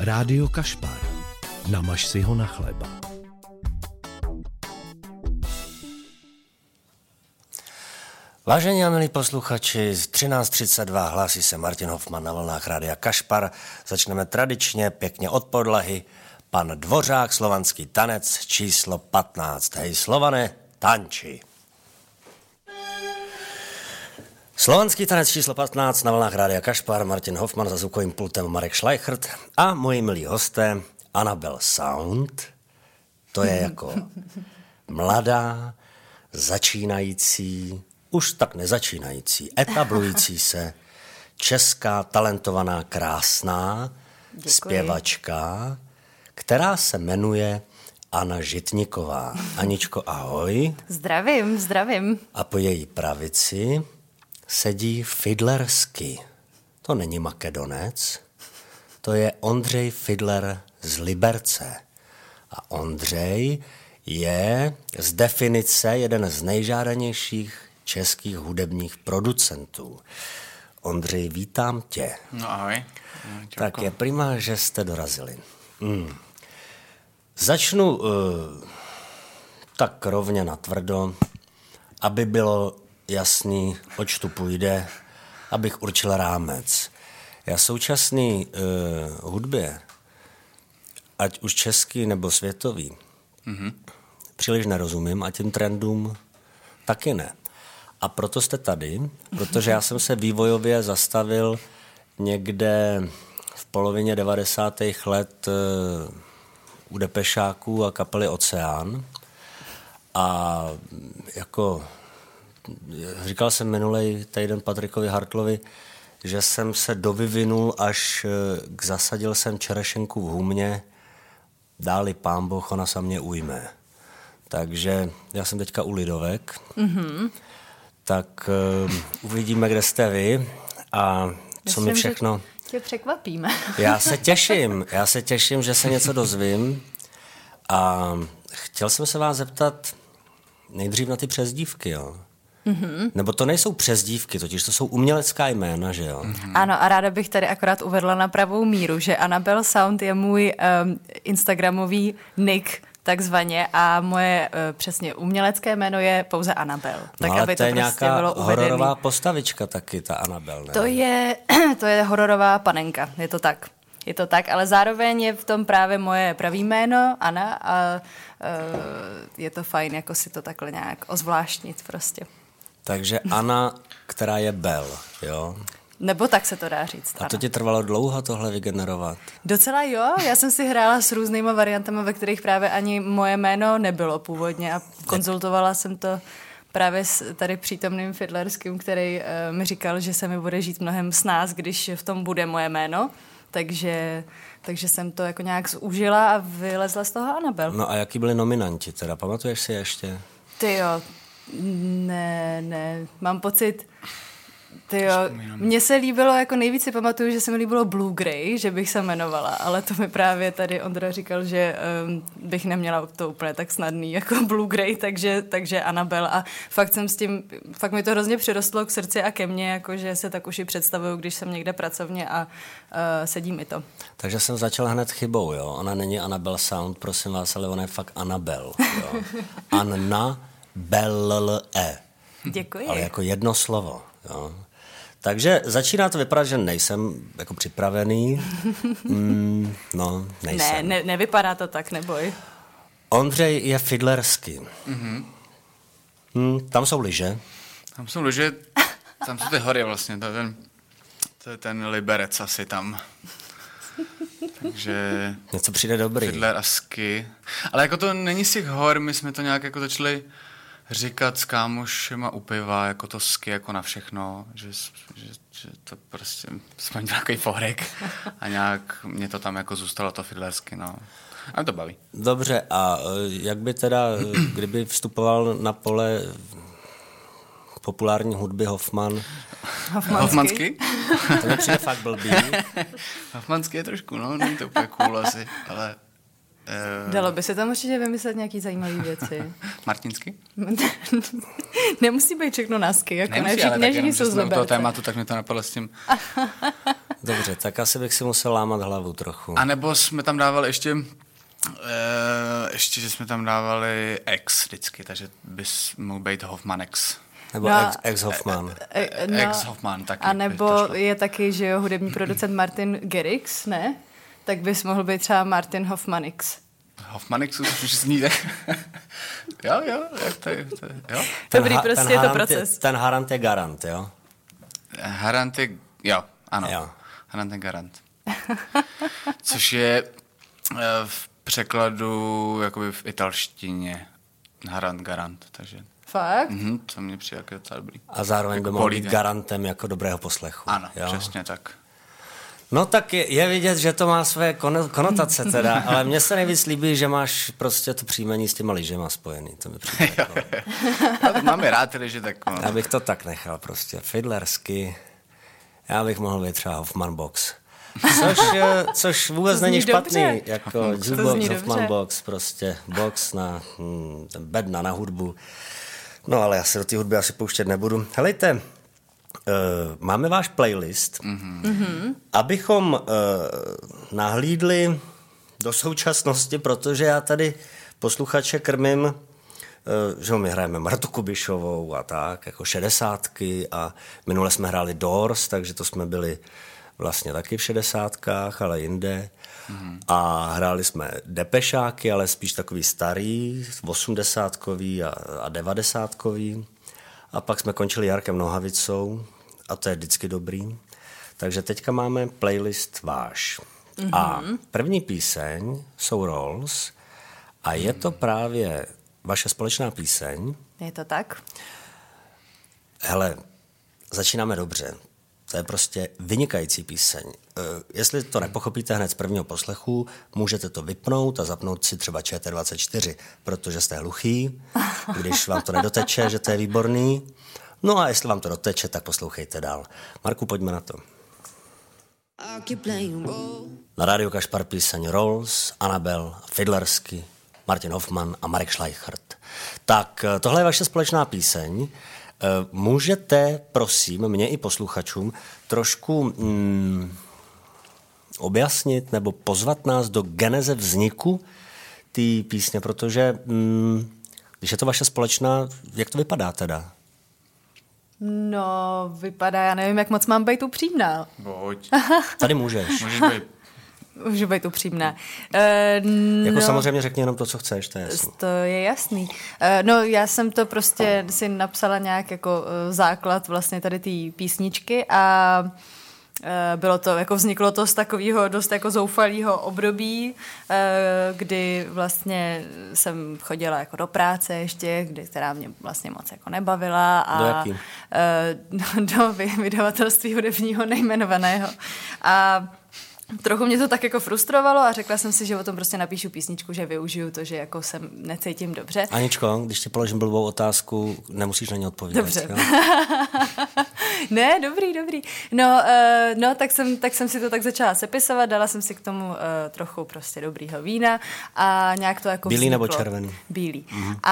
Rádio Kašpar. Namaž si ho na chleba. Vážení a milí posluchači, z 13.32 hlásí se Martin Hofman na vlnách Rádia Kašpar. Začneme tradičně, pěkně od podlahy. Pan Dvořák, slovanský tanec, číslo 15. Hej Slovane, tanči. Slovanský tanec číslo 15 na vlnách Rádia Kašpar, Martin Hofman, za zvukovým pultem Marek Šlajchrt a moji milí hosté Annabel Sound. To je jako mladá, začínající, už tak nezačínající, etablující se, česká, talentovaná, krásná zpěvačka, která se jmenuje Anna Žitniková. Aničko, ahoj. Zdravím. A po její pravici sedí Fidlersky. To není Makedonec, to je Ondřej Fidler z Liberce. A Ondřej je z definice jeden z nejžádanějších českých hudebních producentů. Ondřej, vítám tě. No ahoj. Tak je prima, že jste dorazili. Začnu tak rovně natvrdo, aby bylo jasný, oč tu půjde, abych určil rámec. Já současný hudbě, ať už český nebo světový, příliš nerozumím a těm trendům taky ne. A proto jste tady, protože já jsem se vývojově zastavil někde v polovině 90. let u Depešáků a kapely Oceán. A jako říkal jsem minulej týden Patrikovi Hartlovi, že jsem se dovyvinul, až zasadil jsem čerešenku v humně, dáli pán Boh, ona se mě ujme. Takže já jsem teďka u Lidovek, tak uvidíme, kde jste vy a co mi všechno... Tě překvapíme. Já se těším, že se něco dozvím a chtěl jsem se vás zeptat nejdřív na ty přezdívky, jo? Nebo to nejsou přezdívky, totiž to jsou umělecká jména, že jo? Ano, a ráda bych tady akorát uvedla na pravou míru, že Annabel Sound je můj instagramový nick, takzvaně, a moje přesně umělecké jméno je pouze Annabel. Tak, no, ale aby to je prostě nějaká bylo hororová postavička taky, ta Annabel, ne? To je hororová panenka, je to tak, ale zároveň je v tom právě moje pravý jméno, Anna, a je to fajn, jako si to takhle nějak ozvláštnit prostě. Takže Anna, která je Bel, jo? Nebo tak se to dá říct. A to ti trvalo dlouho tohle vygenerovat? Docela jo, já jsem si hrála s různýma variantami, ve kterých právě ani moje jméno nebylo původně a konzultovala jsem to právě s tady přítomným Fidlerským, který mi říkal, že se mi bude žít mnohem snáz, když v tom bude moje jméno, takže jsem to jako nějak zúžila a vylezla z toho Annabel. No a jaký byli nominanti teda, pamatuješ si ještě? Tyjo, ne, mám pocit... Mně se líbilo, jako nejvíc si pamatuju, že se mi líbilo Blue Grey, že bych se jmenovala, ale to mi právě tady Ondra říkal, že bych neměla to úplně tak snadný jako Blue Grey, takže Annabel, a fakt mi to hrozně přirostlo k srdci a ke mně, jakože se tak už i představuju, když jsem někde pracovně a sedí mi to. Takže jsem začal hned chybou, jo, ona není Annabel Sound, prosím vás, ale ona je fakt Annabel, jo. Anna Belle. Děkuji. Ale jako jedno slovo, jo. Takže začíná to vypadat, že nejsem jako připravený. Nejsem. Nevypadá to tak, neboj. Ondřej je Fidlersky. Tam jsou lyže. Tam jsou ty hory vlastně, to je ten Liberec asi tam. Takže... Něco přijde dobrý. Fidler a ski. Ale jako to není z těch hor, my jsme to nějak jako začali říkat s kámošema u piva, jako to ski jako na všechno, že to prostě jsme měli takový pohrek a nějak mě to tam jako zůstalo to Fidlersky, no. A to baví. Dobře, a jak by teda, kdyby vstupoval na pole populární hudby Hofman? Hofmanský? To mi přijde fakt blbý. Hofmanský je trošku, no, není to úplně cool asi, ale... Dalo by se tam určitě vymyslet nějaký zajímavé věci. Martinský? Nemusí být všechno nasky, jako nemusí, ne všichni jsou z Liberce. Liberce. Toho tématu, tak mě to napadlo s tím. Dobře, tak asi bych si musel lámat hlavu trochu. A nebo jsme tam dávali ještě, že jsme tam dávali X vždycky, takže bys mohl být Hoffman X. Nebo ex-Hoffman. Ex-Hoffman taky. A nebo je taky, že jo, hudební producent Martin Garrix, ne? Tak bys mohl být třeba Martin Hoffman X. Hoffman X už zní tak. jo, jak to je, jo. Dobrý, prostě je to proces. Ten Harant je garant, jo? Harant je, jo, ano. Jo. Harant je garant. Což je v překladu jakoby v italštině Harant garant, takže... Fakt? To mě přijde jako docela dobrý. A zároveň jako by mohl být garantem jako dobrého poslechu. Ano, jo? přesně tak. No tak je vidět, že to má své konotace teda, ale mně se nejvíc líbí, že máš prostě to příjmení s těma lyžema spojený. To mi přijde jako... Máme rád ty lyže, tak... No. Já bych to tak nechal prostě. Fiddlersky. Já bych mohl být třeba Hoffman Box. Což vůbec není špatný. Dobře. Jako jukebox, Hoffman Box, prostě box na bedna na hudbu. No ale já se do té hudby asi pouštět nebudu. Helejte, máme váš playlist, abychom nahlídli do současnosti, protože já tady posluchače krmím, že my hrajeme Martu Kubišovou a tak, jako 60ky a minule jsme hráli Doors, takže to jsme byli vlastně taky v 60kách, ale jinde. A hráli jsme depešáky, ale spíš takový starý, 80kový a 90kový. A pak jsme končili Jarkem Nohavicou a to je vždycky dobrý. Takže teďka máme playlist váš. A první píseň jsou Rolls a je to právě vaše společná píseň. Je to tak? Hele, začínáme dobře. To je prostě vynikající píseň. Jestli to nepochopíte hned z prvního poslechu, můžete to vypnout a zapnout si třeba ČT24, protože jste hluchý, když vám to nedoteče, že to je výborný. No a jestli vám to doteče, tak poslouchejte dál. Marku, pojďme na to. Na rádiu Kašpar píseň Rolls, Anabel, Fiddlersky, Martin Hoffman a Marek Schleichert. Tak tohle je vaše společná píseň. Můžete, prosím, mě i posluchačům trošku objasnit nebo pozvat nás do geneze vzniku té písně, protože když je to vaše společná, jak to vypadá teda? No, vypadá, já nevím, jak moc mám být upřímná. Pojď. Tady můžeš. Můžeš být. Můžu být upřímná. Jako samozřejmě řekni jenom to, co chceš, to je jasný. To je jasný. No, já jsem to prostě si napsala nějak jako základ vlastně tady té písničky a bylo to, jako vzniklo to z takového dost jako zoufalého období, kdy vlastně jsem chodila jako do práce ještě, která mě vlastně moc jako nebavila. A do jaký? Do vydavatelství hudebního nejmenovaného. A trochu mě to tak jako frustrovalo a řekla jsem si, že o tom prostě napíšu písničku, že využiju to, že jako se necítím dobře. Aničko, když ti položím blbou otázku, nemusíš na ně odpovědět. Dobře. Ne, dobrý. No, tak jsem si to tak začala sepisovat, dala jsem si k tomu trochu prostě dobrýho vína a nějak to jako Bílý vzniklo. nebo červený? Bílý.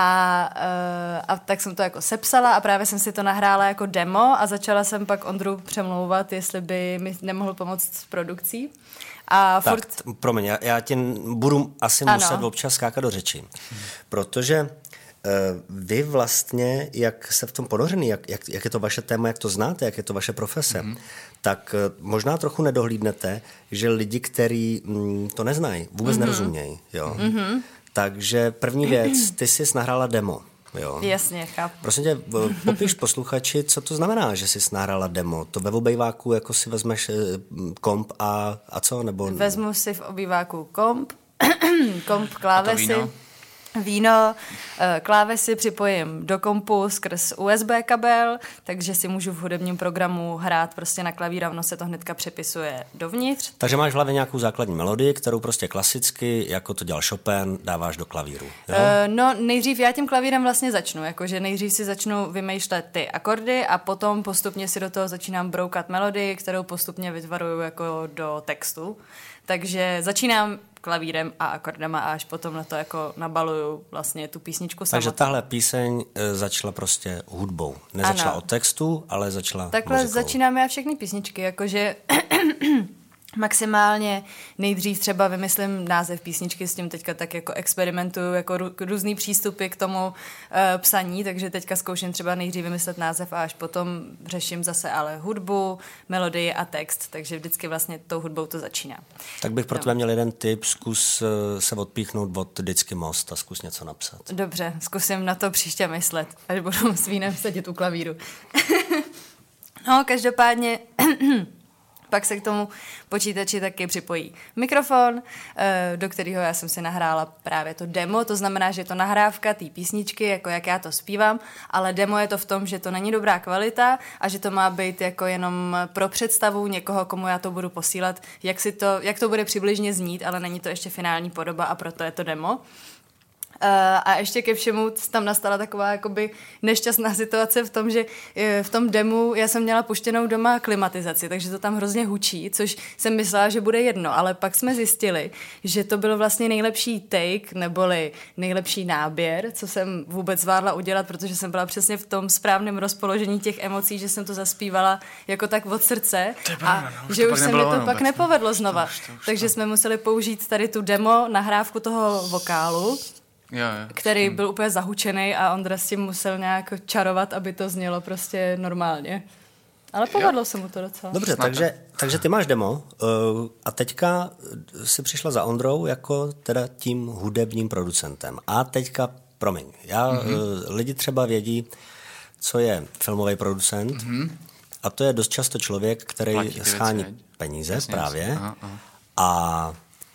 A tak jsem to jako sepsala a právě jsem si to nahrála jako demo a začala jsem pak Ondru přemlouvat, jestli by mi nemohl pomoct s produkcí. A tak, promiň, já tě budu asi muset občas skákat do řeči, protože vy vlastně, jak jste v tom ponořený, jak je to vaše téma, jak to znáte, jak je to vaše profese, tak možná trochu nedohlídnete, že lidi, kteří to neznají, vůbec nerozumějí. Jo? Takže první věc, ty jsi nahrála demo. Jo. Jasně, chápu. Prosím tě, popiš posluchači, co to znamená, že jsi nahrála demo. To ve obejváku jako si vezmeš komp a co? Nebo... Vezmu si v obýváku komp, klávesy, víno, klávesy připojím do kompu skrz USB kabel, takže si můžu v hudebním programu hrát prostě na klavír a ono se to hnedka přepisuje dovnitř. Takže máš v hlavě nějakou základní melodii, kterou prostě klasicky, jako to dělal Chopin, dáváš do klavíru. Jo? No nejdřív já tím klavírem vlastně začnu, jakože nejdřív si začnu vymýšlet ty akordy a potom postupně si do toho začínám broukat melodii, kterou postupně vytvaruju jako do textu. Takže začínám klavírem a akordama a až potom na to jako nabaluju vlastně tu písničku samotnou. Takže tahle píseň začala prostě hudbou. Nezačala od textu, ale začala takhle muzikou. začínáme a všechny písničky, jakože maximálně nejdřív třeba vymyslím název písničky, s tím teďka tak jako experimentuju, jako různý přístupy k tomu psaní, takže teďka zkouším třeba nejdřív vymyslet název a až potom řeším zase ale hudbu, melodii a text, takže vždycky vlastně tou hudbou to začíná. Tak bych pro tebe měl jeden tip, zkus se odpíchnout od Vždycky most a zkus něco napsat. Dobře, zkusím na to příště myslet, až budu s vínem sedět u klavíru. No, každopádně pak se k tomu počítači taky připojí mikrofon, do kterého já jsem si nahrála právě to demo, to znamená, že je to nahrávka té písničky, jako jak já to zpívám, ale demo je to v tom, že to není dobrá kvalita a že to má být jako jenom pro představu někoho, komu já to budu posílat, jak to bude přibližně znít, ale není to ještě finální podoba a proto je to demo. A ještě ke všemu tam nastala taková jakoby nešťastná situace v tom, že v tom demu já jsem měla puštěnou doma klimatizaci, takže to tam hrozně hučí, což jsem myslela, že bude jedno, ale pak jsme zjistili, že to byl vlastně nejlepší take, neboli nejlepší náběr, co jsem vůbec zvládla udělat, protože jsem byla přesně v tom správném rozpoložení těch emocí, že jsem to zaspívala jako tak od srdce a že už se mi to pak nepovedlo znova. Takže jsme museli použít tady tu demo nahrávku toho vokálu, který byl úplně zahučený a Ondra s tím musel nějak čarovat, aby to znělo prostě normálně. Ale povedlo se mu to docela. Dobře, takže ty máš demo a teďka si přišla za Ondrou jako teda tím hudebním producentem. A teďka, promiň, lidi třeba vědí, co je filmový producent a to je dost často člověk, který schání peníze právě. Aha. A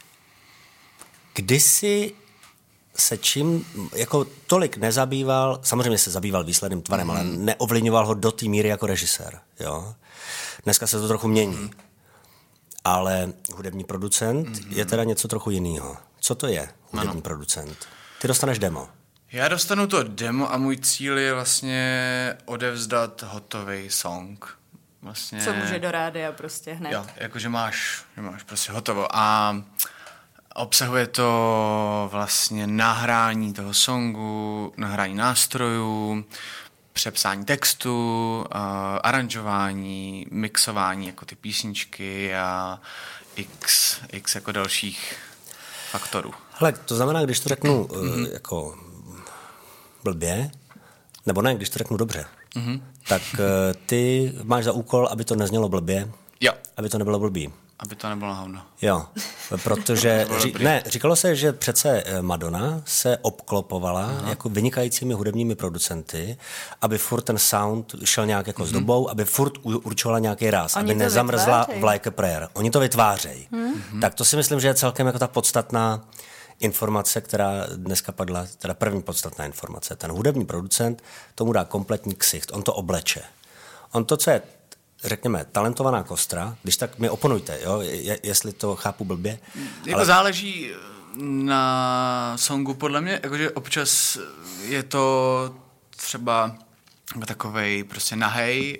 kdysi se čím jako tolik nezabýval, samozřejmě se zabýval výsledným tvarem, ale neovlivňoval ho do té míry jako režisér. Jo? Dneska se to trochu mění. Ale hudební producent je teda něco trochu jiného. Co to je hudební producent? Ty dostaneš demo. Já dostanu to demo a můj cíl je vlastně odevzdat hotový song. Vlastně, co může do rádia prostě hned. Jo, jakože máš prostě hotovo. A obsahuje to vlastně nahrání toho songu, nahrání nástrojů, přepsání textu, aranžování, mixování jako ty písničky a x jako dalších faktorů. Hele, to znamená, když to řeknu jako blbě, nebo ne, když to řeknu dobře, tak ty máš za úkol, aby to neznělo blbě, aby to nebylo blbý. Aby to nebylo hovno. Jo, protože říkalo se, že přece Madonna se obklopovala jako vynikajícími hudebními producenty, aby furt ten sound šel nějak jako s dobou, aby furt určovala nějaký ráz, aby nezamrzla v Like a Prayer. Oni to vytvářejí. Tak to si myslím, že je celkem jako ta podstatná informace, která dneska padla, teda první podstatná informace. Ten hudební producent tomu dá kompletní ksicht, on to obleče. On to, co je řekněme, talentovaná kostra, když tak mi oponujte, jo, jestli to chápu blbě. Jako záleží na songu podle mě, jakože občas je to třeba takovej prostě nahej,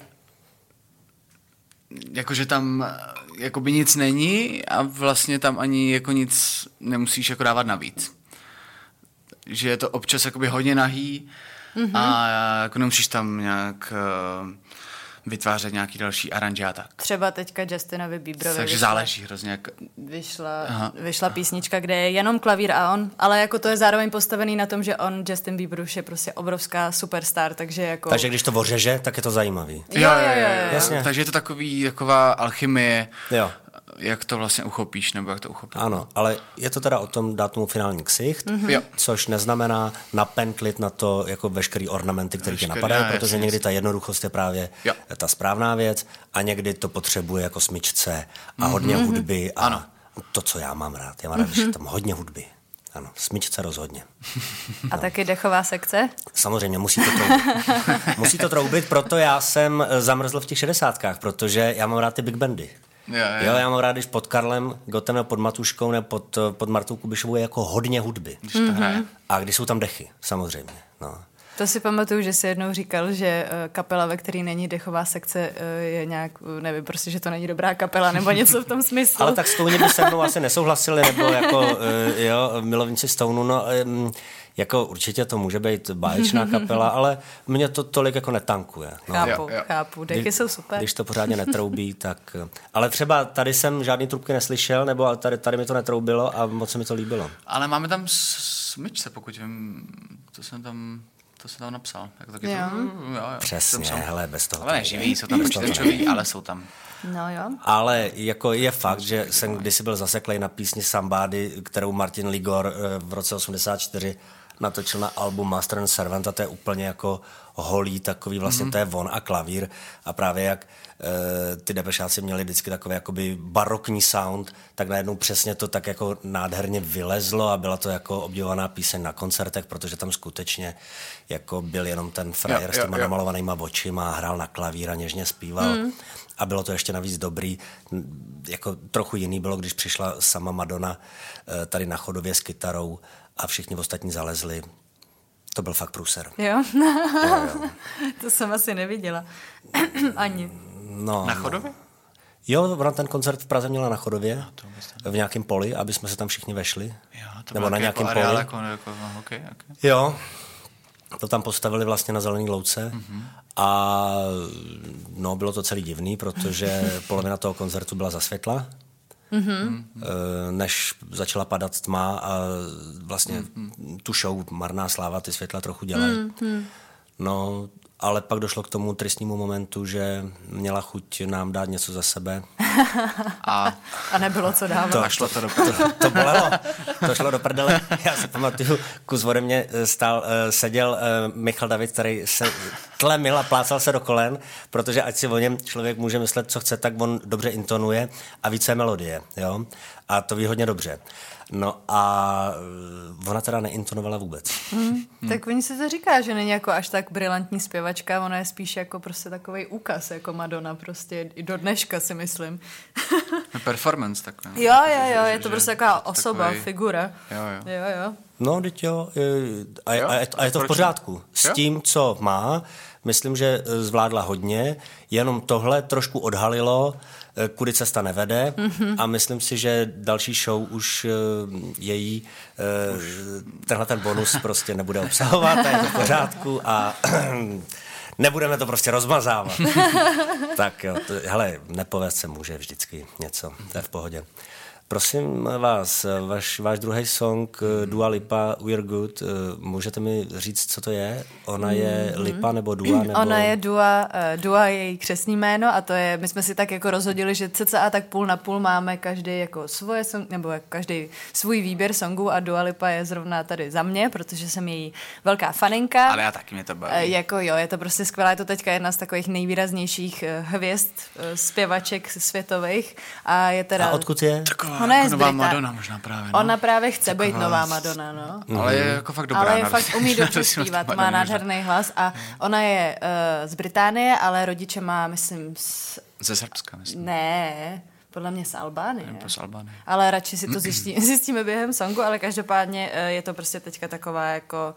jakože tam jakoby nic není a vlastně tam ani jako nic nemusíš jako dávat navíc. Že je to občas jakoby hodně nahý a jako nemusíš tam nějak vytvářet nějaký další aranže a tak. Třeba teďka Justinovi Bieberovi. Takže záleží hrozně. Jak vyšla písnička, kde je jenom klavír a on, ale jako to je zároveň postavený na tom, že Justin Bieber už je prostě obrovská superstar, takže jako... Takže když to ořeže, tak je to zajímavý. Jo. Jasně. Takže je to taková alchymie, jo. Jak to vlastně uchopíš, nebo jak to uchopíš. Ano, ale je to teda o tom dát tomu finální ksicht, což neznamená napentlit na to jako veškerý ornamenty, které tě napadají, protože někdy ta jednoduchost je právě ta správná věc a někdy to potřebuje jako smyčce a hodně hudby a to, co já mám rád. Já mám rád, že tam hodně hudby. Ano, smyčce rozhodně. A taky dechová sekce? Samozřejmě, musí to troubit, proto já jsem zamrzl v těch 60kách, protože já mám rád ty big bandy. Jo, já mám rád, když pod Karlem Gottem nebo pod Matuškou nebo pod Martou Kubišovou je jako hodně hudby. Když to hraje. A když jsou tam dechy, samozřejmě. No. To si pamatuju, že jsi jednou říkal, že kapela, ve které není dechová sekce, je nějak, nevím, prostě, že to není dobrá kapela, nebo něco v tom smyslu. Ale tak Stouni by se mnou asi nesouhlasili, nebo jako, milovníci Stounu, no, jako určitě to může být báječná kapela, ale mě to tolik jako netankuje. No. Chápu, dechy jsou super. Když to pořádně netroubí, tak... Ale třeba tady jsem žádný trubky neslyšel, nebo tady mi to netroubilo a moc se mi to líbilo. Ale máme tam smyčce, pokud vím, to jsem tam napsal. Tak taky jo. Jo. Přesně, hele, bez toho. Ale neživí, jsou tam počítačoví, ale jsou tam. No jo. Ale jako je fakt, že jsem kdysi byl zaseklej na písni Somebody, kterou Martin Ligor v roce 84 natočil na album Master and Servant a to je úplně jako holý takový, vlastně to je on a klavír a právě jak ty Depešáci měli vždycky takový jakoby barokní sound, tak najednou přesně to tak jako nádherně vylezlo a byla to jako obdivovaná píseň na koncertech, protože tam skutečně jako byl jenom ten frajer s těma namalovanýma očima a hrál na klavír a něžně zpíval. A bylo to ještě navíc dobrý. Jako trochu jiný bylo, když přišla sama Madonna tady na chodově s kytarou a všichni ostatní zalezli. To byl fakt průser. Jo? To jsem asi neviděla. Ani. No, Na chodově? Jo, ona ten koncert v Praze měla na chodově, v nějakém poli, aby jsme se tam všichni vešli. Jo, to nebo na nějakém jako poli. Okay. Jo, to tam postavili vlastně na Zelený louce a no, bylo to celý divný, protože polovina toho koncertu byla za světla, než začala padat tma a vlastně tu show Marná sláva ty světla trochu dělají. No, ale pak došlo k tomu tristnímu momentu, že měla chuť nám dát něco za sebe. A nebylo co dávat. šlo to do To bolelo. To šlo do prdele. Já si pamatuju, kus ode mě seděl Michal David, který se tlemil a plácal se do kolen, protože ať si o něm člověk může myslet, co chce, tak on dobře intonuje a více melodie. Jo? A to ví hodně dobře. No a ona teda neintonovala vůbec. Tak oni se to říká, že není jako až tak brilantní zpěvačka, ona je spíš jako prostě takovej úkaz, jako Madonna prostě i do dneška si myslím. Performance takový. Jo, je to prostě taková osoba, figura. Jo. No, teď jo. A je to v pořádku. S tím, co má, myslím, že zvládla hodně, jenom tohle trošku odhalilo, kudy cesta nevede a myslím si, že další show už její tenhle ten bonus prostě nebude obsahovat a je to v pořádku a nebudeme to prostě rozmazávat. Tak jo, hele, nepovést se může vždycky něco, to je v pohodě. Prosím vás, váš druhý song Dua Lipa, We're Good, můžete mi říct, co to je? Ona je Lipa nebo Dua? Nebo... Ona je Dua je její křestní jméno a to je, my jsme si tak jako rozhodili, že cca tak půl na půl máme každý jako svoje song, nebo jako každý svůj výběr songů a Dua Lipa je zrovna tady za mě, protože jsem její velká faninka. Ale já taky, mě to baví. Jako jo, je to prostě skvělá, je to teďka jedna z takových nejvýraznějších hvězd zpěvaček světových a je teda... A odkud je? Ona je nová Madonna možná právě. No? Ona právě chce být nová Madonna, no. Ale je jako fakt dobrá. Ale je fakt umí dobře zpívat, má nádherný hlas a ona je z Británie, ale rodiče má, myslím, ze Srbska, myslím. Ne, podle mě z Albánie. Z Albánie. Ale radši si to zjistíme během songu, ale každopádně je to prostě teďka taková jako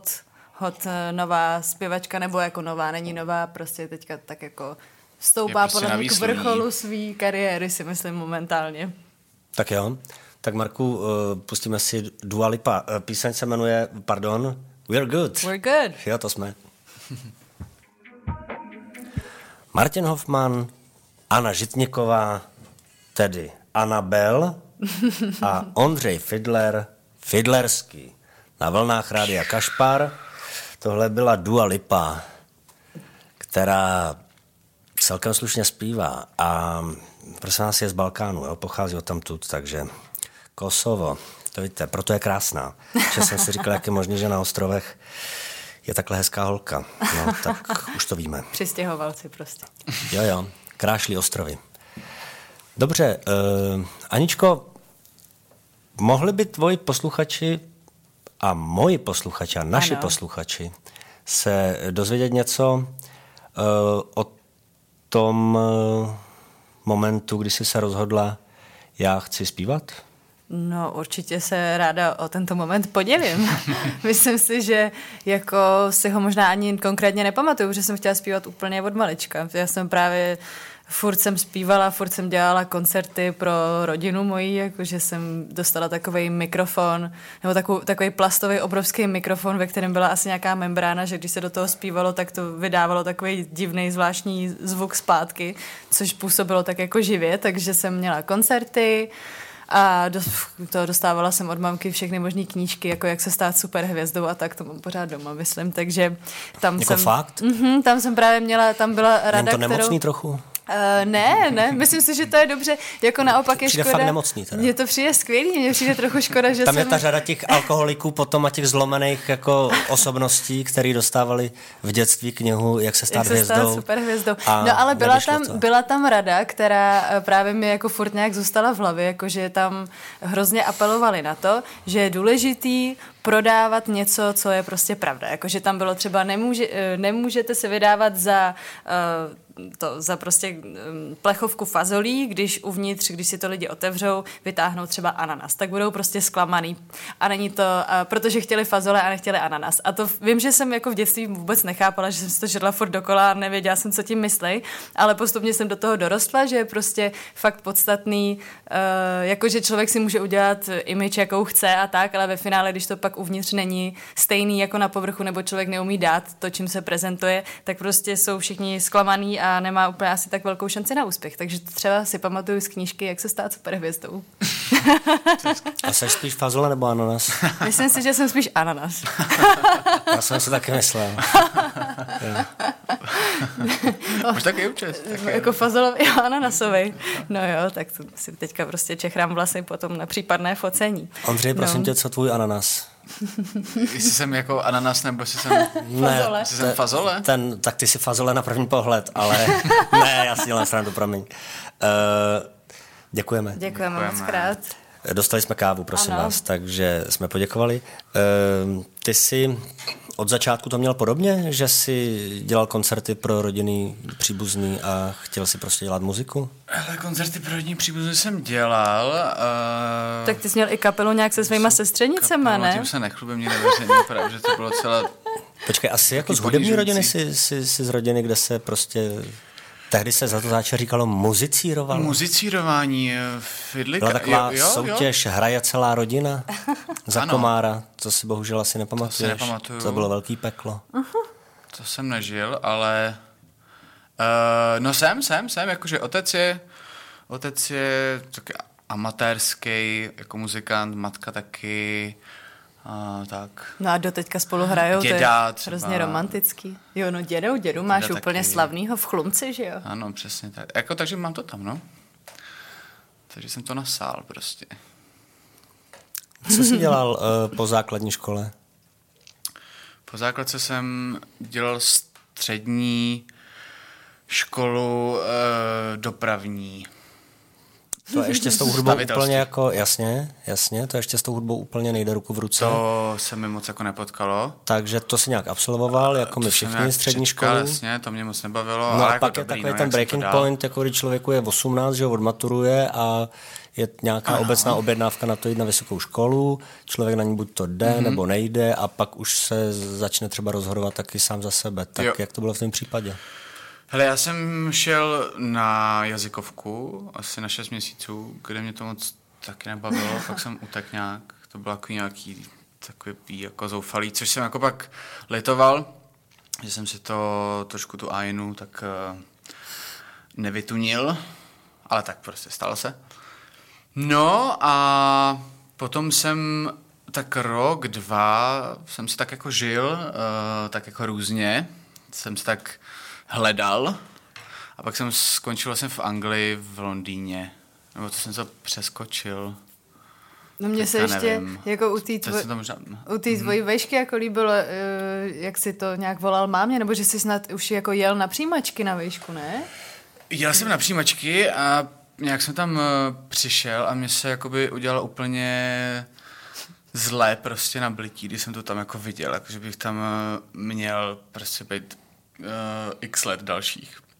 hot nová zpěvačka, nebo jako nová, není nová, prostě teďka tak jako stoupá prostě podle mě k vrcholu své kariéry, si myslím momentálně. Tak jo. Tak Marku, pustíme si Dua Lipa. Píseň se jmenuje, We're Good. We're Good. Jo, to jsme. Martin Hoffman, Anna Žitniková, tedy Anabel a Ondřej Fidlerský. Na vlnách Rádia Kašpar. Tohle byla Dua Lipa, která celkem slušně zpívá a prosím vás, je z Balkánu, jo? Pochází odtamtud, takže Kosovo, to víte, proto je krásná. Že jsem si říkal, jak je možný, že na ostrovech je takhle hezká holka. No, tak už to víme. Přistěhovalci prostě. Jo, krášlí ostrovy. Dobře, Aničko, mohli by tvoji posluchači a moji posluchači a naši posluchači se dozvědět něco o tom momentu, kdy jsi se rozhodla, já chci zpívat? No, určitě se ráda o tento moment podělím. Myslím si, že jako si ho možná ani konkrétně nepamatuju, protože jsem chtěla zpívat úplně od malička. Já jsem právě furt jsem zpívala, furt jsem dělala koncerty pro rodinu mojí, jakože jsem dostala takovej mikrofon, nebo takový plastový obrovský mikrofon, ve kterém byla asi nějaká membrána, že když se do toho zpívalo, tak to vydávalo takový divný zvláštní zvuk zpátky, což působilo tak jako živě, takže jsem měla koncerty a dostávala jsem od mamky všechny možné knížky, jako jak se stát superhvězdou a tak, to mám pořád doma, myslím, takže tam jako jsem... fakt? Tam jsem právě měla, tam byla rada, Jen to nemocný trochu? Ne, myslím si, že to je dobře, jako naopak je škoda. Přijde fakt nemocný teda. Mně to přijde skvělý, mně přijde trochu škoda, že tam je ta řada těch alkoholiků potom a těch zlomených jako osobností, který dostávali v dětství knihu Jak se stát hvězdou. Superhvězdou. No ale byla tam rada, která právě mi jako furt nějak zůstala v hlavě, jakože tam hrozně apelovali na to, že je důležitý prodávat něco, co je prostě pravda. Jakože tam bylo třeba nemůžete se vydávat za prostě plechovku fazolí, když uvnitř, když si to lidi otevřou, vytáhnou třeba ananas, tak budou prostě zklamaný. A není to, protože chtěli fazole a nechtěli ananas. A to vím, že jsem jako v dětství vůbec nechápala, že jsem si to žrla furt dokola a nevěděla jsem, co tím myslej, ale postupně jsem do toho dorostla, že je prostě fakt podstatný, jakože člověk si může udělat image, jakou chce a tak, ale ve finále, když to pak uvnitř není stejný jako na povrchu, nebo člověk neumí dát to, čím se prezentuje, tak prostě jsou všichni zklamaný a nemá úplně asi tak velkou šanci na úspěch. Takže to třeba si pamatuju z knížky Jak se stát superhvězdou. A jsi spíš fazole nebo ananas? Myslím si, že jsem spíš ananas. Já jsem si taky myslel. Máš taky účest. Jako fazolový a ananasový. No jo, tak to si teďka prostě čechrám vlasy potom na případné focení. Ondřej, prosím tě, co tvůj ananas? Jestli jsem jako ananas, nebo jestli jsem... Fazole. Jestli jsem fazole? Tak ty jsi fazole na první pohled, ale ne, já si dělám srandu, promiň. Děkujeme. Děkujeme moc krát. Dostali jsme kávu, prosím vás, takže jsme poděkovali. Ty jsi od začátku to měl podobně, že jsi dělal koncerty pro rodinný příbuzný a chtěl si prostě dělat muziku? Ale koncerty pro rodinný příbuzný jsem dělal. Tak ty jsi měl i kapelu nějak se svýma sestřenicema, ne? Tím se nechlubím někde veřejně, protože to bylo celé... Počkej, asi jako z hudební rodiny jsi z rodiny, kde se prostě... Tehdy se za to záče říkalo muzicírovalo. Muzicírování, fidlika. Byla taková soutěž, hraje celá rodina za ano. Komára. To si bohužel asi nepamatuješ. To si nepamatuju. To bylo velký peklo. To jsem nežil, ale... no jsem, jakože otec je taky amatérský, jako muzikant, matka taky... tak. No a doteďka spolu hrajou, děda, to je hrozně romantický. Jo, no dědu máš děda úplně taky. slavnýho v Chlumci, že jo? Ano, přesně tak. Jako, takže mám to tam, no. Takže jsem to nasál prostě. Co jsi dělal po základní škole? Po základce jsem dělal střední školu dopravní. To ještě s tou hudbou úplně jako, jasně, to ještě s tou hudbou úplně nejde ruku v ruce. To se mi moc jako nepotkalo. Takže to si nějak absolvoval, jako my všichni střední školu. Jasně, to mě moc nebavilo. No ale a jako pak dobrý, je takový ten breaking point, jako když člověku je 18, že odmaturuje a je nějaká obecná objednávka na to jít na vysokou školu, člověk na ní buď to jde, nebo nejde a pak už se začne třeba rozhodovat taky sám za sebe. Tak jak to bylo v tom případě? Hele, já jsem šel na jazykovku asi na 6 měsíců, kde mě to moc taky nebavilo, pak jsem utek nějak, to bylo jako nějaký takový jako zoufalý, což jsem jako pak litoval, že jsem si to trošku tu ajnu tak nevytunil, ale tak prostě stalo se. No a potom jsem tak rok, 2 jsem si tak jako žil, tak jako různě, jsem si tak hledal a pak jsem skončil vlastně v Anglii, v Londýně, nebo to jsem to přeskočil. No mně se ještě nevím. jako u té tvojí vejšky jako líbilo, jak si to nějak volal mámě, nebo že jsi snad už jako jel na přijímačky na vejšku, ne? Jel jsem na přijímačky a nějak jsem tam přišel a mě se jakoby udělalo úplně zlé prostě na blití, když jsem to tam jako viděl, jakože bych tam měl prostě být x let dalších.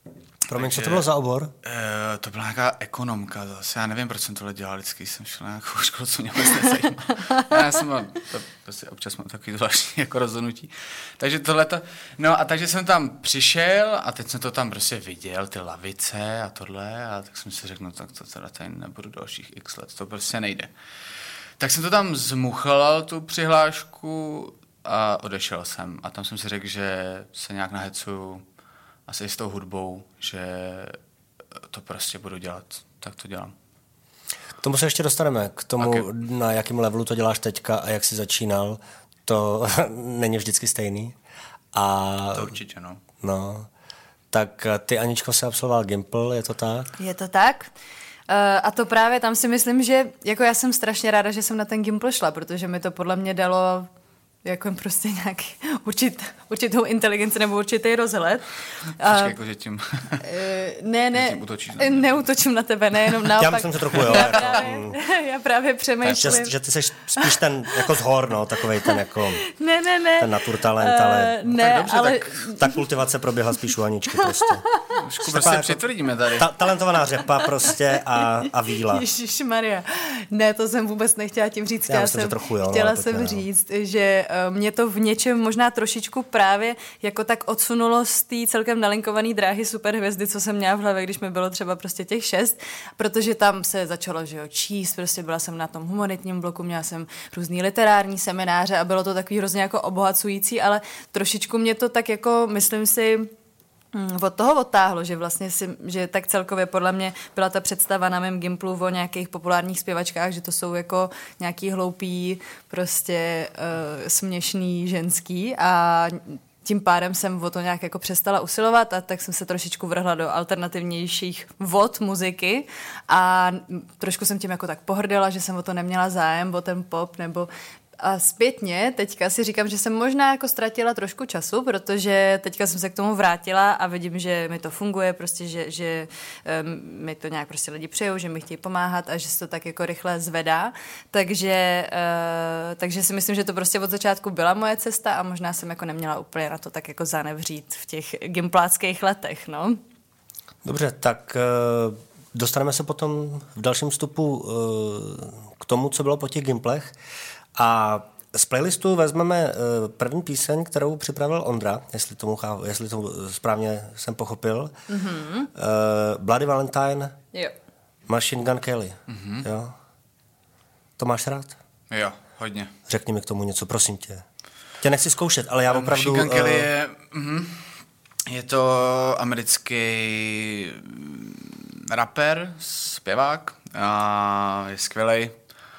Promiň, co to bylo za obor? To byla nějaká ekonomka zase. Já nevím, proč jsem tohle dělal. Vždycky jsem šel na nějakou školu, co mě vůbec nezajímá. Já jsem mal, prostě občas mám takový zvláštní jako rozhodnutí. Takže tohleto. No a takže jsem tam přišel a teď jsem to tam prostě viděl, ty lavice a tohle. A tak jsem si řekl, no tak to teda tady nebudu dalších x let. To prostě nejde. Tak jsem to tam zmuchlal, tu přihlášku, a odešel jsem. A tam jsem si řekl, že se nějak nahecuju asi s tou hudbou, že to prostě budu dělat. Tak to dělám. K tomu se ještě dostaneme. K tomu, okay. Na jakém levelu to děláš teďka a jak jsi začínal, to není vždycky stejný. A to určitě, no. No. Tak ty, Aničko, se absolvoval Gimple, je to tak? Je to tak. A to právě tam si myslím, že jako já jsem strašně ráda, že jsem na ten Gimple šla, protože mi to podle mě dalo jako prostě nějaký určitou inteligenci nebo určitý rozhled. Počkej, jakože tím... Ne, neutočím na tebe, nejenom naopak. Já myslím, že trochu jo. Já právě přemýšlím. Že ty seš spíš ten jako zhor, no, takovej ten jako... Ne. Ten naturtalent, ale... Ne, tak dobře, ale... Ta kultivace proběhla spíš u Aničky prostě. Trošku prostě přitvrdíme tady. Talentovaná řepa prostě a víla. Ježišmarja. Ne, to jsem vůbec nechtěla tím říct. Já myslím, že trochu jo. Chtěla jsem říct, že mě to v něčem možná trošičku právě jako tak odsunulo z té celkem nalinkované dráhy superhvězdy, co jsem měla v hlavě, když mi bylo třeba prostě těch 6, protože tam se začalo, že jo, číst, prostě byla jsem na tom humanitním bloku, měla jsem různý literární semináře a bylo to takový hrozně jako obohacující, ale trošičku mě to tak jako, myslím si, od toho odtáhlo, že vlastně že tak celkově podle mě byla ta představa na mém Gimplu o nějakých populárních zpěvačkách, že to jsou jako nějaký hloupý, prostě směšný ženský a tím pádem jsem o to nějak jako přestala usilovat a tak jsem se trošičku vrhla do alternativnějších vod muziky a trošku jsem tím jako tak pohrdala, že jsem o to neměla zájem, o ten pop nebo a zpětně teďka si říkám, že jsem možná jako ztratila trošku času, protože teďka jsem se k tomu vrátila a vidím, že mi to funguje, prostě, že mi to nějak prostě lidi přejou, že mi chtějí pomáhat a že se to tak jako rychle zvedá. Takže si myslím, že to prostě od začátku byla moje cesta a možná jsem jako neměla úplně na to tak jako zanevřít v těch gimpláckých letech, no. Dobře, tak dostaneme se potom v dalším vstupu k tomu, co bylo po těch gimplech. A z playlistu vezmeme první píseň, kterou připravil Ondra, jestli to správně jsem pochopil. Mm-hmm. Bloody Valentine, jo. Machine Gun Kelly. Mm-hmm. Jo. To máš rád? Jo, hodně. Řekni mi k tomu něco, prosím tě. Tě nechci zkoušet, ale já opravdu... Machine Gun Kelly je to americký rapper, zpěvák, a je skvělej.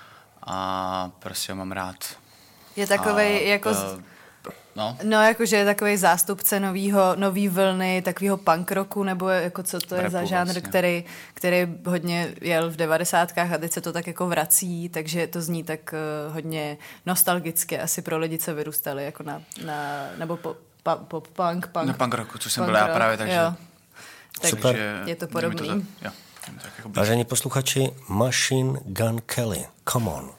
A prostě ho mám rád. Je takovej jako... No, jakože je takovej zástupce nový vlny, takového punk rocku, nebo jako co to je za žánr, vlastně. který hodně jel v 90kách a teď se to tak jako vrací, takže to zní tak hodně nostalgicky asi pro lidi, co vyrůstali jako nebo pop-punk. Na punk rocku, což jsem byl já právě, takže... Jo. Super. Je to podobný. Vážení posluchači, Machine Gun Kelly, come on.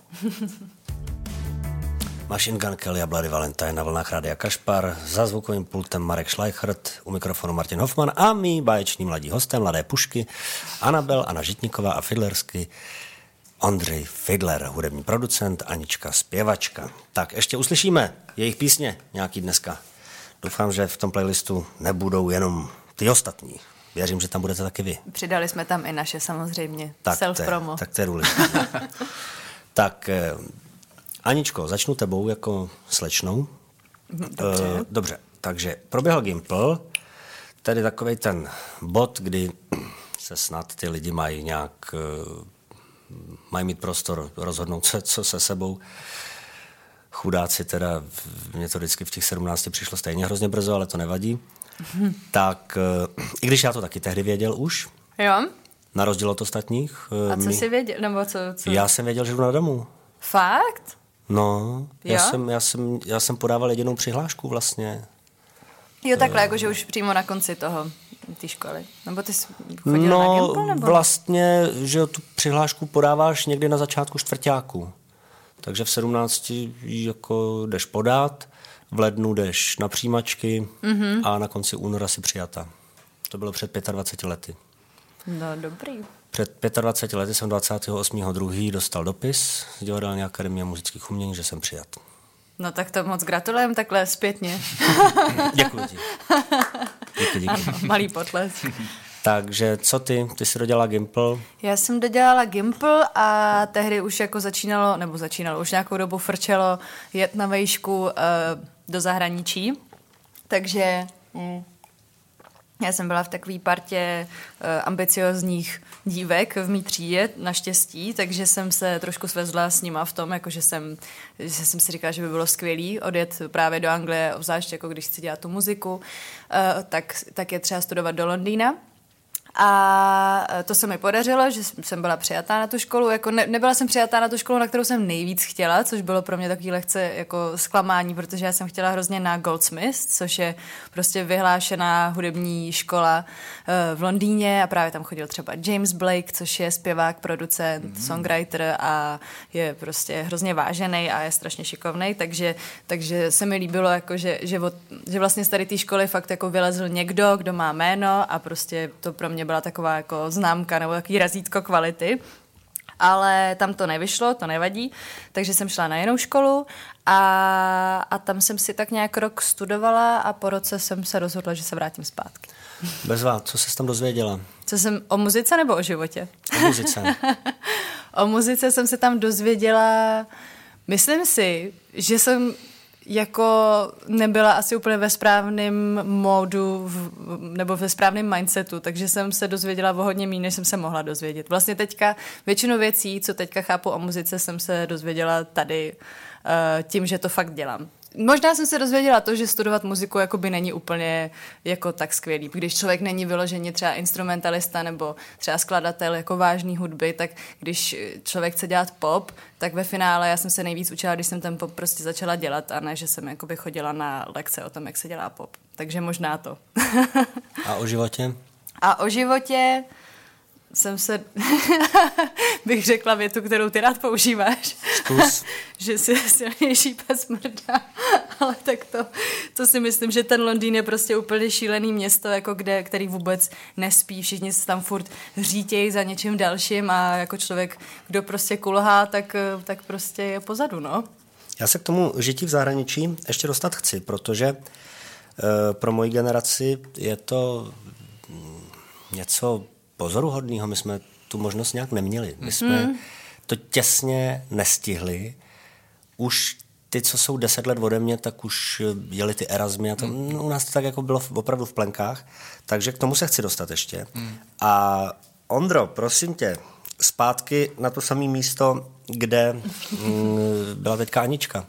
Machine Gun Kelly a Bloody Valentine na vlnách Rádia Kašpar, za zvukovým pultem Marek Schleichert, u mikrofonu Martin Hoffman a mý báječní mladí hosté, mladé pušky, Anna Žitníková a fiddlersky Ondřej Fiddler, hudební producent, Anička zpěvačka. Tak ještě uslyšíme jejich písně nějaký dneska. Doufám, že v tom playlistu nebudou jenom ty ostatní. Věřím, že tam budete taky vy. Přidali jsme tam i naše samozřejmě. Self-promo. Tak to je důležité. Tak, Aničko, začnu tebou jako slečnou. Dobře, takže proběhl Gimple, tedy takovej ten bod, kdy se snad ty lidi mají mít prostor rozhodnout se, co se sebou. Chudáci teda, mě to vždycky v těch 17 přišlo stejně hrozně brzo, ale to nevadí. Tak, i když já to taky tehdy věděl už. Jo. Na rozdíl od ostatních. A co jsi věděl? Nebo co? Já jsem věděl, že jdu na domu. Fakt? No, já jsem podával jedinou přihlášku vlastně. Jo, takhle, jakože už přímo na konci té školy. Nebo ty jsi chodil na Gimple, nebo? Vlastně, že tu přihlášku podáváš někdy na začátku čtvrťáku. Takže v 17 jako jdeš podat, v lednu jdeš na přijímačky a na konci února si přijata. To bylo před 25 lety. No, dobrý. Před 25 lety jsem 28.2. dostal dopis z Divadelní akademie muzických umění, že jsem přijat. No tak to moc gratulujem takhle zpětně. Děkuji ti. Díky. Malý potlesk. Takže co ty? Ty jsi dodělala Gimple? Já jsem dodělala Gimple a tehdy už jako začínalo, už nějakou dobu frčelo jet na vejšku do zahraničí. Takže já jsem byla v takové partě ambiciozních dívek v mý třídě, naštěstí, takže jsem se trošku svezla s nima v tom, jako že jsem si říkala, že by bylo skvělý odjet právě do Anglie, obzvlášť jako když chci dělat tu muziku, tak je třeba studovat do Londýna. A to se mi podařilo, že jsem byla přijatá na tu školu. Jako nebyla jsem přijatá na tu školu, na kterou jsem nejvíc chtěla, což bylo pro mě takový lehce jako zklamání, protože já jsem chtěla hrozně na Goldsmiths, což je prostě vyhlášená hudební škola v Londýně a právě tam chodil třeba James Blake, což je zpěvák, producent, songwriter a je prostě hrozně vážený a je strašně šikovnej, takže se mi líbilo, jako že vlastně z tady té školy fakt jako vylezl někdo, kdo má jméno a prostě to pro mě byla taková jako známka nebo takový razítko kvality. Ale tam to nevyšlo, to nevadí, takže jsem šla na jinou školu a tam jsem si tak nějak rok studovala a po roce jsem se rozhodla, že se vrátím zpátky. Bezva, co jsi tam dozvěděla? O muzice nebo o životě? O muzice. O muzice jsem se tam dozvěděla, myslím si, že jsem jako nebyla asi úplně ve správném módu nebo ve správném mindsetu, takže jsem se dozvěděla o hodně méně, než jsem se mohla dozvědět. Vlastně teďka většinu věcí, co teďka chápu o muzice, jsem se dozvěděla tady tím, že to fakt dělám. Možná jsem se dozvěděla to, že studovat muziku jakoby není úplně jako tak skvělý. Když člověk není vyloženě třeba instrumentalista nebo třeba skladatel jako vážný hudby, tak když člověk chce dělat pop, tak ve finále já jsem se nejvíc učila, když jsem ten pop prostě začala dělat a ne, že jsem jakoby chodila na lekce o tom, jak se dělá pop. Takže možná to. A o životě? A o životě jsem se, bych řekla větu, kterou ty rád používáš. Zkus. Že si silnější pes mrdá. Ale tak to si myslím, že ten Londýn je prostě úplně šílený město, jako který vůbec nespí. Všichni se tam furt řítějí za něčím dalším a jako člověk, kdo prostě kulhá, tak prostě je pozadu, no. Já se k tomu žití v zahraničí ještě dostat chci, protože pro moji generaci je to něco pozoruhodného. My jsme tu možnost nějak neměli. My jsme to těsně nestihli. Už ty, co jsou 10 let ode mě, tak už jeli ty Erasmy a to, u nás to tak jako bylo opravdu v plenkách. Takže k tomu se chci dostat ještě. A Ondro, prosím tě, zpátky na to samé místo, kde byla teďka Anička.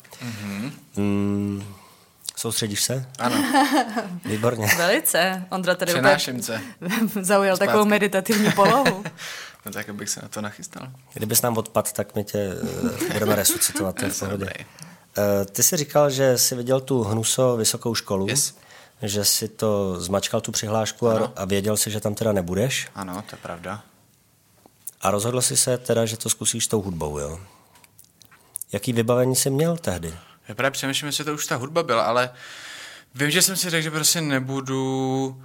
Soustředíš se? Ano. Výborně. Velice. Ondra tady Přenáším se. Zaujal Zpátky. takovou meditativní polohu. No tak bych se na to nachystal. Kdybys nám odpadl, tak my tě budeme resuscitovat. To je v pohodě. Dobrý. Ty jsi říkal, že jsi viděl tu Hnuso vysokou školu, Yes. že jsi to zmačkal tu přihlášku a věděl jsi, že tam teda nebudeš. Ano, to je pravda. A rozhodl jsi se teda, že to zkusíš s tou hudbou, jo? Jaký vybavení jsi měl tehdy? Já právě přemýšlím, jestli to už ta hudba byla, ale vím, že jsem si řekl, že prostě nebudu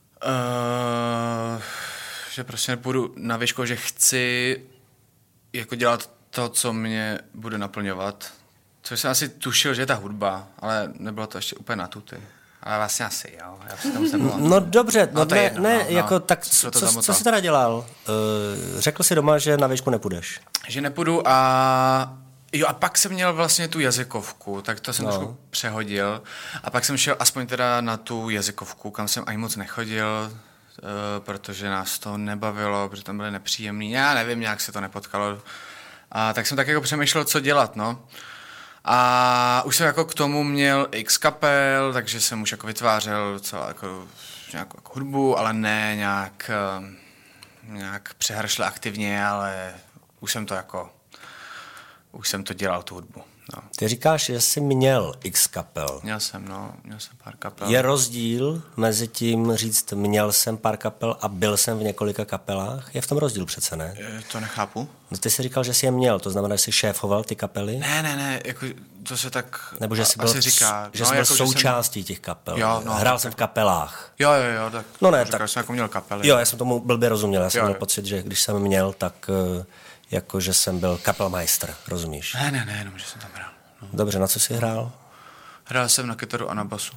na výšku, že chci jako dělat to, co mě bude naplňovat. Což jsem asi tušil, že je ta hudba, ale nebylo to ještě úplně na tuty. Ale vlastně asi, jo. Já si tam nebyla. No dobře, No, to je jedno, jako tak co jsi teda dělal? Řekl jsi doma, že na výšku nepůjdeš. Že nepůjdu a pak jsem měl vlastně tu jazykovku, tak to jsem trošku přehodil. A pak jsem šel aspoň teda na tu jazykovku, kam jsem ani moc nechodil, protože nás to nebavilo, protože tam byly nepříjemný. Já nevím, nějak se to nepotkalo. A tak jsem tak jako přemýšlel, co dělat, no. A už jsem jako k tomu měl x kapel, takže jsem už jako vytvářel celou jako nějakou jako hudbu, ale ne nějak přehršle aktivně, ale už jsem to jako už jsem to dělal, tu hudbu. No. Ty říkáš, že jsi měl x kapel. Měl jsem pár kapel. Je rozdíl mezi tím říct měl jsem pár kapel a byl jsem v několika kapelách? Je v tom rozdíl přece, ne? To nechápu. No ty jsi říkal, že jsi je měl, to znamená, že jsi šéfoval ty kapely? Ne, jako to se tak nebo že jsi byl, asi říká. Že jsi byl jako, součástí těch kapel. Jo, no, hrál jsem v kapelách. Jo, tak. No ne, říkal, tak. Jsem jako měl kapely. Jo, já jsem tomu blbě rozuměl. Já jsem měl jo. pocit, že když jsem měl, tak jako, že jsem byl kapelmeister, rozumíš? Ne, jenom, že jsem tam hrál. No. Dobře, na co jsi hrál? Hrál jsem na kytaru a na basu.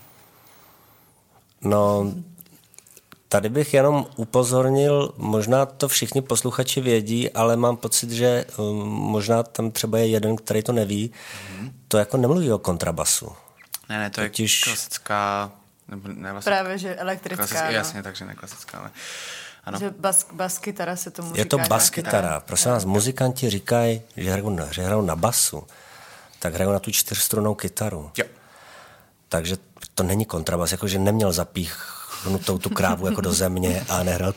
No, tady bych jenom upozornil, možná to všichni posluchači vědí, ale mám pocit, že možná tam třeba je jeden, který to neví, to jako nemluví o kontrabasu. Ne, to Totiž... je klasická, nebo ne vlastně. Právě, že elektrická. Jasně, takže ne klasická, ale ano. Že bas kytara se tomu říká. Je to bas kytara. Prosím vás, muzikanti říkají, že hrajou na basu, tak hrajou na tu 4strunnou kytaru. Jo. Takže to není kontrabas, jakože neměl zapíchnutou tu krávu jako do země a nehrál.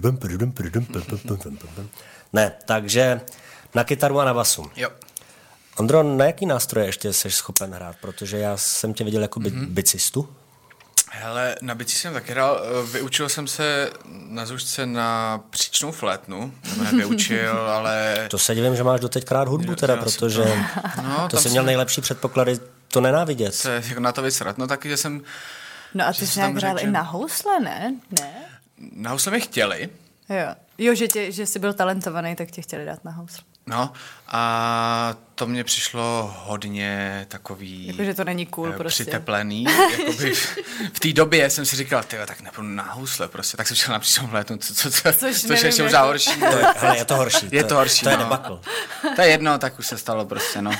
Ne, takže na kytaru a na basu. Jo. Ondro, na jaký nástroje ještě jsi schopen hrát? Protože já jsem tě viděl jako bicistu. Hele, na bicí jsem taky hrál. Vyučil jsem se na zůžce na příčnou flétnu. Nebo nevyučil, ale... To se divím, že máš doteď krát hudbu teda, protože to jsi měl nejlepší předpoklady to nenávidět. Se jako na to vysrat. No taky, že jsem... No a ty jsi nějak hrál i na housle, ne? Na housle mě chtěli. Jo, že jsi byl talentovaný, tak tě chtěli dát na housle. No a to mně přišlo hodně takový... Jakože to není cool prostě. Přiteplený. Jakoby v té době jsem si říkal, tyjo, tak nepůjdu na housle prostě. Tak jsem šel na příčnou flétnu, což je ještě možná horší. Hele, je to horší. Je to horší, to je no. debakl. To je jedno, tak už se stalo prostě, no.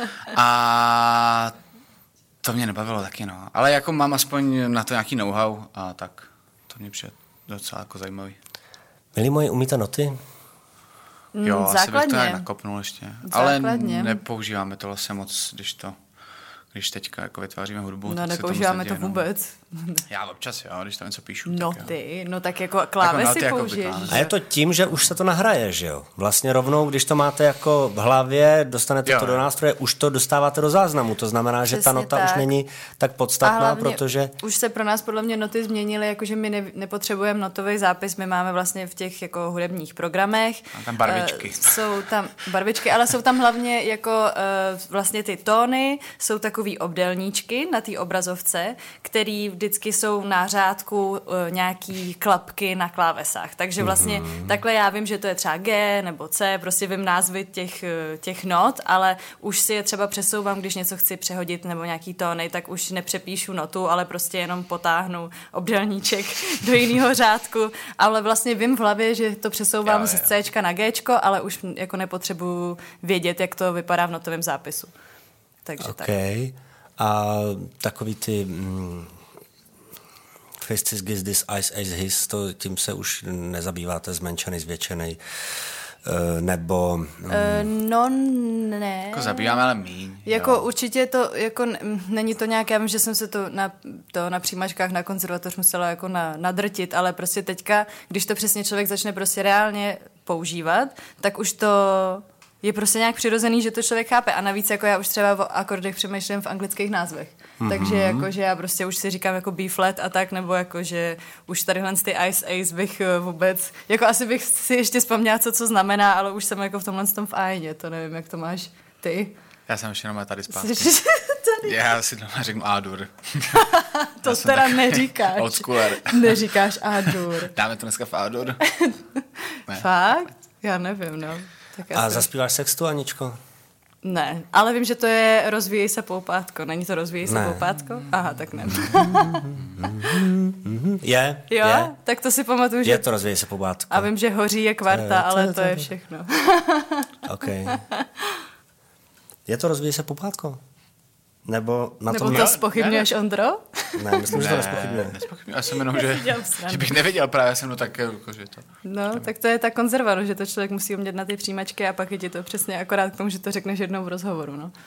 A to mě nebavilo taky, no. Ale jako mám aspoň na to nějaký know-how a tak to mě přijde docela jako zajímavý. Milí moji, umíte noty? Jo, základně. asi bych to nějak nakopnul ještě. Základně. Ale nepoužíváme to vlastně moc, když teďka jako vytváříme hudbu. No tak nepoužíváme to vůbec. Já občas, jo, když tam něco píšu. Noty, no tak jako klávesy jako použiješ. A je to tím, že už se to nahraje, že jo? Vlastně rovnou, když to máte jako v hlavě, dostanete to do nástroje, už to dostáváte do záznamu. To znamená, že ta nota už není tak podstatná, protože... Už se pro nás podle mě noty změnily, jakože my nepotřebujeme notový zápis, my máme vlastně v těch jako hudebních programech. A tam barvičky. Jsou tam barvičky, ale jsou tam hlavně jako vlastně ty tóny, jsou takový obdélníčky na té obrazovce, který vždycky jsou na řádku nějaký klapky na klávesách. Takže vlastně takhle já vím, že to je třeba G nebo C, prostě vím názvy těch not, ale už si je třeba přesouvám, když něco chci přehodit nebo nějaký tóny, tak už nepřepíšu notu, ale prostě jenom potáhnu obdélníček do jiného řádku. Ale vlastně vím v hlavě, že to přesouvám z Cčka na Gčko, ale už jako nepotřebuju vědět, jak to vypadá v notovém zápisu. Takže tak. A takový ty Faces Giz This, Ice Ace His, to tím se už nezabýváte, zmenšený, zvětšený, nebo... No ne. Jako zabýváme, ale míň. Jako určitě to, jako není to nějak, já vím, že jsem se to na přijímačkách na konzervatoř musela jako nadrtit, ale prostě teďka, když to přesně člověk začne prostě reálně používat, tak už to je prostě nějak přirozený, že to člověk chápe. A navíc jako já už třeba o akordech přemýšlím v anglických názvech. Takže jako, že já prostě už si říkám jako B-flat a tak, nebo jako, že už tadyhle ty Ice Ace bych vůbec, jako asi bych si ještě vzpomněla, co znamená, ale už jsem jako v tomhle tom v ájně, to nevím, jak to máš ty. Já jsem ještě jenom tady zpátky. Já si doma řeknu A-dur. To teda neříkáš. Oldschooler. Neříkáš A-dur. Dáme to dneska v A-dur? Fakt? Já nevím, no. Tak a zaspíváš sextu, Aničko? Ne, ale vím, že to je Rozvíjej se poupátko. Není to Rozvíjej se poupátko? Aha, tak ne. Je? Tak to si pamatuju, že... Je to Rozvíjej se poupátko. A vím, že Hoří je kvarta, ale to je všechno. OK. Je to Rozvíjej se poupátko? Nebo na Nebo tom... to zpochybňuješ, Ondro? Ne, myslím, že to nespochybňuje. Já jsem jenom, že bych nevěděl, právě jsem tak jako, že to... No, tak to je ta konzerva, že to člověk musí umět na ty příjmačky a pak je ti to přesně akorát k tomu, že to řekneš jednou v rozhovoru, no.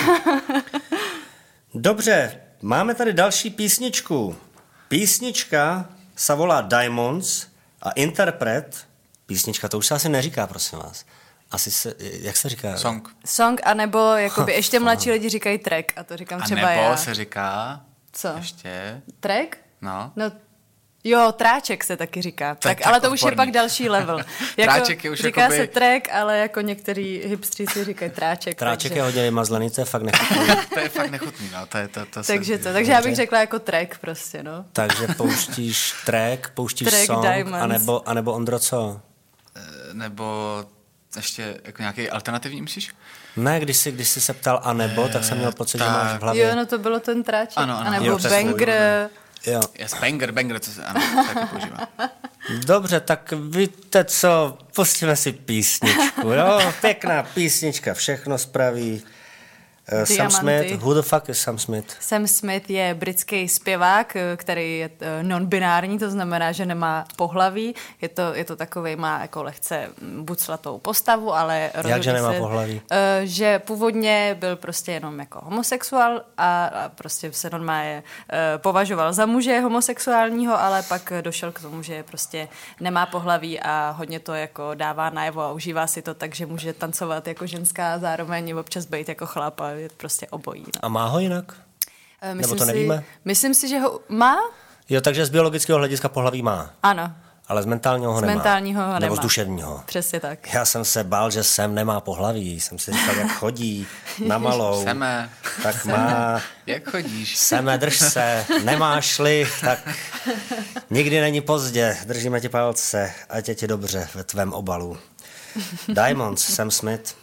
Dobře, máme tady další písničku. Písnička se volá Diamonds a interpret, písnička, to už se asi neříká, prosím vás, asi se, jak se říká? Song, anebo jakoby ještě mladší lidi říkají track a to říkám třeba já. A nebo se říká... Co? Ještě? Track? No. Jo, tráček se taky říká. Tak, ale to už je pak další level. Tráček je už říká jakoby... se track, ale jako některý hipstříci říkají tráček. Tráček takže... je hodně vymazlený, to je fakt nechutný. To je fakt nechutný, no. Takže já bych řekla jako track prostě, no. Takže pouštíš track song, anebo Ondro co? Nebo ještě jako nějaký alternativní, myslíš? Ne, když jsi se ptal anebo, tak jsem měl pocit, že máš v hlavě. Jo, no to bylo ten tráček. Ano. Anebo jo, banger. Jo. Yes, banger, co se, ano, taky používá. Dobře, tak víte co, pustíme si písničku, jo? Pěkná písnička, všechno spraví. Sam Smith, who the fuck is Sam Smith? Sam Smith je britský zpěvák, který je non-binární, to znamená, že nemá pohlaví. Je to takovej, má jako lehce buclatou postavu, ale jakže nemá pohlaví? Že původně byl prostě jenom jako homosexuál a prostě se normálně považoval za muže homosexuálního, ale pak došel k tomu, že prostě nemá pohlaví a hodně to jako dává najevo a užívá si to tak, že může tancovat jako ženská a zároveň občas být jako chlap a je prostě obojí. No. A má ho jinak? Nebo to nevíme? Myslím si, že ho má. Jo, takže z biologického hlediska pohlaví má. Ano. Ale z mentálního ho nemá. Mentálního ho nebo nemá. Z duševního. Přesně tak. Já jsem se bál, že Sam nemá pohlaví. Jsem si říkal, jak chodí na malou. Seme. Tak má... Jak chodíš? Seme, drž se. Nemáš-li, tak nikdy není pozdě. Držíme ti palce, ať je ti dobře ve tvém obalu. Diamonds, Sam Smith.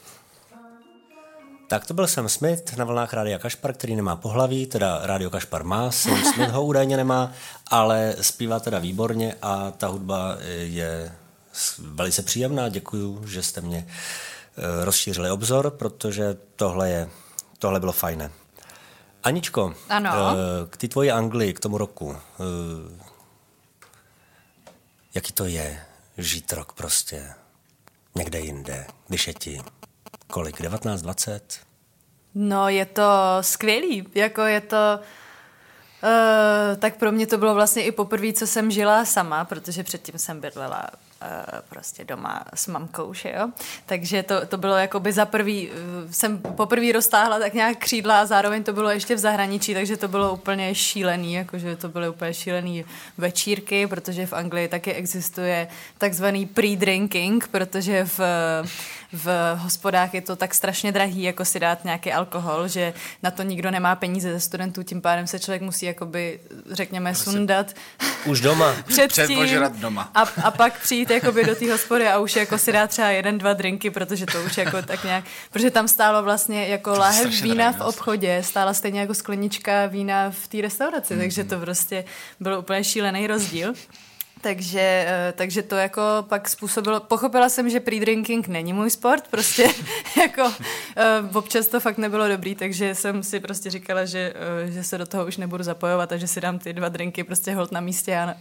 Tak to byl Sam Smith na vlnách Rádia Kašpar, který nemá pohlaví, teda Rádio Kašpar má, Sam Smith ho údajně nemá, ale zpívá teda výborně a ta hudba je velice příjemná. Děkuju, že jste mě rozšířili obzor, protože tohle bylo fajné. Aničko, ano. K té tvoji Anglii, k tomu roku, jaký to je žít rok prostě někde jinde, když je ti kolik, 19, 20? No, je to skvělý, jako je to... tak pro mě to bylo vlastně i poprvé, co jsem žila sama, protože předtím jsem bydlela prostě doma s mamkou, že jo. Takže to bylo jakoby za prvý, jsem poprvé roztáhla tak nějak křídla a zároveň to bylo ještě v zahraničí, takže to bylo úplně šílený, jakože to byly úplně šílený večírky, protože v Anglii taky existuje takzvaný pre-drinking, protože v hospodách je to tak strašně drahý, jako si dát nějaký alkohol, že na to nikdo nemá peníze ze studentů, tím pádem se člověk musí jakoby, řekněme, sundat. Už doma. Předpožrat doma. A pak přijít jakoby do té hospody a už jako si dát třeba 1-2 drinky, protože to už jako tak nějak, protože tam stálo vlastně jako láhev vína v obchodě, stála stejně jako sklenička vína v té restauraci, takže to prostě byl úplně šílený rozdíl. Takže to jako pak způsobilo, pochopila jsem, že pre-drinking není můj sport, prostě jako občas to fakt nebylo dobrý, takže jsem si prostě říkala, že se do toho už nebudu zapojovat a že si dám ty 2 drinky prostě holt na místě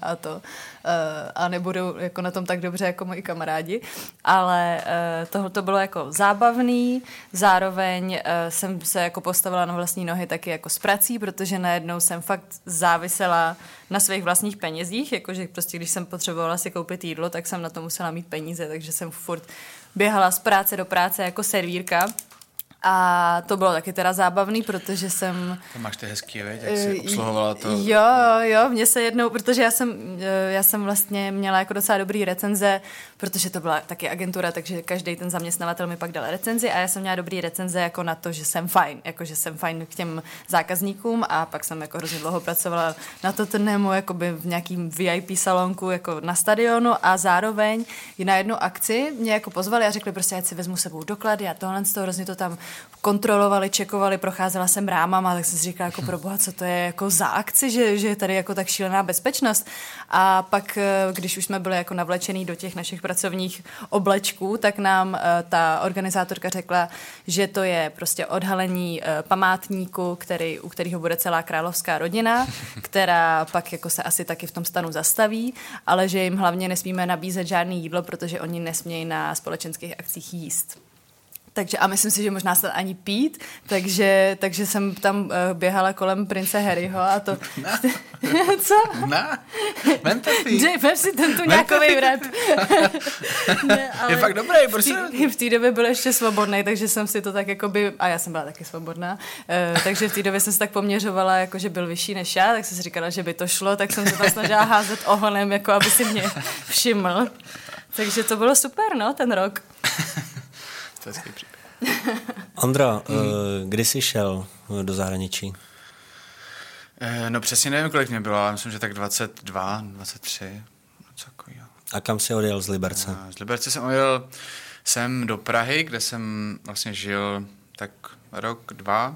a nebudu jako na tom tak dobře jako moji kamarádi, ale tohle bylo jako zábavný, zároveň jsem se jako postavila na vlastní nohy taky jako s prací, protože najednou jsem fakt závisela na svých vlastních penězích, jakože prostě když jsem potřebovala si koupit jídlo, tak jsem na to musela mít peníze, takže jsem furt běhala z práce do práce jako servírka. A to bylo taky teda zábavný, protože jsem... To máš ty hezký, jak jsi obsluhovala to? Jo, mně se jednou, protože já jsem vlastně měla jako docela dobrý recenze, protože to byla taky agentura, takže každý ten zaměstnavatel mi pak dal recenzi a já jsem měla dobrý recenze jako na to, že jsem fajn, jako že jsem fajn k těm zákazníkům a pak jsem jako hrozně dlouho pracovala na Tottenhamu, jakoby v nějakým VIP salonku jako na stadionu a zároveň na jednu akci mě jako pozvali a řekli prostě, ať si vezmu sebou doklady a tohle z toho hrozně to tam kontrolovali, čekovali, procházela jsem rámama, tak jsem si říkala jako proboha, co to je jako za akci, že je tady jako tak šílená bezpečnost. A pak, když už jsme byli jako navlečený do těch našich pracovních oblečků, tak nám ta organizátorka řekla, že to je prostě odhalení památníku, u kterého bude celá královská rodina, která pak jako se asi taky v tom stanu zastaví, ale že jim hlavně nesmíme nabízet žádný jídlo, protože oni nesmějí na společenských akcích jíst. Takže a myslím si, že možná snad ani pít, takže jsem tam běhala kolem prince Harryho a to... Co? Ne, vemte si. Vem si ten tuňákovej rap. Je fakt dobrý, prostě. V té době byl ještě svobodný, takže jsem si to tak jakoby... A já jsem byla taky svobodná. Takže v té době jsem se tak poměřovala, jako že byl vyšší než já, tak jsem si říkala, že by to šlo, tak jsem se tam snažila házet ohonem, jako aby si mě všiml. Takže to bylo super, no, ten rok. To je skvělý příběh. Ondro, kdy jsi šel do zahraničí? No přesně nevím, kolik mě bylo, ale myslím, že tak 22, 23, něco takového. A kam jsi odjel z Liberce? Z Liberce jsem odjel sem do Prahy, kde jsem vlastně žil tak rok, 2.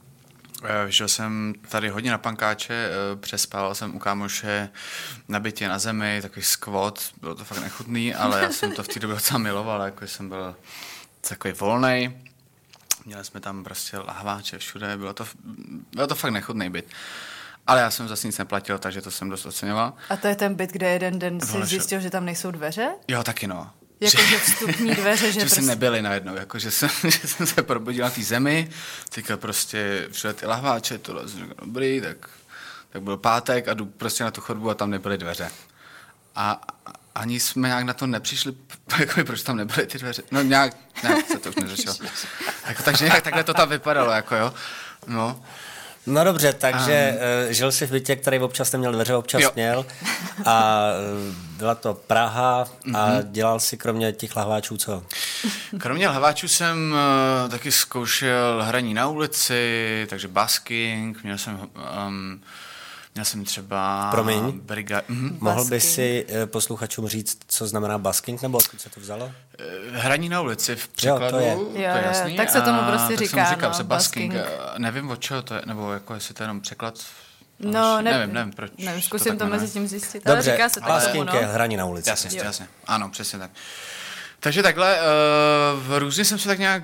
Žil jsem tady hodně na pankáče, přespával jsem u kámoše na bytě na zemi, takový squat, bylo to fakt nechutný, ale já jsem to v té době docela miloval, jako jsem byl takový volnej. Měli jsme tam prostě lahváče všude, bylo to fakt nechutný byt. Ale já jsem zase nic neplatil, takže to jsem dost oceňoval. A to je ten byt, kde jeden den si zjistil, že tam nejsou dveře? Jo, taky no. Jakože vstupní dveře, že prostě... nebyly najednou, jako že jsem se probudil na té zemi, teďka prostě všude ty lahváče, tohle dobrý, tak byl pátek a jdu prostě na tu chodbu a tam nebyly dveře. A ani jsme nějak na to nepřišli, jako proč tam nebyly ty dveře. No nějak se to už neřešilo. Jako, takže nějak takhle to tam vypadalo, jako jo. No dobře, takže žil jsi v bytě, který občas neměl dveře, občas měl. A byla to Praha a dělal si kromě těch lahváčů co? Kromě lahváčů jsem taky zkoušel hraní na ulici, takže basking, měl jsem třeba... Promiň, mohl by Basking. si posluchačům říct, co znamená basking, nebo odkud se to vzalo? Hraní na ulici v překladu, to je. To je jasný. Tak se tomu prostě tak říká, jsem říkal, no, basking. basking. Nevím, od čeho to je, nebo jako jestli to je jenom překlad. No, nevím, proč. Nevím, zkusím to mezi tím zjistit. Dobře, Ale říká se basking tomu, je no. hraní na ulici. Jasně. Ano, přesně tak. Takže takhle, různě jsem se tak nějak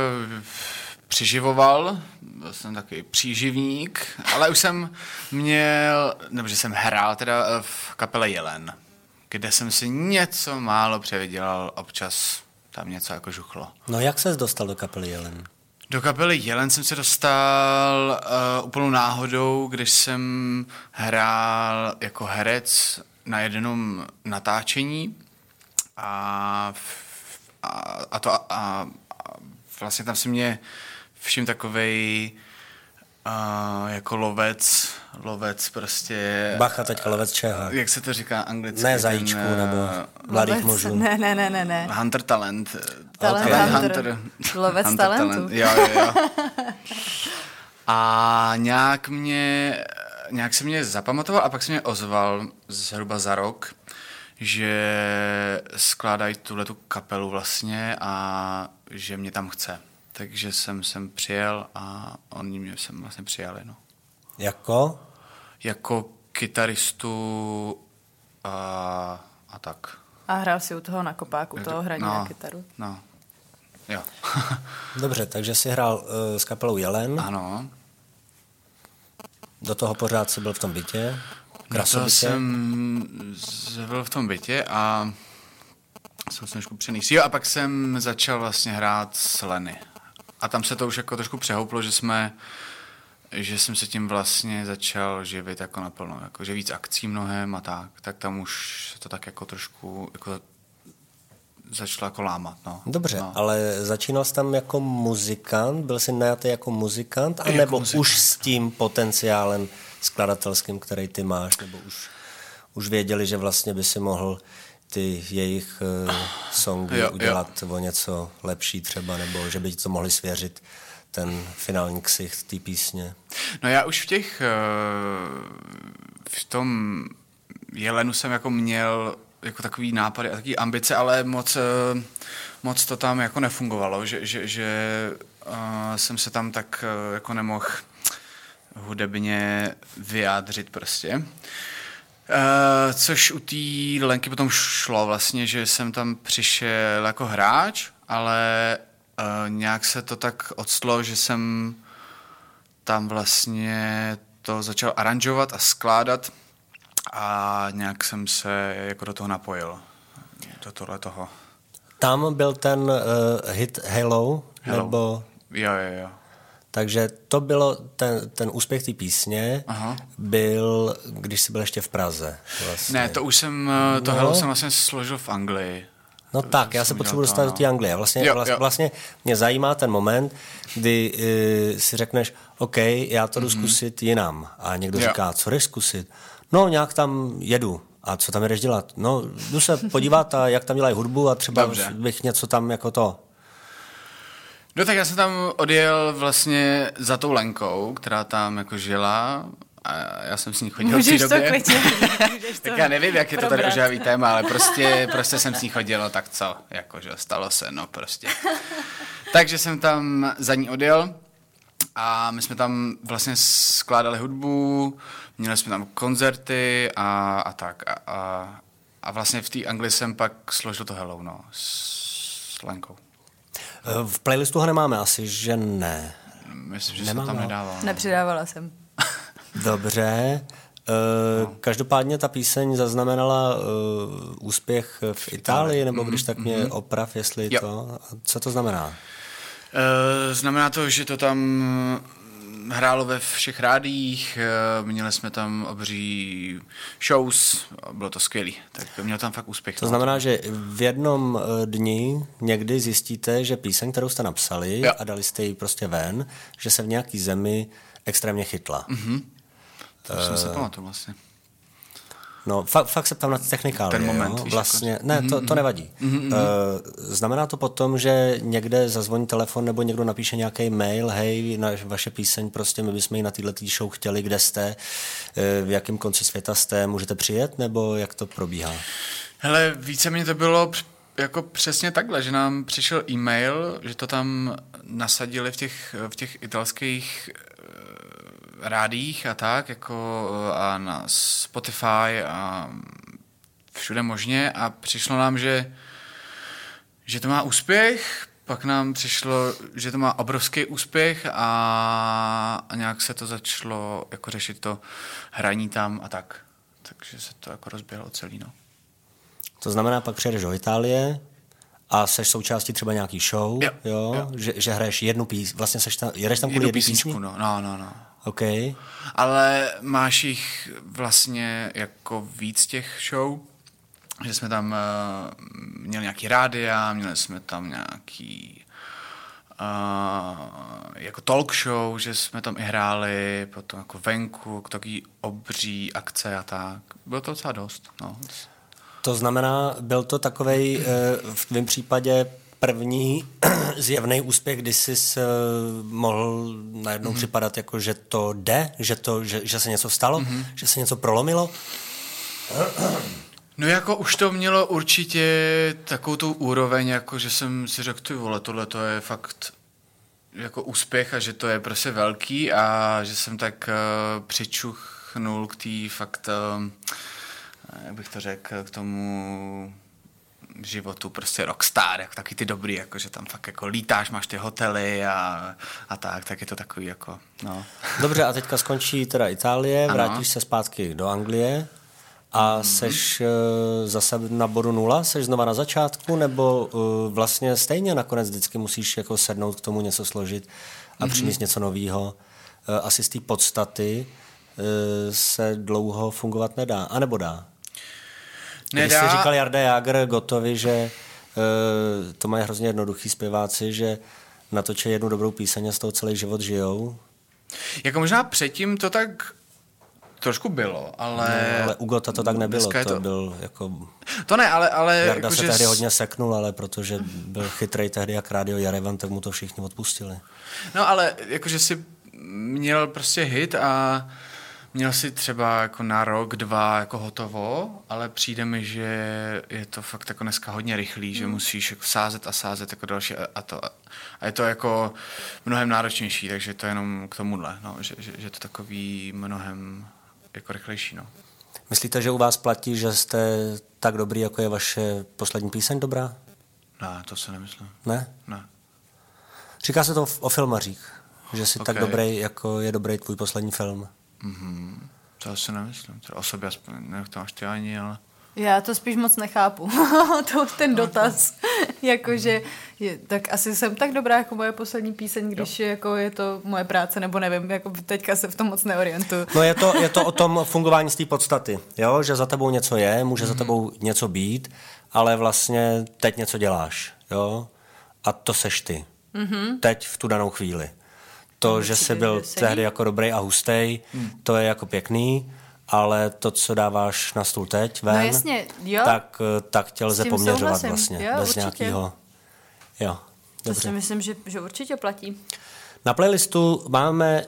přiživoval, byl jsem takový příživník, ale už jsem měl, nebo že jsem hrál teda v kapele Jelen, kde jsem si něco málo převydělal, občas tam něco jako žuchlo. No jak ses dostal do kapely Jelen? Do kapely Jelen jsem se dostal úplnou náhodou, když jsem hrál jako herec na jednom natáčení a vlastně tam si mě všim takovej jako lovec prostě... Bacha, teďka lovec čeho? Jak se to říká anglicky? Ne zajíčku, nebo mladých mužů. Ne. Hunter talent. Talent hunter. Lovec Hunter talentu. Talent. Jo. A nějak se mě zapamatoval a pak se mě ozval zhruba za rok, že skládají tuhletu kapelu vlastně a že mě tam chce. Takže jsem přijel a oni mě sem vlastně přijali, no. Jako? Jako kytaristu a tak. A hrál si u toho na kopáku, toho hraní na kytaru. No, jo. Dobře, takže jsi hrál s kapelou Jelen. Ano. Do toho pořád jsi byl v tom bytě. To jsem byl v tom bytě a jsem trošku přenýst. Jo, a pak jsem začal vlastně hrát s Lenny. A tam se to už jako trošku přehouplo, že jsem se tím vlastně začal živit jako naplno, jako že víc akcí mnohem a tak tam už se to tak jako trošku jako začalo jako lámat, no. Dobře, no. Ale začínal jsi tam jako muzikant, byl jsi najatý jako muzikant, anebo muzikant. Už s tím potenciálem skladatelským, který ty máš, nebo už věděli, že vlastně by si mohl ty jejich songy udělat o něco lepší třeba, nebo že by ti to mohli svěřit ten finální ksicht té písně? No já už v tom Jelenu jsem jako měl jako takový nápady a takový ambice, ale moc to tam jako nefungovalo, že jsem se tam tak jako nemohl hudebně vyjádřit prostě. Což u té Lenky potom šlo vlastně, že jsem tam přišel jako hráč, ale nějak se to tak odstlo, že jsem tam vlastně to začal aranžovat a skládat a nějak jsem se jako do toho napojil. Do tohle toho. Tam byl ten hit Hello, Hello. Nebo... Jo. Takže to bylo, ten úspěch té písně byl, když jsi byl ještě v Praze. Vlastně. Ne, to už jsem, to Hello jsem vlastně složil v Anglii. No to tak, já se potřebuji dostat do té Anglie. Vlastně mě zajímá ten moment, kdy si řekneš, OK, já to jdu zkusit jinam. A někdo říká, co jdeš zkusit? No, nějak tam jedu. A co tam jdeš dělat? No, jdu se podívat, a jak tam dělají hudbu a třeba bych něco tam jako to... No tak já jsem tam odjel vlastně za tou Lenkou, která tam jako žila a já jsem s ní chodil v té době. Tak já nevím, jak je to tady ožávý téma, ale prostě jsem s ní chodil, tak co, jakože stalo se, no prostě. Takže jsem tam za ní odjel a my jsme tam vlastně skládali hudbu, měli jsme tam koncerty a tak. A vlastně v té Anglii jsem pak složil to Hello, no, s Lenkou. V playlistu ho nemáme asi, že ne. Myslím, že jsem tam nedával. No. Nepřidávala jsem. Dobře. Každopádně ta píseň zaznamenala úspěch v Itálii, nebo když tak mě oprav, jestli to... Co to znamená? Znamená to, že to tam hrálo ve všech rádiích, měli jsme tam obří shows, bylo to skvělý, tak měl tam fakt úspěch. To znamená, že v jednom dni někdy zjistíte, že píseň, kterou jste napsali a dali jste ji prostě ven, že se v nějaký zemi extrémně chytla. To jsem se pamatoval vlastně. No, fakt se ptám na ty technikálie. Ten moment. Jo? Vlastně, ne, to nevadí. Znamená to potom, že někde zazvoní telefon nebo někdo napíše nějaký mail, hej, vaše píseň, prostě my bychom ji na této show chtěli, kde jste, v jakém konci světa jste, můžete přijet, nebo jak to probíhá? Hele, víceméně to bylo jako přesně takhle, že nám přišel e-mail, že to tam nasadili v těch italských rádiích a tak, jako a na Spotify a všude možně a přišlo nám, že to má úspěch, pak nám přišlo, že to má obrovský úspěch a nějak se to začalo jako řešit to hraní tam a tak. Takže se to jako rozběhlo celý, no. To znamená, pak přijedeš do Itálie a seš součástí třeba nějaký show, jo? Že hraješ jednu písň, vlastně jedeš tam kvůli jednu písničku? No. Okay. Ale máš jich vlastně jako víc těch show, že jsme tam měli nějaký rádia, měli jsme tam nějaký jako talk show, že jsme tam i hráli, potom jako venku, takový obří akce a tak. Bylo to docela dost, no. To znamená, byl to takovej v tvém případě první zjevný úspěch, kdy jsi mohl najednou připadat jako, že to jde, že se něco stalo, že se něco prolomilo? No jako už to mělo určitě takovou tu úroveň, jako že jsem si řekl, ty vole, tohle to je fakt jako úspěch a že to je prostě velký a že jsem tak přičuchnul k té fakt, jak bych to řekl, k tomu životu prostě rockstar, jako taky ty dobrý, jako že tam fakt jako lítáš, máš ty hotely a tak je to takový jako, no. Dobře, a teďka skončí teda Itálie, vrátíš se zpátky do Anglie a seš zase na bodu nula, seš znova na začátku, nebo vlastně stejně nakonec vždycky musíš jako sednout k tomu něco složit a přinést něco novýho. Asi z té podstaty se dlouho fungovat nedá, anebo dá? Když jsi říkal Jarda Jágr Gotovi, že to mají hrozně jednoduchý zpěváci, že natočí jednu dobrou píseň a z toho celý život žijou. Jako možná předtím to tak trošku bylo, ale... No, ale u Gota to tak nebylo, to byl jako... To ne, ale Jarda jako, se tehdy hodně seknul, ale protože byl chytrej tehdy jak Rádio Jerevan, tak mu to všichni odpustili. No ale jakože si měl prostě hit a měl si třeba jako na rok, 2 jako hotovo, ale přijde mi, že je to fakt jako dneska hodně rychlý, že musíš jako sázet jako další a je to jako mnohem náročnější, takže to je jenom k tomuhle, no, že to takový mnohem jako rychlejší, no. Myslíte, že u vás platí, že jste tak dobrý, jako je vaše poslední píseň dobrá? Ne, to se nemyslím. Ne? Ne. Říká se to o filmařích, že jsi tak dobrý, jako je dobrý tvůj poslední film. To asi nemyslím. O sobě aspoň, nevím, to máš ty ani, ale... Já to spíš moc nechápu, ten dotaz. Jakože, tak asi jsem tak dobrá jako moje poslední píseň, když jako je to moje práce, nebo nevím, jako teďka se v tom moc neorientuju. No je to o tom fungování z té podstaty, jo? Že za tebou něco je, může za tebou něco být, ale vlastně teď něco děláš, jo? A to seš ty. Teď v tu danou chvíli. To, že jsi byl tehdy jako dobrý a hustej, to je jako pěkný, ale to, co dáváš na stůl teď ven, no jasně, jo. Tak tě lze poměřovat souhlasím. vlastně. Jo, bez určitě. nějakého. Jo, to si myslím, že určitě platí. Na playlistu máme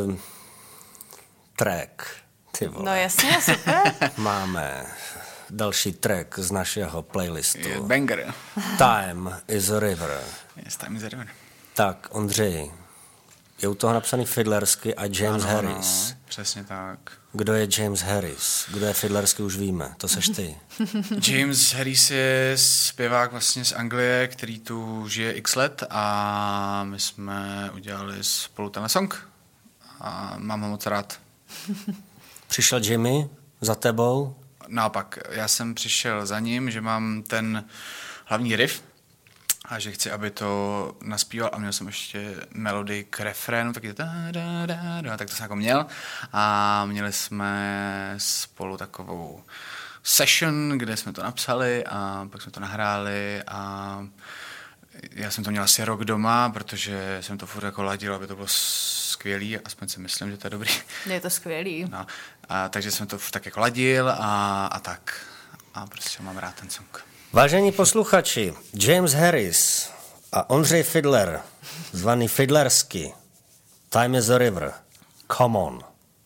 track. Ty vole. No jasně, super. Máme další track z našeho playlistu. Banger. Time is a river. Yes, Time is a river. Tak, Ondřej, je u toho napsaný Fiddlersky a James Harris. Přesně tak. Kdo je James Harris? Kdo je Fiddlersky, už víme. To seš ty. James Harris je zpěvák vlastně z Anglie, který tu žije x let a my jsme udělali spolu ten song a mám ho moc rád. Přišel Jimmy za tebou? Naopak, já jsem přišel za ním, že mám ten hlavní riff a že chci, aby to naspíval a měl jsem ještě melodii k refrénu, tak to jsem jako měl a měli jsme spolu takovou session, kde jsme to napsali a pak jsme to nahráli a já jsem to měl asi rok doma, protože jsem to furt jako ladil, aby to bylo skvělý, aspoň si myslím, že to je dobrý. Je to skvělý. No, a takže jsem to tak jako ladil a tak. A prostě mám rád ten song. Vážení posluchači, James Harris a Ondřej Fiddler, zvaný Fiddlersky. Time is a river. Come on.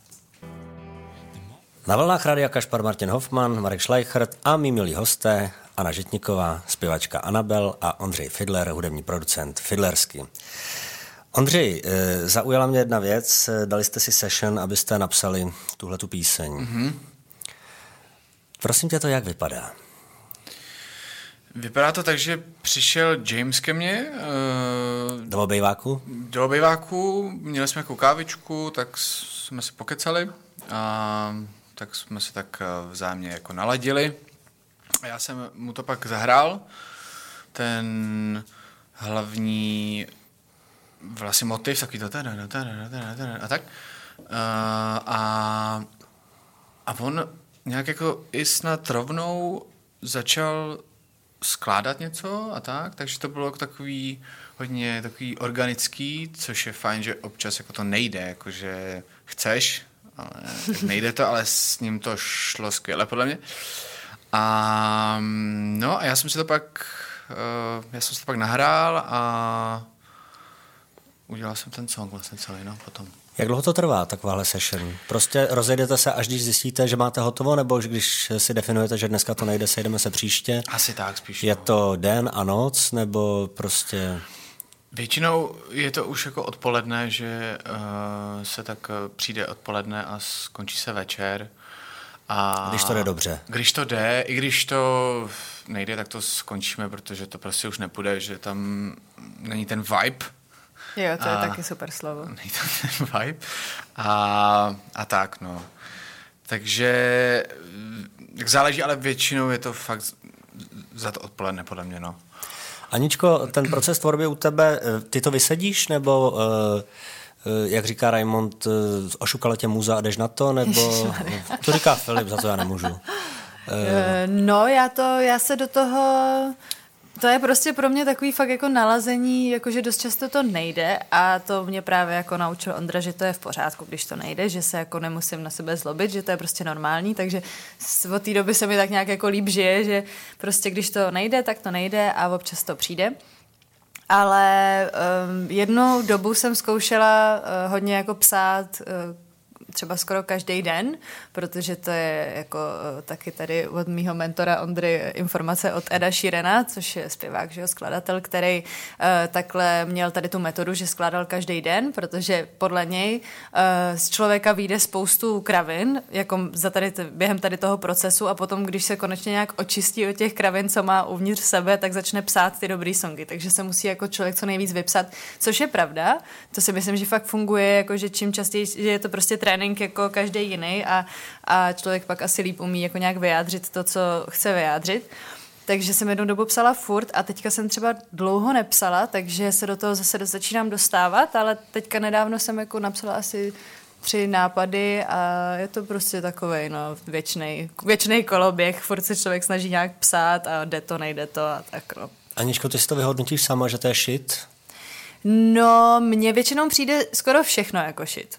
Na vlnách Rádia Kašpar Martin Hoffman, Marek Schleichert a mý milí hosté Anna Žitníková, zpěvačka Anabel a Ondřej Fiddler, hudební producent Fiddlersky. Ondřej, zaujala mě jedna věc, dali jste si session, abyste napsali tuhletu píseň. Mm-hmm. Prosím tě, to jak vypadá? Vypadá to tak, že přišel James ke mně. Do obejváku? Do obejváku, měli jsme jako kávičku, tak jsme si pokecali a tak jsme se tak vzájemně jako naladili. A já jsem mu to pak zahrál, ten hlavní vlastně motiv, takový to a tak. A on nějak jako i snad rovnou začal skládat něco a tak, takže to bylo jako takový hodně takový organický, což je fajn, že občas jako to nejde, jakože chceš, ale nejde to, ale s ním to šlo skvěle podle mě. A no a já jsem si to pak nahrál a udělal jsem ten song vlastně celý, no, potom. Jak dlouho to trvá, takováhle session? Prostě rozjedete se, až když zjistíte, že máte hotovo, nebo když si definujete, že dneska to nejde, sejdeme se příště? Asi tak spíš. Je to den a noc, nebo prostě... Většinou je to už jako odpoledne, že se tak přijde odpoledne a skončí se večer. A když to jde dobře. Když to jde, i když to nejde, tak to skončíme, protože to prostě už nepůjde, že tam není ten vibe. Jo, to je taky super slovo. Není to ten vibe. A tak, no. Takže tak záleží, ale většinou je to fakt za to odpoledne, podle mě, no. Aničko, ten proces tvorby u tebe, ty to vysedíš, nebo jak říká Raimond, ošukala tě muza a jdeš na to, nebo to říká Filip, za to já nemůžu. No, já se do toho... To je prostě pro mě takový fakt jako nalazení, jakože dost často to nejde a to mě právě jako naučil Ondra, že to je v pořádku, když to nejde, že se jako nemusím na sebe zlobit, že to je prostě normální, takže od té doby se mi tak nějak jako líp žije, že prostě když to nejde, tak to nejde a občas to přijde. Ale jednou dobu jsem zkoušela hodně jako psát třeba skoro každý den, protože to je jako taky tady od mýho mentora Ondry informace od Eda Sheerana, což je zpěvák, že jo, skladatel, který takhle měl tady tu metodu, že skládal každý den, protože podle něj z člověka vyjde spoustu kravin, jako během tady toho procesu a potom, když se konečně nějak očistí od těch kravin, co má uvnitř sebe, tak začne psát ty dobrý songy, takže se musí jako člověk co nejvíc vypsat, což je pravda, to si myslím, že fakt funguje, jako že čím častěji, že je to prostě trénink trénink jako každý jiný a člověk pak asi líp umí jako nějak vyjádřit to, co chce vyjádřit. Takže jsem jednou dobu psala furt a teďka jsem třeba dlouho nepsala, takže se do toho zase začínám dostávat, ale teďka nedávno jsem jako napsala asi 3 nápady a je to prostě takovej, no, věčnej koloběh, furt se člověk snaží nějak psát a jde to, nejde to a tak, no. Aničko, ty si to vyhodnotíš sama, že to je shit? No, mně většinou přijde skoro všechno jako shit,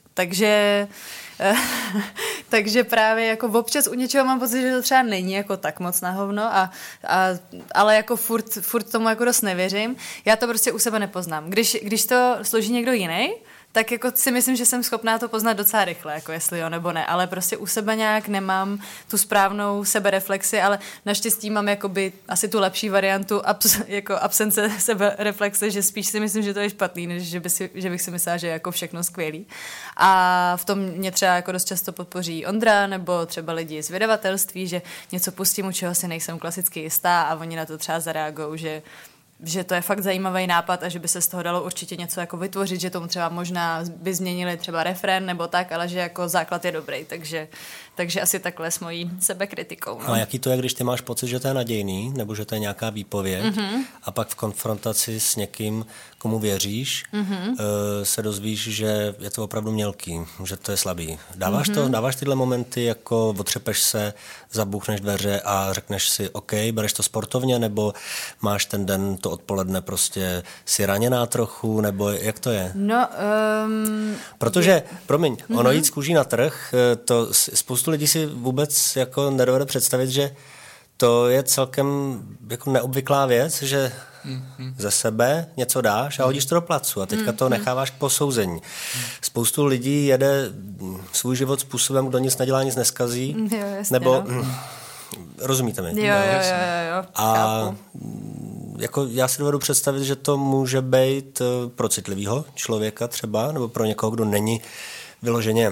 takže právě jako občas u něčeho mám pocit, že to třeba není jako tak moc na hovno, ale jako furt tomu jako dost nevěřím. Já to prostě u sebe nepoznám. Když to složí někdo jiný, tak jako si myslím, že jsem schopná to poznat docela rychle, jako jestli jo nebo ne, ale prostě u sebe nějak nemám tu správnou sebereflexi, ale naštěstí mám jakoby asi tu lepší variantu jako absence sebereflexe, že spíš si myslím, že to je špatný, než že bych si myslela, že je jako všechno skvělý. A v tom mě třeba jako dost často podpoří Ondra nebo třeba lidi z vydavatelství, že něco pustím, u čeho si nejsem klasicky jistá a oni na to třeba zareagují, že to je fakt zajímavý nápad a že by se z toho dalo určitě něco jako vytvořit, že tomu třeba možná by změnili třeba refrén nebo tak, ale že jako základ je dobrý, takže asi takhle s mojí sebekritikou. No. A jaký to je, když ty máš pocit, že to je nadějný, nebo že to je nějaká výpověď a pak v konfrontaci s někým, komu věříš, se dozvíš, že je to opravdu mělký, že to je slabý. Dáváš tyhle momenty, jako otřepeš se, zabouchneš dveře a řekneš si, OK, bereš to sportovně, nebo máš ten den, to odpoledne prostě si raněná trochu, nebo jak to je? No, protože, promiň, ono jít z kůží na trh, to spoustu lidí si vůbec jako nedovede představit, že to je celkem jako neobvyklá věc, že ze sebe něco dáš a hodíš to do placu a teďka to necháváš k posouzení. Spoustu lidí jede svůj život způsobem, kdo nic nedělá, nic neskazí, jo, jasně, nebo no. Rozumíte mi? Jo, a chápu. jako já si dovedu představit, že to může být pro citlivého člověka třeba, nebo pro někoho, kdo není vyloženě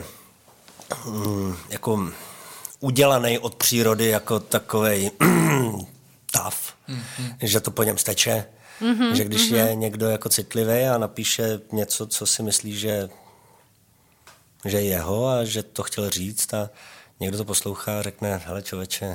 jako udělaný od přírody jako takovej tav, že to po něm steče, že když je někdo jako citlivý a napíše něco, co si myslí, že je jeho a že to chtěl říct a někdo to poslouchá a řekne, hele člověče,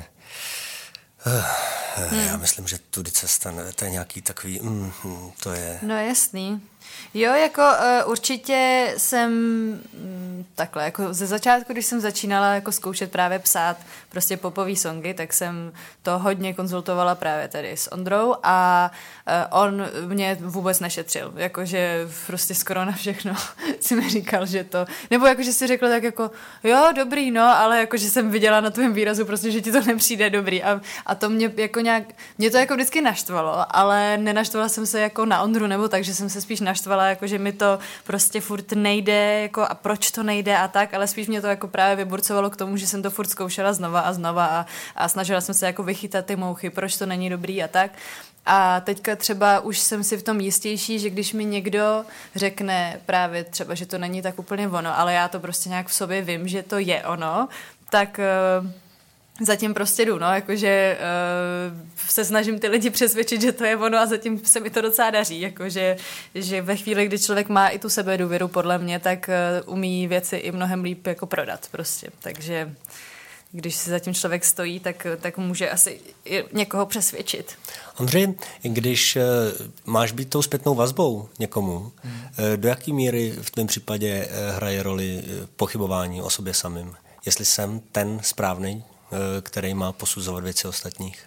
já myslím, že tudy cesta, to je nějaký takový, to je... No jasný. Jo, jako určitě jsem takhle, jako ze začátku, když jsem začínala jako zkoušet právě psát prostě popový songy, tak jsem to hodně konzultovala právě tady s Ondrou a on mě vůbec nešetřil, jakože prostě skoro na všechno si mi říkal, že to, nebo jakože si řekl tak jako, jo, dobrý, no, ale jakože jsem viděla na tvém výrazu prostě, že ti to nepřijde dobrý a to mě jako nějak, mě to jako vždycky naštvalo, ale nenaštvala jsem se jako na Ondru nebo tak, že jsem se spíš naštvala, jako že mi to prostě furt nejde, jako a proč to nejde a tak, ale spíš mě to jako právě vyburcovalo k tomu, že jsem to furt zkoušela znova a snažila jsem se jako vychytat ty mouchy, proč to není dobrý a tak. A teďka třeba už jsem si v tom jistější, že když mi někdo řekne právě třeba, že to není tak úplně ono, ale já to prostě nějak v sobě vím, že to je ono, tak... Zatím prostě jdu, no, jakože se snažím ty lidi přesvědčit, že to je ono a zatím se mi to docela daří, jakože že ve chvíli, kdy člověk má i tu sebedůvěru podle mě, tak umí věci i mnohem líp jako prodat prostě, takže když si zatím člověk stojí, tak může asi někoho přesvědčit. Ondřej, když máš být tou zpětnou vazbou někomu, do jaký míry v tvém případě hraje roli pochybování o sobě samým? Jestli jsem ten správný, který má posuzovat věci ostatních.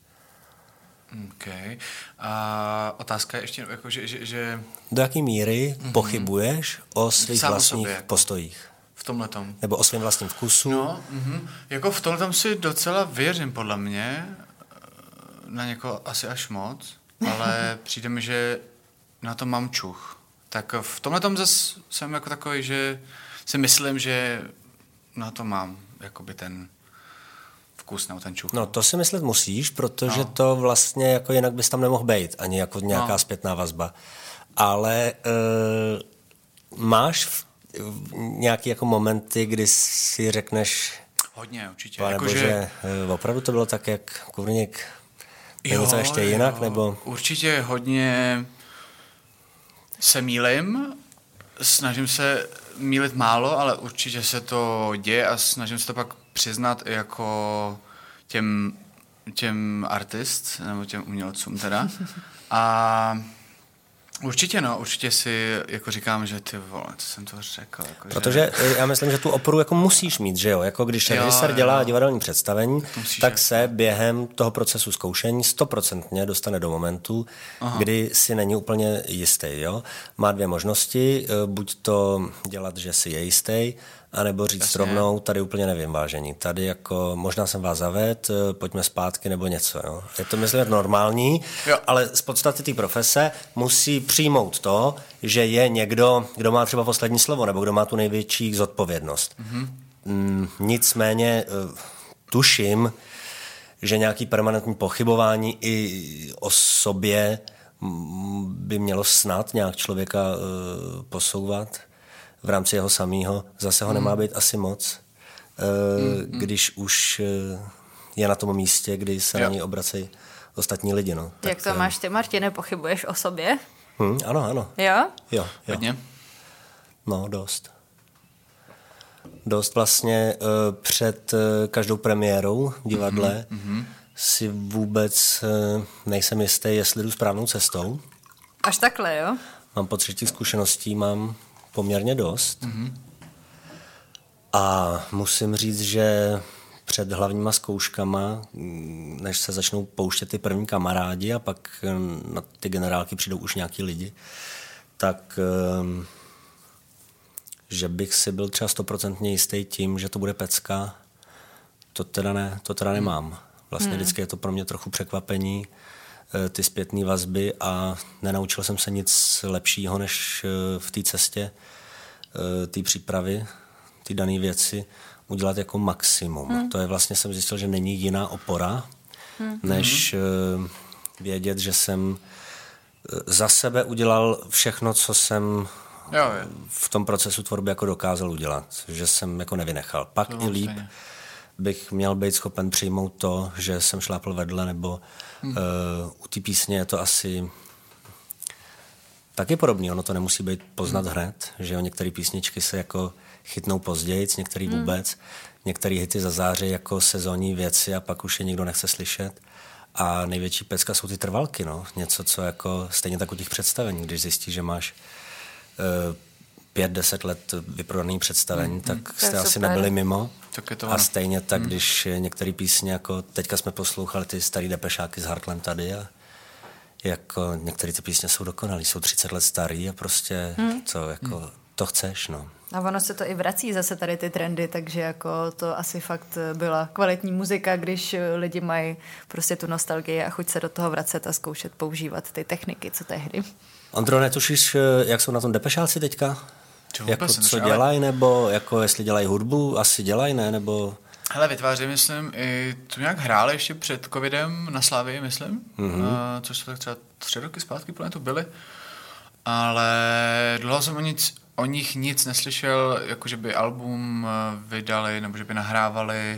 Okay. A otázka je ještě, jako, že... Do jaký míry pochybuješ o svých vlastních jako postojích? V tomhletom. Nebo o svém vlastním vkusu? No, jako v tomhletom si docela věřím, podle mě. Na někoho asi až moc, ale přijde mi, že na to mám čuch. Tak v tomhletom zase jsem jako takový, že si myslím, že na to mám jakoby ten vkus nebo ten čuch. No to si myslet musíš, protože to vlastně jako jinak bys tam nemohl být, ani jako nějaká zpětná vazba. Ale máš nějaký jako momenty, kdy si řekneš hodně určitě. Pane bože, opravdu to bylo tak, jak Kurník? Není to ještě jinak? Nebo... Určitě hodně se mýlim, snažím se mílit málo, ale určitě se to děje a snažím se to pak přiznat i jako těm artist, nebo těm umělcům teda. A určitě si jako říkám, že ty vole, co jsem to řekl. Jako, protože já myslím, že tu oporu jako musíš mít, že jo? Jako když režisér dělá divadelní představení, tak se během toho procesu zkoušení 100% dostane do momentu, kdy si není úplně jistý, jo? Má dvě možnosti, buď to dělat, že si je jistý, anebo říct rovnou, tady úplně nevím, vážení. Tady jako, možná jsem vás zaved, pojďme zpátky nebo něco. Jo. Je to, myslím, normální, ale z podstaty té profese musí přijmout to, že je někdo, kdo má třeba poslední slovo, nebo kdo má tu největší zodpovědnost. Nicméně tuším, že nějaký permanentní pochybování i o sobě by mělo snad nějak člověka posouvat v rámci jeho samého. Zase ho nemá být asi moc, když už je na tom místě, kdy se na něj obracejí ostatní lidi. No. Jak to máš ty, Martine, pochybuješ o sobě? Ano. Jo? Jo. Hodně? No, dost. Dost vlastně před každou premiérou v divadle si vůbec nejsem jistý, jestli jdu správnou cestou. Až takhle, jo? Mám pocit, že těch zkušeností mám poměrně dost. A musím říct, že před hlavníma zkouškama, než se začnou pouštět ty první kamarádi a pak na ty generálky přijdou už nějaký lidi, tak že bych si byl třeba 100% jistý tím, že to bude pecka, to teda nemám. Vlastně vždycky je to pro mě trochu překvapení, ty zpětné vazby a nenaučil jsem se nic lepšího, než v té cestě té přípravy, ty dané věci udělat jako maximum. To je vlastně, jsem zjistil, že není jiná opora, než vědět, že jsem za sebe udělal všechno, co jsem v tom procesu tvorby jako dokázal udělat. Že jsem jako nevynechal. Pak i líp bych měl být schopen přijmout to, že jsem šlápl vedle, nebo u té písně je to asi taky podobný. Ono to nemusí být poznat hned, že jo, některé písničky se jako chytnou později, některý vůbec. Některé hity zazáří jako sezónní věci a pak už je nikdo nechce slyšet. A největší pecka jsou ty trvalky, no. Něco, co jako stejně tak u těch představení, když zjistíš, že máš 5-10 let vyprodaný představení, tak jste asi nebyli mimo. A stejně tak, když některé písně, jako teďka jsme poslouchali ty starý depešáky z Heartland tady a jako některé ty písně jsou dokonalý, jsou 30 let starý a prostě to chceš, no. A ono se to i vrací zase tady ty trendy, takže jako to asi fakt byla kvalitní muzika, když lidi mají prostě tu nostalgii a chuť se do toho vracet a zkoušet používat ty techniky, co tehdy. Ondro, netušíš, jak jsou na tom depešáci teďka? Jako, co dělají, nebo jako jestli dělají hudbu, asi dělají, ne, nebo... Hele, vytváří, myslím, i tu nějak hráli ještě před covidem na Slavii, myslím, což jsou tak třeba 3 roky zpátky, plně to byly, ale dlouho jsem o nich nic neslyšel, jako že by album vydali, nebo že by nahrávali,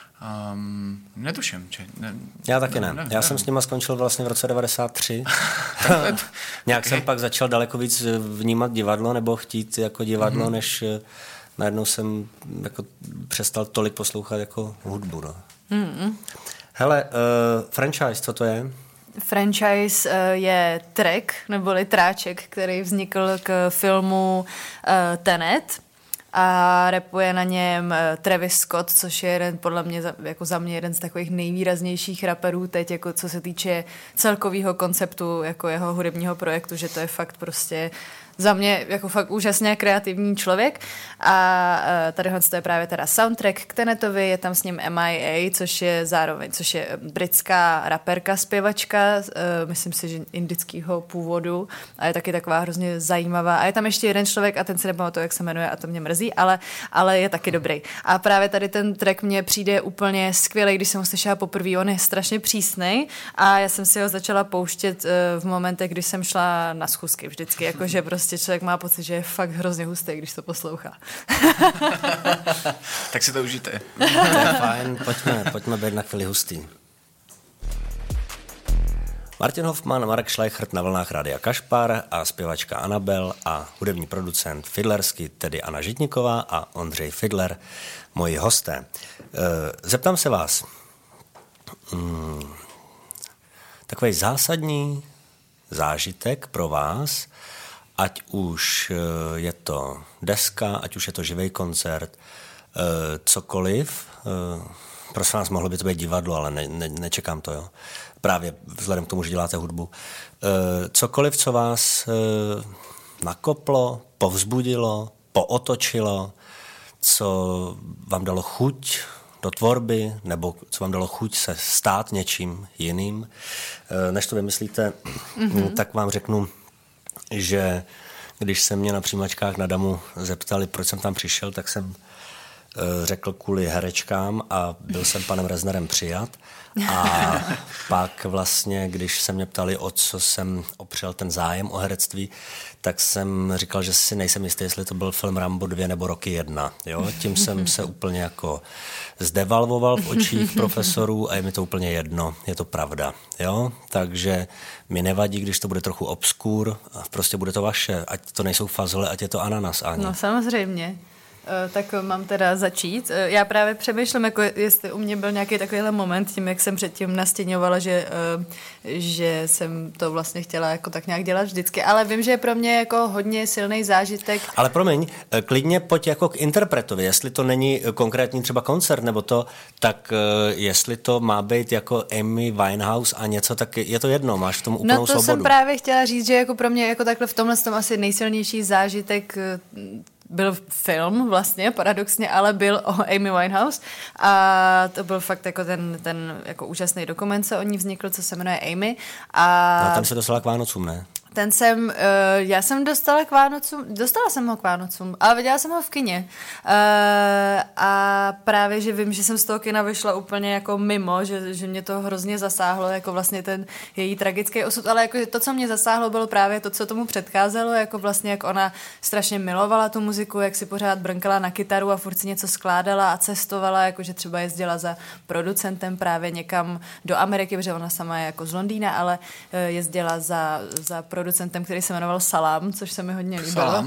netuším. Já taky ne. Já jsem s nima skončil vlastně v roce 93. Nějak jsem pak začal daleko víc vnímat divadlo, nebo chtít jako divadlo, než najednou jsem jako přestal tolik poslouchat jako hudbu. No. Hele, franchise, co to je? Franchise je track, neboli tráček, který vznikl k filmu Tenet a rapuje na něm Travis Scott, což je jeden, podle mě, jako za mě jeden z takových nejvýraznějších raperů teď, jako co se týče celkového konceptu jako jeho hudebního projektu, že to je fakt prostě za mě jako fakt úžasně kreativní člověk a tady to je právě teda soundtrack k Tenetovi, je tam s ním MIA, což je britská raperka, zpěvačka, myslím si, že indického původu a je taky taková hrozně zajímavá a je tam ještě jeden člověk a ten se nepamatuju, jak se jmenuje a to mě mrzí, ale je taky dobrý. A právě tady ten track mně přijde úplně skvělý, když jsem ho slyšela poprvé, on je strašně přísnej a já jsem si ho začala pouštět v momentech, když jsem šla na schůzky vždycky, jakože prostě člověk má pocit, že je fakt hrozně hustý, když to poslouchá. Tak si to užijte. To je fajn, pojďme být na chvíli hustý. Martin Hoffman, Marek Šleichert na vlnách Rádia Kašpar a zpěvačka Anabel a hudební producent Fidlersky, tedy Anna Žitníková a Ondřej Fidler, moji hosté. Zeptám se vás, takový zásadní zážitek pro vás, ať už je to deska, ať už je to živý koncert, cokoliv, prosím vás, mohlo by to být divadlo, ale nečekám to, jo. Právě vzhledem k tomu, že děláte hudbu. Cokoliv, co vás nakoplo, povzbudilo, pootočilo, co vám dalo chuť do tvorby, nebo co vám dalo chuť se stát něčím jiným. Než to vymyslíte, tak vám řeknu, že když se mě na přijímačkách na Damu zeptali, proč jsem tam přišel, tak jsem řekl kvůli herečkám a byl jsem panem Reznerem přijat. A pak vlastně, když se mě ptali, o co jsem opřel ten zájem o herectví, tak jsem říkal, že si nejsem jistý, jestli to byl film Rambo 2 nebo Rocky 1. Jo? Tím jsem se úplně jako zdevalvoval v očích profesorů a je mi to úplně jedno, je to pravda. Jo? Takže mi nevadí, když to bude trochu obskur a prostě bude to vaše, ať to nejsou fazole, ať je to ananas, Áně. No samozřejmě. Tak mám teda začít. Já právě přemýšlím, jako jestli u mě byl nějaký takovýhle moment, tím, jak jsem předtím nastěňovala, že jsem to vlastně chtěla jako tak nějak dělat vždycky, ale vím, že je pro mě jako hodně silný zážitek. Ale promiň, klidně pojď jako k interpretovi, jestli to není konkrétní třeba koncert nebo to, tak jestli to má být jako Amy Winehouse a něco, tak je to jedno, máš v tom úplnou svobodu. No to jsem právě chtěla říct, že jako pro mě jako takhle v tomhle tom asi nejsilnější zážitek byl film vlastně, paradoxně, ale byl o Amy Winehouse a to byl fakt jako ten jako úžasný dokument, co o ní vznikl, co se jmenuje Amy. A tam se dostala k Vánocům, ne? Já jsem dostala jsem ho k Vánocům, ale viděla jsem ho v kině. A právě, že vím, že jsem z toho kina vyšla úplně jako mimo, že mě to hrozně zasáhlo, jako vlastně ten její tragický osud, ale jako to, co mě zasáhlo, bylo právě to, co tomu předcházelo, jako vlastně, jak ona strašně milovala tu muziku, jak si pořád brnkala na kytaru a furt si něco skládala a cestovala, jakože třeba jezdila za producentem právě někam do Ameriky, protože ona sama je jako z Londýna, ale jezdila za producentem, který se jmenoval Salám, což se mi hodně líbilo.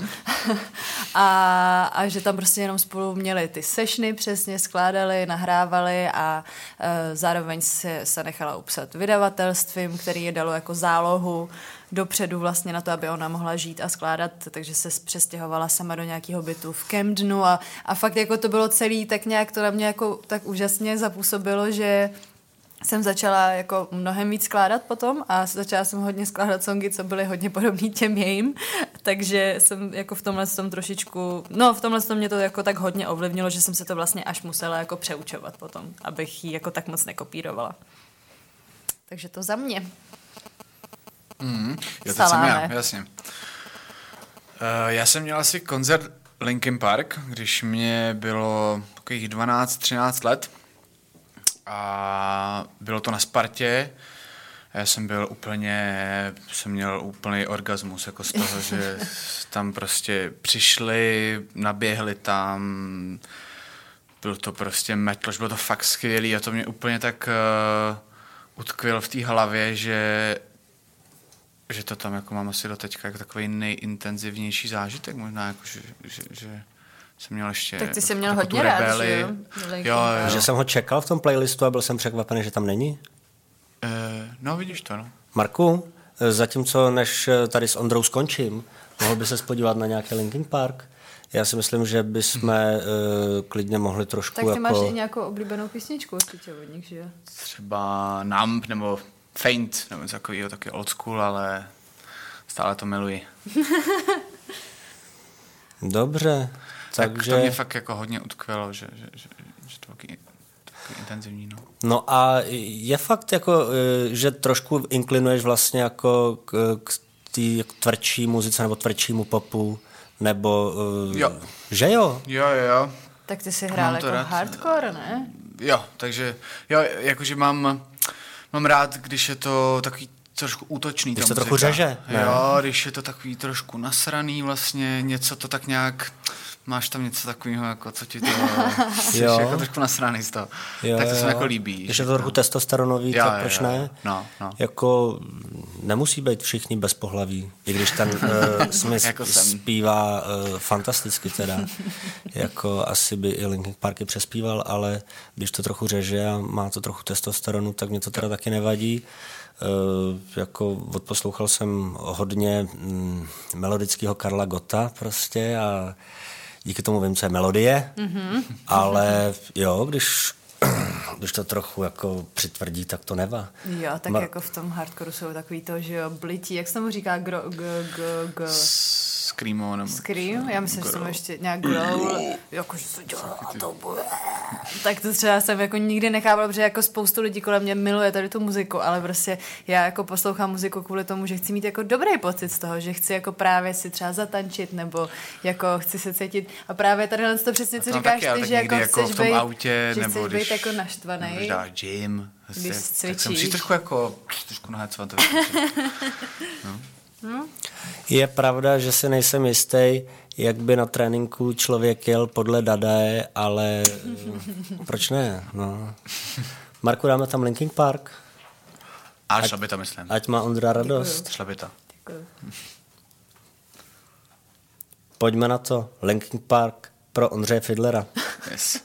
a že tam prostě jenom spolu měli ty sessiony, přesně skládali, nahrávali a zároveň se nechala upsat vydavatelstvím, který je dalo jako zálohu dopředu vlastně na to, aby ona mohla žít a skládat, takže se přestěhovala sama do nějakého bytu v Camdenu a fakt jako to bylo celý, tak nějak to na mě jako tak úžasně zapůsobilo, že jsem začala jako mnohem víc skládat potom a začala jsem hodně skládat songy, co byly hodně podobný těm jejím, takže jsem jako v tomhle tom trošičku, v tomhle tom mě to jako tak hodně ovlivnilo, že jsem se to vlastně až musela jako přeučovat potom, abych ji jako tak moc nekopírovala. Takže to za mě. Jo, teď jsem já, jasně. Já jsem měl asi koncert Linkin Park, když mě bylo takových 12-13 let. A bylo to na Spartě. Já jsem měl úplný orgasmus jako z toho, že tam prostě přišli, naběhli tam, byl to prostě metal, bylo to fakt skvělý a to mě úplně tak utkvělo v té hlavě, že to tam jako mám asi do teďka jako takový nejintenzivnější zážitek možná, jako že jsem měl ještě... Tak ty jsi měl hodně rád, že jo? Jo. Že jsem ho čekal v tom playlistu a byl jsem překvapený, že tam není? No, vidíš to, no. Marku, zatímco než tady s Ondrou skončím, mohl by se podívat na nějaký Linkin Park? Já si myslím, že bychom klidně mohli trošku tak ty jako... máš i nějakou oblíbenou písničku určitě od nich, že jo? Třeba Numb nebo Faint, nebo něco takového, taky old school, ale stále to miluji. Dobře. Takže... To mě fakt jako hodně utkvělo, že to taky intenzivní. No a je fakt jako, že trošku inklinuješ vlastně jako k té tvrdší muzice nebo tvrdšímu popu, nebo jo. Že jo? Jo. Tak ty jsi hrál jako rád. Hardcore, ne? Jo, takže jo, jakože mám rád, když je to takový trošku útočný. Když to trochu řeže. Jo, když je to takový trošku nasraný vlastně, něco to tak nějak, máš tam něco takového, jako co ti to, jsi jako trošku nasraný z toho. Tak to se mi jako líbí. Když je to trochu testosteronový, tak proč ne? No. Jako nemusí být všichni bez pohlaví, i když ten Smith jako zpívá fantasticky teda. Jako asi by i Linkin Parky přespíval, ale když to trochu řeže a má to trochu testosteronu, tak mě to teda taky nevadí. Jako odposlouchal jsem hodně melodického Karla Gotta prostě a díky tomu vím, co je melodie, ale jo, když to trochu jako přitvrdí, tak to nevá. Jo, tak jako v tom hardcoreu jsou takový to, že jo, blití, jak se tomu říká, Screamo, nebo... Scream? Já myslím, že jsem ještě nějak growl, jakože se dělá to bude. Tak to třeba jsem jako nikdy nechápala, protože jako spoustu lidí kolem mě miluje tady tu muziku, ale prostě já jako poslouchám muziku kvůli tomu, že chci mít jako dobrý pocit z toho, že chci jako právě si třeba zatančit, nebo jako chci se cítit. A právě tady to přesně, co říkáš ty, že jako chceš v tom být, autě, že nebo chceš být jako naštvaný. Když dáš gym, když cvičíš. Tak se musíš trošku nahecovat. Je pravda, že si nejsem jistý, jak by na tréninku člověk jel podle Dadae, ale proč ne? No. Marku, dáme tam Linkin Park? Ale šla by to, myslím. Ať má Ondra radost. Děkuju. Šla by to. Děkuju. Pojďme na to. Linkin Park pro Ondřeje Fiedlera. Yes.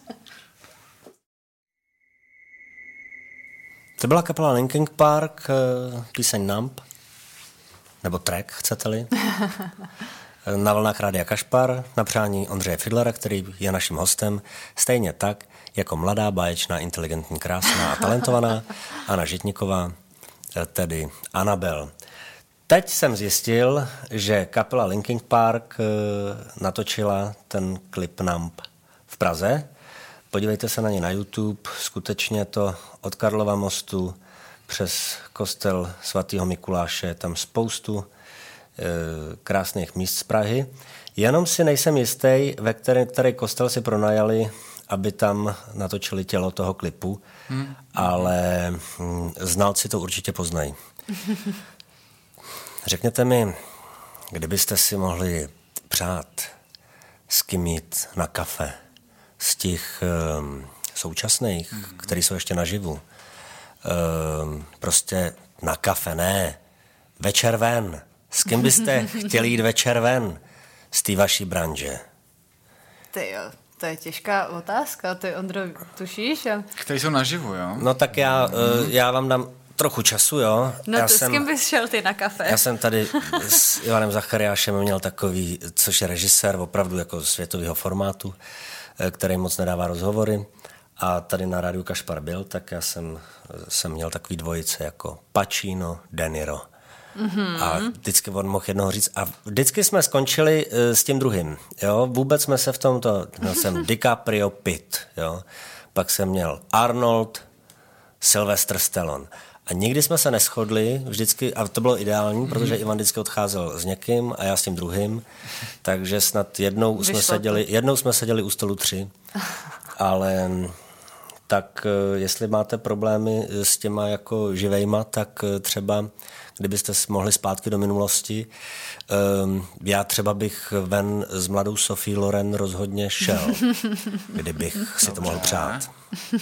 To byla kapela Linkin Park, píseň Numb, nebo track, chcete-li. Na vlnách Rádia Kašpar, na přání Ondřeje Fiedlera, který je naším hostem, stejně tak, jako mladá, báječná, inteligentní, krásná a talentovaná Anna Žitníková, tedy Anabel. Teď jsem zjistil, že kapela Linkin Park natočila ten klip Numb v Praze. Podívejte se na ně na YouTube, skutečně to od Karlova mostu přes kostel svatého Mikuláše, tam spoustu krásných míst z Prahy. Jenom si nejsem jistý, ve který kostel si pronajali, aby tam natočili tělo toho klipu, ale znalci to určitě poznají. Řekněte mi, kdybyste si mohli přát s kým jít na kafe z těch současných, který jsou ještě naživu, prostě na kafe, ne, večer ven. S kým byste chtěli jít večer ven z té vaší branže? Ty jo, to je těžká otázka, ty Ondro, tušíš? Který jsou naživu, jo? No tak já vám dám trochu času, jo. No s kým bys šel ty na kafe? Já jsem tady s Ivanem Zachariášem měl takový, což je režisér opravdu jako světového formátu, který moc nedává rozhovory. A tady na rádiu Kašpar byl, tak já jsem měl takový dvojice jako Pacino, De Niro. A vždycky on mohl jednoho říct. A vždycky jsme skončili s tím druhým. Jo? Vůbec jsme se v tomto... Měl jsem DiCaprio, Pitt. Jo? Pak jsem měl Arnold, Sylvester Stallone. A nikdy jsme se neshodli, vždycky, a to bylo ideální, protože Ivan vždycky odcházel s někým a já s tím druhým, takže snad jednou jsme seděli u stolu 3, ale tak jestli máte problémy s těma jako živejma, tak třeba kdybyste mohli zpátky do minulosti, já třeba bych ven s mladou Sophie Loren rozhodně šel, kdybych si to mohl přát.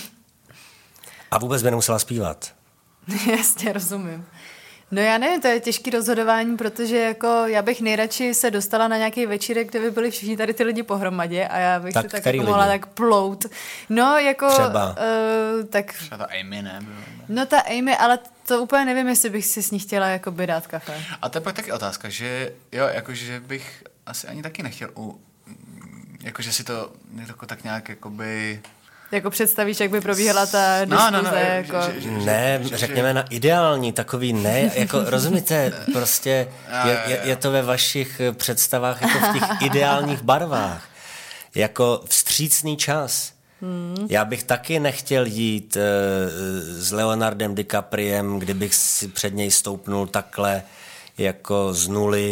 A vůbec by nemusela zpívat. Jasně, rozumím. No já nevím, to je těžký rozhodování, protože jako já bych nejradši se dostala na nějaký večírek, kde by byli všichni tady ty lidi pohromadě a já bych tak si tak jako mohla tak plout. No jako... Třeba. Tak... Třeba ta Amy, ne? No ta Amy, ale to úplně nevím, jestli bych si s ní chtěla jakoby dát kafe. A to je pak taky otázka, že jo, jakože bych asi ani taky nechtěl jakože si to tak nějak jakoby... Jako představíš, jak by probíhala ta diskuze, jako... Ne, řekněme na ideální, takový ne, jako rozumíte, prostě je to ve vašich představách jako v těch ideálních barvách, jako vstřícný čas. Já bych taky nechtěl jít s Leonardem DiCapriem, kdybych si před něj stoupnul takhle jako z nuly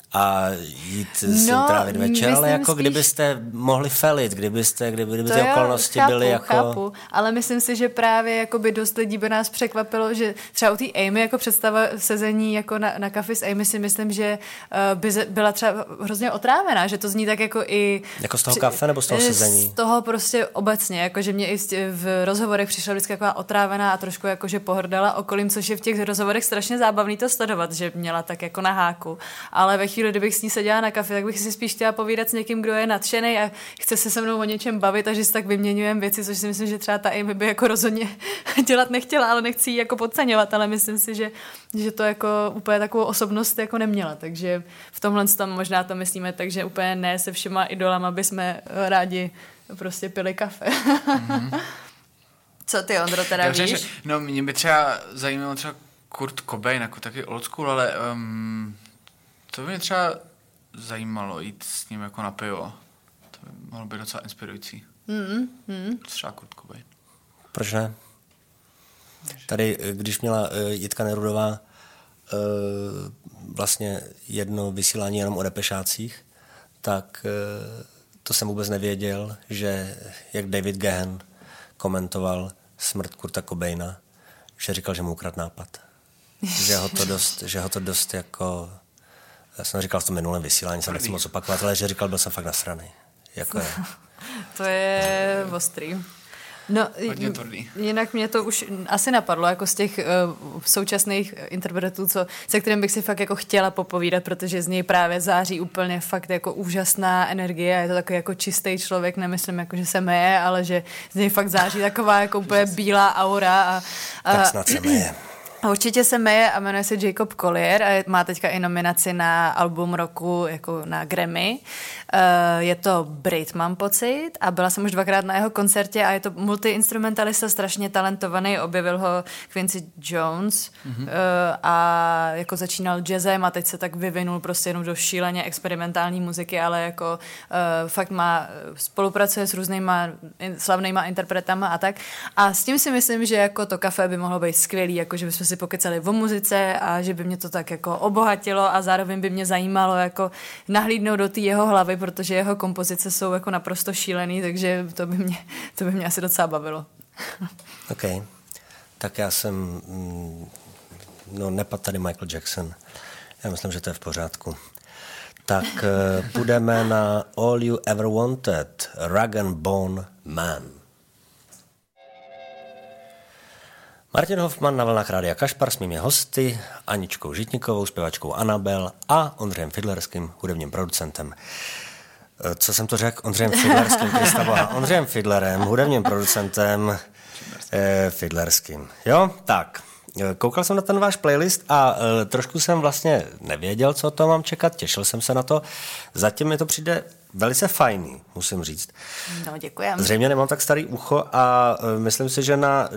a jít si trávit večer, ale jako kdybyste mohli felit, kdyby ty okolnosti byly jako... Chápu, ale myslím si, že právě jakoby dost lidí by nás překvapilo, že třeba u té Amy jako představa sezení jako na kafi s Amy si myslím, že by byla třeba hrozně otrávená, že to zní tak jako i... Jako z toho kafe nebo z toho sezení? Z toho prostě obecně, jako že mě i v rozhovorech přišla vždycky taková otrávená a trošku jako, že pohrdala okolím, což je v těch rozhovorech strašně zábavný to sledovat, že měla tak jako na háku, ale ve chvíli, kdybych s ní seděla na kafe, tak bych si spíš chtěla povídat s někým, kdo je nadšenej a chce se mnou o něčem bavit a že si tak vyměňujeme věci, což si myslím, že třeba ta Amy by jako rozhodně dělat nechtěla, ale nechci ji jako podceňovat, ale myslím si, že to jako úplně takovou osobnost jako neměla, takže v tomhle tam možná to myslíme, takže úplně ne se všema idolama bychom rádi prostě pili kafe. Mm-hmm. Co ty, Ondro, teda víš? No, mě by třeba zajímalo třeba Kurt Cobain, jako taky old school, ale to by mě třeba zajímalo jít s ním jako na pivo. To by mohlo být docela inspirující. Třeba Kurt Cobain. Proč ne? Tady, když měla Jitka Nerudová vlastně jedno vysílání jenom o Depešácích, tak to jsem vůbec nevěděl, že jak David Gahan komentoval smrt Kurta Cobaina, že říkal, že mu ukradl nápad. že ho to dost jako... Já jsem říkal v tom minulém vysílání, jsem nechci moc opakovat, ale že říkal, byl jsem fakt nasranej. Jako to je ostrý. No, jinak mě to už asi napadlo, jako z těch současných interpretů, se kterým bych si fakt jako chtěla popovídat, protože z něj právě září úplně fakt jako úžasná energie a je to takový jako čistý člověk, nemyslím jako, že se meje, ale že z něj fakt září taková jako úplně bílá aura. Tak snad se meje. Určitě se jmenuje a jmenuje se Jacob Collier a má teďka i nominaci na album roku jako na Grammy. Je to Brit, mám pocit, a byla jsem už 2krát na jeho koncertě a je to multiinstrumentalista, strašně talentovaný, objevil ho Quincy Jones a jako začínal jazzem a teď se tak vyvinul prostě jenom do šíleně experimentální muziky, ale jako fakt spolupracuje s různýma slavnýma interpretama a tak. A s tím si myslím, že jako to kafe by mohlo být skvělý, jako že bychom si pokecali o muzice a že by mě to tak jako obohatilo a zároveň by mě zajímalo jako nahlídnout do té jeho hlavy, protože jeho kompozice jsou jako naprosto šílený, takže to by mě asi docela bavilo. OK. Tak já jsem... nepadl tady Michael Jackson. Já myslím, že to je v pořádku. Tak půjdeme na All You Ever Wanted, Rag and Bone Man. Martin Hoffman na vlnách Rádia Kašpar s mými hosty, Aničkou Žitnikovou, zpěvačkou Anabel a Ondřejem Fidlerským, hudebním producentem. Co jsem to řekl? Ondřejem Fidlerským, Ondřejem Fidlerem, hudebním producentem Fidlerským. Jo, tak. Koukal jsem na ten váš playlist a trošku jsem vlastně nevěděl, co to mám čekat, těšil jsem se na to. Zatím mi to přijde velice fajný, musím říct. No, děkujem. Zřejmě nemám tak starý ucho a myslím si, že na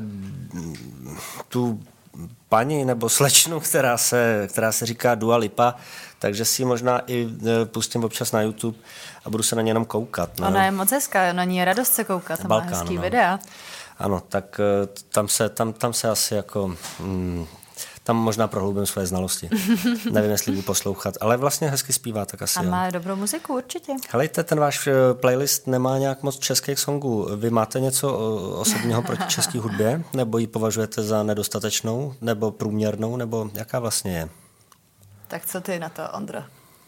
tu paní nebo slečnu, která se říká Dua Lipa, takže si ji možná i pustím občas na YouTube a budu se na ně jenom koukat. Ne? Ona je moc hezká, na ní je radost se koukat, tam má hezký videa. Ano, tak tam se asi jako... tam možná prohloubím své znalosti. Nevím, jestli budu poslouchat, ale vlastně hezky zpívá, tak asi. A má dobrou muziku, určitě. Helejte, ten váš playlist nemá nějak moc českých songů. Vy máte něco osobního proti české hudbě? Nebo ji považujete za nedostatečnou? Nebo průměrnou? Nebo jaká vlastně je? Tak co ty na to, Ondro?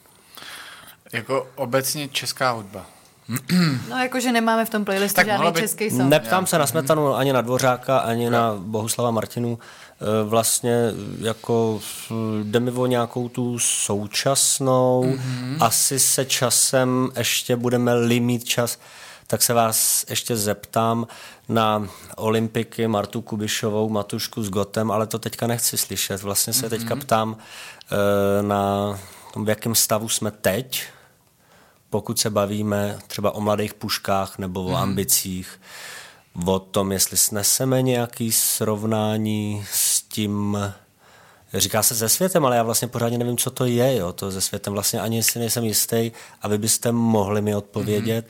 Jako obecně česká hudba. No, jakože nemáme v tom playlistu tak žádný český song. Neptám se na Smetanu, ani na Dvořáka, ani na Bohuslava Martinu. Vlastně jako jde mi o nějakou tu současnou. Asi se časem ještě budeme-li mít čas, tak se vás ještě zeptám na olympiky Martu Kubišovou, Matušku s Gotem, ale to teďka nechci slyšet. Vlastně se teďka ptám na tom, v jakém stavu jsme teď, pokud se bavíme třeba o mladých puškách nebo o ambicích, o tom, jestli sneseme nějaký srovnání s tím, říká se se světem, ale já vlastně pořádně nevím, co to je, jo, to se světem vlastně ani si nejsem jistý a vy byste mohli mi odpovědět,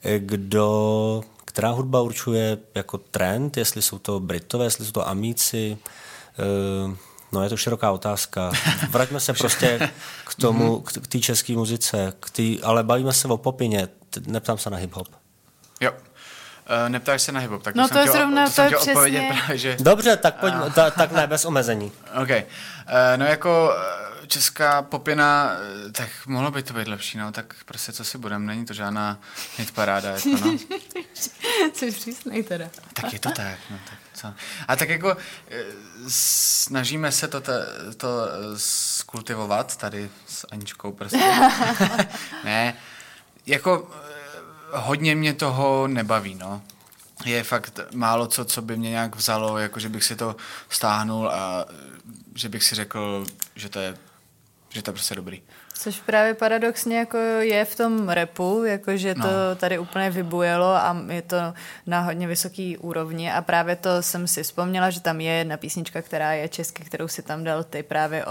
která hudba určuje jako trend, jestli jsou to Britové, jestli jsou to Amíci, No, je to široká otázka. Vraťme se prostě k tomu, k té české muzice, ale bavíme se o popině, neptám se na hip-hop. Jo. Neptáš se na hip-hop, tak no to jsem zrovna, chtěl přesně. odpovědět právě, že... Dobře, tak pojď, tak ne, bez omezení. OK. No jako česká popina, tak mohlo by to být lepší, no, tak prostě co si budem, není to žádná hitparáda, jako no. Jsi přísnej teda. Tak je to tak, no tak co. A tak jako snažíme se to skultivovat tady s Aničkou prostě. Ne, jako hodně mě toho nebaví, no. Je fakt málo co by mě nějak vzalo, jako že bych si to stáhnul a že bych si řekl, že to je prostě dobrý. Což právě paradoxně jako je v tom rapu, jakože to tady úplně vybujelo a je to na hodně vysoký úrovni a právě to jsem si vzpomněla, že tam je jedna písnička, která je česky, kterou si tam dal ty právě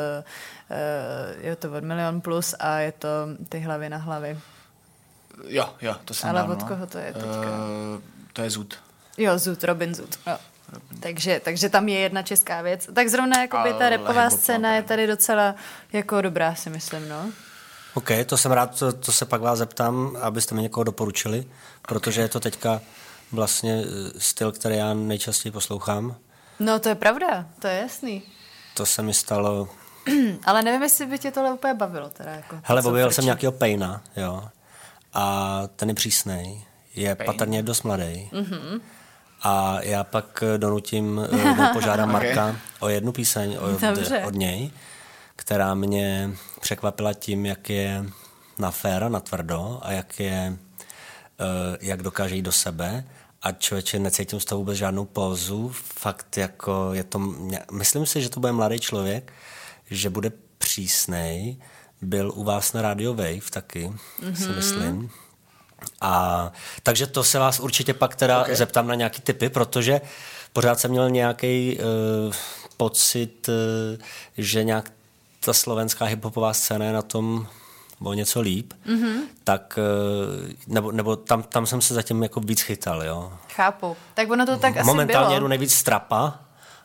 je to od Milion Plus a je to Ty hlavy na hlavy. Jo, to jsem ale dal, od koho to je teďka? To je Zud. Jo, Zud, Robin Zud. Jo. Takže tam je jedna česká věc. Tak zrovna jakoby ta rapová scéna je tady docela jako dobrá, si myslím, no. OK, to jsem rád, to se pak vás zeptám, abyste mi někoho doporučili, protože je to teďka vlastně styl, který já nejčastěji poslouchám. No to je pravda, to je jasný. To se mi stalo... Ale nevím, jestli by tě tohle úplně bavilo. Teda, jako, hele, objevil jsem nějakého Payna, jo, a ten je přísnej, je patrně dost mladý. Mm-hmm. A já pak donutím, požádám Marka o jednu píseň od něj, která mě překvapila tím, jak je na fér, na tvrdo a jak dokáže jít do sebe. A člověče, necítím z toho vůbec žádnou pózu. Fakt jako je to... Myslím si, že to bude mladý člověk, že bude přísnej. Byl u vás na Radio Wave taky, si myslím. A takže to se vás určitě pak teda zeptám na nějaký tipy, protože pořád jsem měl nějaký pocit, že nějak ta slovenská hiphopová scéna je na tom o něco líp, tak nebo tam jsem se zatím jako víc chytal, jo. Chápu. Tak ono to tak asi momentálně bylo. jedu nejvíc strapa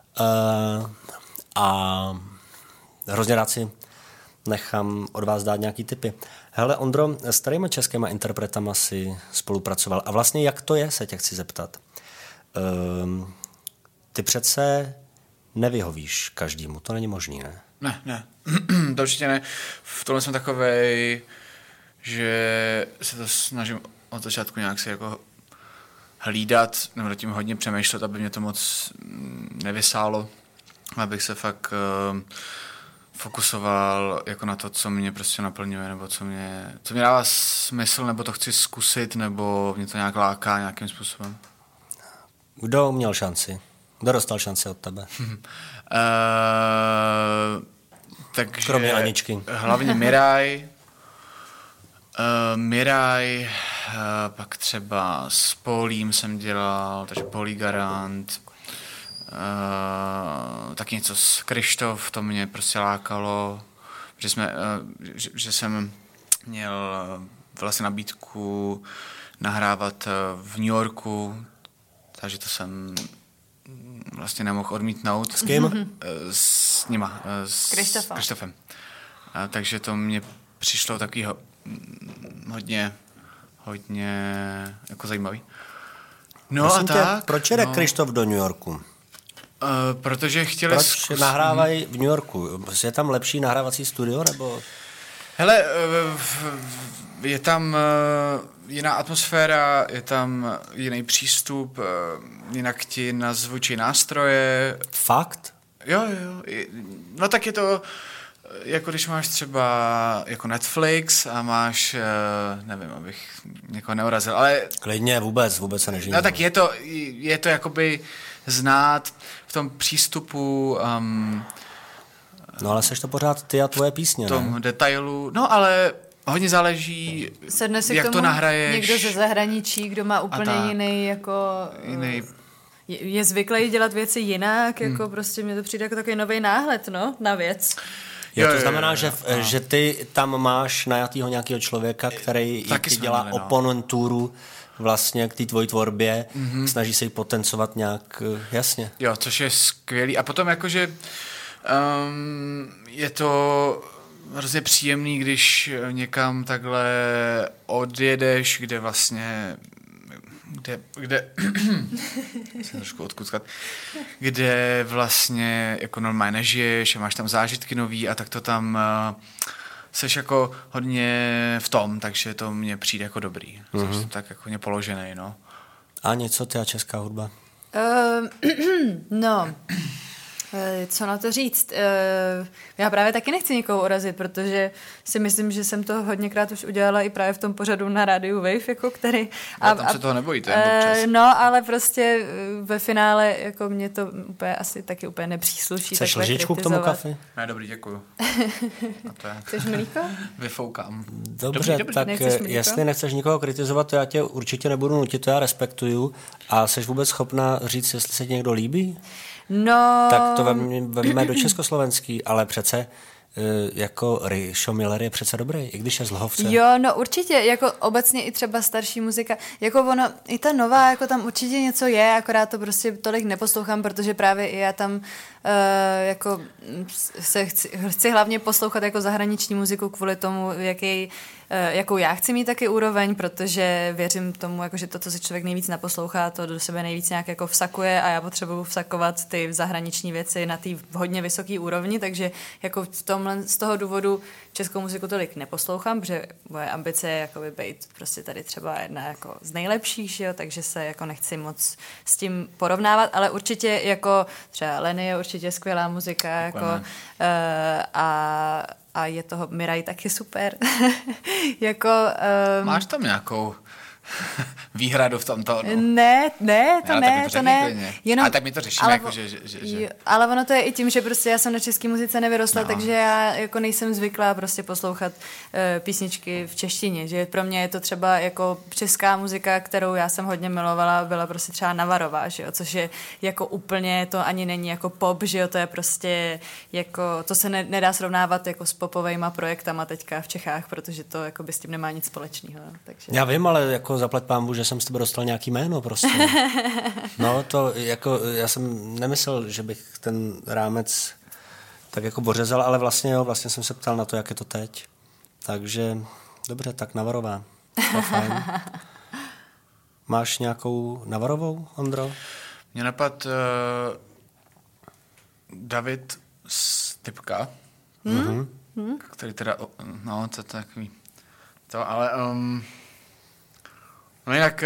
a hrozně rád si nechám od vás dát nějaký tipy. Hele, Ondro, s kterýma českýma interpretama si spolupracoval? A vlastně jak to je, se tě chci zeptat. Ty přece nevyhovíš každému, to není možný, ne? Ne, to určitě ne. V tomhle jsem takovej, že se to snažím od začátku nějak si jako hlídat, nebo tím hodně přemýšlet, aby mě to moc nevysálo, abych se fakt fokusoval jako na to, co mě prostě naplňuje, nebo co mě dává smysl, nebo to chci zkusit, nebo mě to nějak láká nějakým způsobem. Kdo měl šanci? Kdo dostal šanci od tebe? Takže kromě Aničky. Hlavně Miraj, pak třeba s Polím jsem dělal, takže Polí Garant, tak něco s Krištof, to mě prostě lákalo, že jsem měl vlastně nabídku nahrávat v New Yorku, takže to jsem vlastně nemohl odmítnout. S kým? S nima, s Krištofem. Takže to mě přišlo takový hodně jako zajímavý. No prosím a tak. Proč jde Krištof do New Yorku? Protože chtěli Proč nahrávají v New Yorku? Je tam lepší nahrávací studio, nebo... Hele, je tam jiná atmosféra, je tam jiný přístup, jinak ti nazvučí nástroje. Fakt? Jo. No tak je to, jako když máš třeba jako Netflix a máš, nevím, abych někoho neurazil, ale... Klidně, vůbec se nežijí. No tak je to jakoby znát v tom přístupu... No ale seš to pořád ty a tvoje písně, v tom detailu, no ale hodně záleží, sedne si jak k tomu to nahraješ. Někdo ze zahraničí, kdo má úplně jiný jako... Je zvyklý dělat věci jinak, jako prostě mi to přijde jako takový nový náhled, no, na věc. Jo, to znamená, že ty tam máš najatýho nějakého člověka, který ti dělá oponenturu vlastně k té tvojí tvorbě, snaží se ji potencovat nějak jasně. Jo, což je skvělý. A potom jakože Je to hrozně příjemný, když někam takhle odjedeš, kde vlastně kde jsem trošku odkuckat, kde vlastně jako normálně nežiješ a máš tam zážitky nový a tak to tam seš jako hodně v tom, takže to mně přijde jako dobrý. Jsem tak jako hodně položený, no. A něco ty a česká hudba? No, co na to říct? Já právě taky nechci nikoho urazit, protože si myslím, že jsem to hodněkrát už udělala i právě v tom pořadu na rádiu Wave, jako který... Tam se toho nebojíte, občas. No, ale prostě ve finále jako mě to úplně, asi taky úplně nepřísluší. Chceš lžičku k tomu kafi? Ne, dobrý, děkuju. Chceš mlíko? Vyfoukám. Dobře, dobrý. Tak jestli nechceš nikoho kritizovat, to já tě určitě nebudu nutit, to já respektuju. A jsi vůbec schopna říct, jestli se ti někdo líbí? No... Tak to vemme do československý, ale přece jako Rišo Miller je přece dobrý, i když je z Lhovce. Jo, no určitě, jako obecně i třeba starší muzika, jako ono, i ta nová, jako tam určitě něco je, akorát to prostě tolik neposlouchám, protože právě i já tam jako se chci hlavně poslouchat jako zahraniční muziku kvůli tomu, jakou já chci mít taky úroveň, protože věřím tomu, jako, že to, co si člověk nejvíc naposlouchá, to do sebe nejvíc nějak jako vsakuje a já potřebuji vsakovat ty zahraniční věci na té hodně vysoké úrovni, takže jako z toho důvodu českou muziku tolik neposlouchám, protože moje ambice je jakoby být prostě tady třeba jedna jako z nejlepších, jo, takže se jako nechci moc s tím porovnávat, ale určitě jako třeba Lenny je určitě skvělá muzika, jako, a je toho Miraj taky super. Jako, máš tam nějakou výhradu v tomto? No. Ne, to ne. Jenom, ale tak my to řešíme, jako, že... Ale ono to je i tím, že prostě já jsem na české muzice nevyrostla, takže já jako nejsem zvyklá prostě poslouchat písničky v češtině, že pro mě je to třeba jako česká muzika, kterou já jsem hodně milovala, byla prostě třeba Navarová, že jo, což je jako úplně, to ani není jako pop, že jo, to je prostě jako, to se nedá srovnávat jako s popovejma projektama teďka v Čechách, protože to jako by s tím nemá nic společného. Takže... Já vím, ale jako zaplať pánbu, že jsem z tebe dostal nějaký jméno prostě. No to jako, já jsem nemyslel, že bych ten rámec tak jako pořezal, ale vlastně jo, vlastně jsem se ptal na to, jak je to teď. Takže dobře, tak Navarová. To je fajn. Máš nějakou Navarovou, Ondro? Mě napad David Stypka, který teda, no to je takový, to, ale no jinak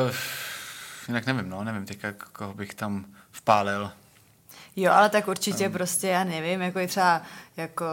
nevím teďka, koho bych tam vpálil. Jo, ale tak určitě prostě, já nevím, jako je třeba, jako,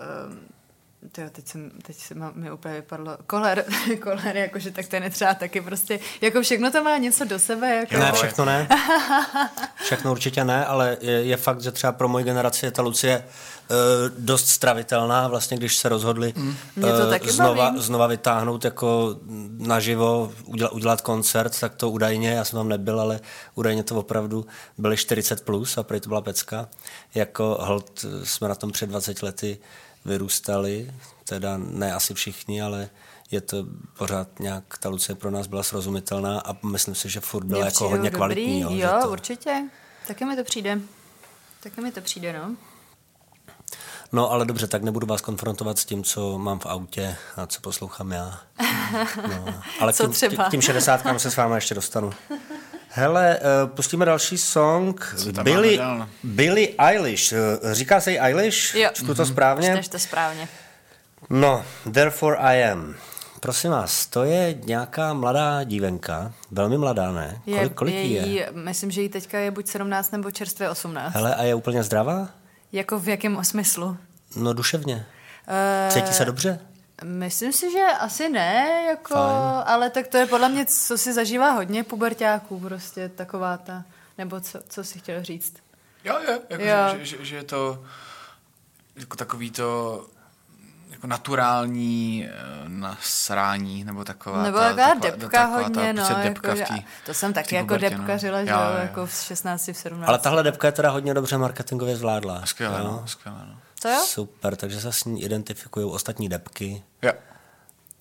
teď se mi úplně vypadlo, Koller, jakože tak ten je třeba taky prostě, jako všechno to má něco do sebe. Jako. Ne, všechno ne. Všechno určitě ne, ale je fakt, že třeba pro moji generaci je ta Lucie dost stravitelná, vlastně když se rozhodli znova vytáhnout jako naživo, udělat koncert, tak to údajně, já jsem tam nebyl, ale údajně to opravdu byly 40+, a prý to byla pecka. Jako holt jsme na tom před 20 lety vyrůstali, teda ne asi všichni, ale je to pořád nějak, ta Lucie pro nás byla srozumitelná a myslím si, že furt byla jako hodně kvalitní. Jo, určitě. Taky mi to přijde, no. No, ale dobře, tak nebudu vás konfrontovat s tím, co mám v autě a co poslouchám já. No, ale k tím 60kám se s vámi ještě dostanu. Hele, pustíme další song. Billie Eilish. Říká se jí Eilish? Jo. Čtu to správně? Čteš to správně. No, Therefore I Am. Prosím vás, to je nějaká mladá dívenka, velmi mladá, ne? Kolik je? Myslím, že jí teďka je buď 17 nebo čerstvě 18. Hele, a je úplně zdravá? Jako v jakém smyslu? No duševně. Cítí se dobře? Myslím si, že asi ne, jako, ale tak to je podle mě, co si zažívá hodně puberťáků, prostě taková ta, nebo co si chtěl říct. Jo, jako že je to jako takový to jako naturální nasrání, nebo taková nebo taková depka hodně, no, jako, to jsem taky jako depkařila, že jo, jako v 16, v 17. Ale tahle depka je teda hodně dobře marketingově zvládla. Skvěle, no. To jo? Super, takže se s ní identifikují ostatní depky. Jo.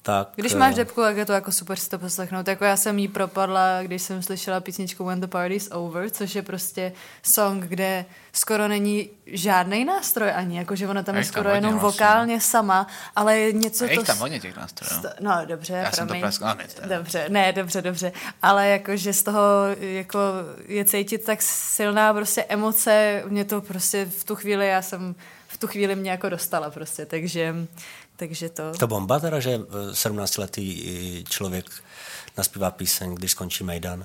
Tak, když máš depku, tak je to jako super si to poslechnout. Jako já jsem jí propadla, když jsem slyšela písničku When the Party's Over, což je prostě song, kde skoro není žádný nástroj ani, jakože ona tam je skoro tam jenom vlastně vokálně sama, ale je něco je to... tam hodně těch nástrojů. No dobře, já jsem to pleskal, dobře, ale jakože z toho jako je cítit tak silná prostě emoce, mě to prostě v tu chvíli mě jako dostala prostě, takže to... To bomba teda, že 17letý člověk naspívá píseň, když skončí Mejdan.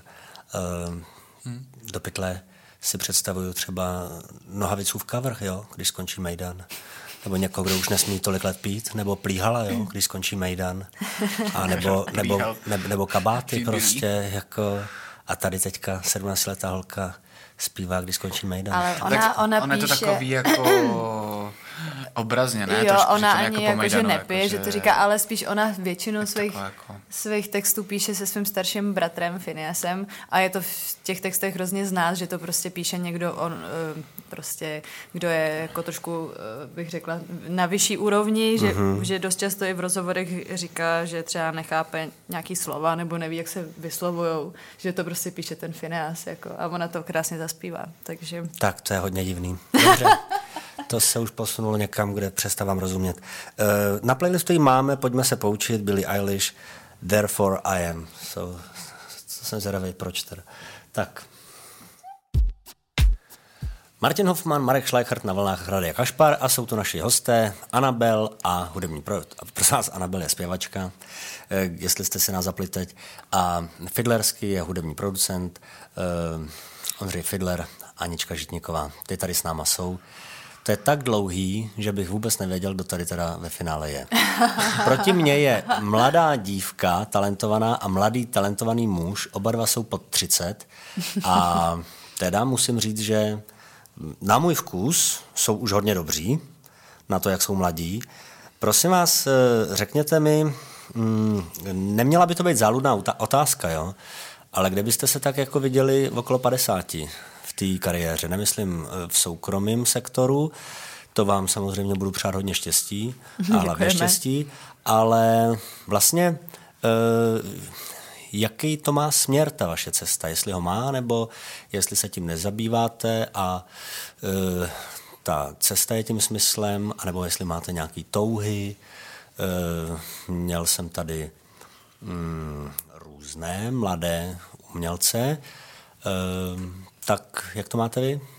Do pytle si představuju třeba Nohavicův cover, jo, když skončí Mejdan. Nebo někoho, kdo už nesmí tolik let pít, nebo Plíhala, jo, když skončí Mejdan. A nebo Kabáty prostě, jako... A tady teďka 17letá holka zpívá, když skončí Mejdan. Ale ona píše... je to takový jako obrazně, ne? Jo, trošku, ona že ani jako, že nepije, že to říká, ale spíš ona většinou svých textů píše se svým starším bratrem Phineasem a je to v těch textech hrozně znát, že to prostě píše někdo, prostě, kdo je jako trošku, bych řekla, na vyšší úrovni, že dost často i v rozhovorech říká, že třeba nechápe nějaký slova nebo neví, jak se vyslovujou, že to prostě píše ten Phineas, jako, a ona to krásně zaspívá, takže... Tak, to je hodně divný. Dobře. To se už posunulo někam, kde přestávám rozumět. Na playlistu ji máme, pojďme se poučit, Billie Eilish, Therefore I Am. So, jsem zvědavý, proč teda. Tak. Martin Hoffman, Marek Schleichert na vlnách Radia Kašpar a jsou to naši hosté Anabel a hudební projekt. Prosím vás, Anabel je zpěvačka, jestli jste si nás zapli teď. A Fidlerský je hudební producent, Ondřej Fidler, Anička Žitníková. Ty tady s náma jsou. To je tak dlouhý, že bych vůbec nevěděl, kdo tady teda ve finále je. Proti mně je mladá dívka, talentovaná a mladý talentovaný muž. Oba dva jsou pod 30 a teda musím říct, že na můj vkus jsou už hodně dobří na to, jak jsou mladí. Prosím vás, řekněte mi, neměla by to být záludná otázka, jo? Ale kde byste se tak jako viděli okolo 50 v té kariéře? Nemyslím v soukromém sektoru, to vám samozřejmě budu přát hodně štěstí a hlavně štěstí, ale vlastně jaký to má směr, ta vaše cesta? Jestli ho má, nebo jestli se tím nezabýváte a ta cesta je tím smyslem, anebo jestli máte nějaký touhy. Měl jsem tady různé mladé umělce. Tak jak to máte vy?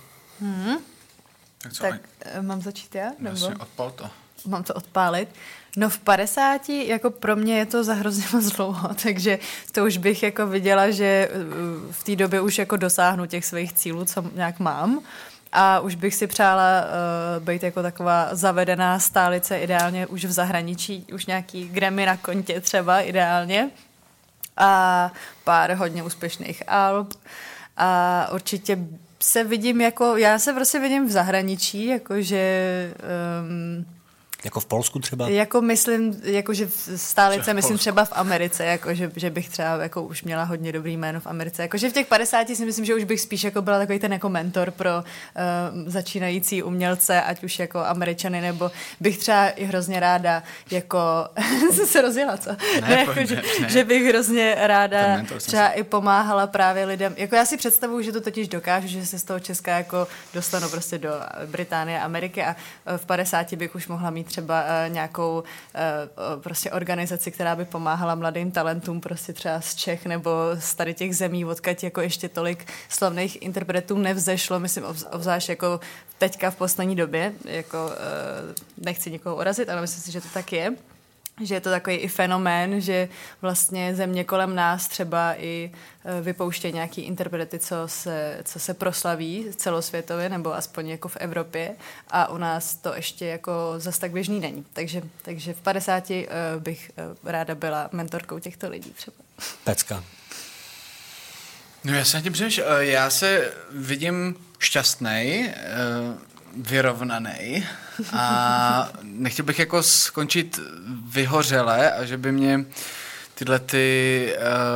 Tak mám začít já? Vlastně odpal to. Mám to odpálit. No v 50, jako pro mě je to za hrozně moc dlouho, takže to už bych jako viděla, že v té době už jako dosáhnu těch svých cílů, co nějak mám. A už bych si přála být jako taková zavedená stálice, ideálně už v zahraničí, už nějaký Grammy na kontě třeba ideálně. A pár hodně úspěšných alb. A určitě se vidím jako, já se prostě vidím v zahraničí, jakože... Jako v Polsku třeba? Jako myslím, jakože v stálice, myslím třeba v Americe, jako že bych třeba jako už měla hodně dobrý jméno v Americe. Jakože v těch 50 si myslím, že už bych spíš jako byla takový ten jako mentor pro začínající umělce, ať už jako Američany, nebo bych třeba i hrozně ráda jako se rozjela, co? Ne, že bych hrozně ráda třeba i pomáhala právě lidem. Jako já si představuju, že to totiž dokážu, že se z toho Česka jako dostanu prostě do Británie, Ameriky a v 50 bych už mohla mít třeba nějakou prostě organizaci, která by pomáhala mladým talentům prostě třeba z Čech nebo z tady těch zemí, odkud jako ještě tolik slavných interpretů nevzešlo, myslím obzvlášť jako teďka v poslední době, jako nechci nikoho urazit, ale myslím si, že to tak je. Že je to takový i fenomén, že vlastně země kolem nás třeba i vypouštějí nějaký interprety, co se proslaví celosvětově, nebo aspoň jako v Evropě a u nás to ještě jako zas tak běžný není. Takže v 50 bych ráda byla mentorkou těchto lidí třeba. Pecka. No já se na tím přemýšlím. Já se vidím šťastnej, vyrovnanej a nechtěl bych jako skončit vyhořele a že by mě tyhle ty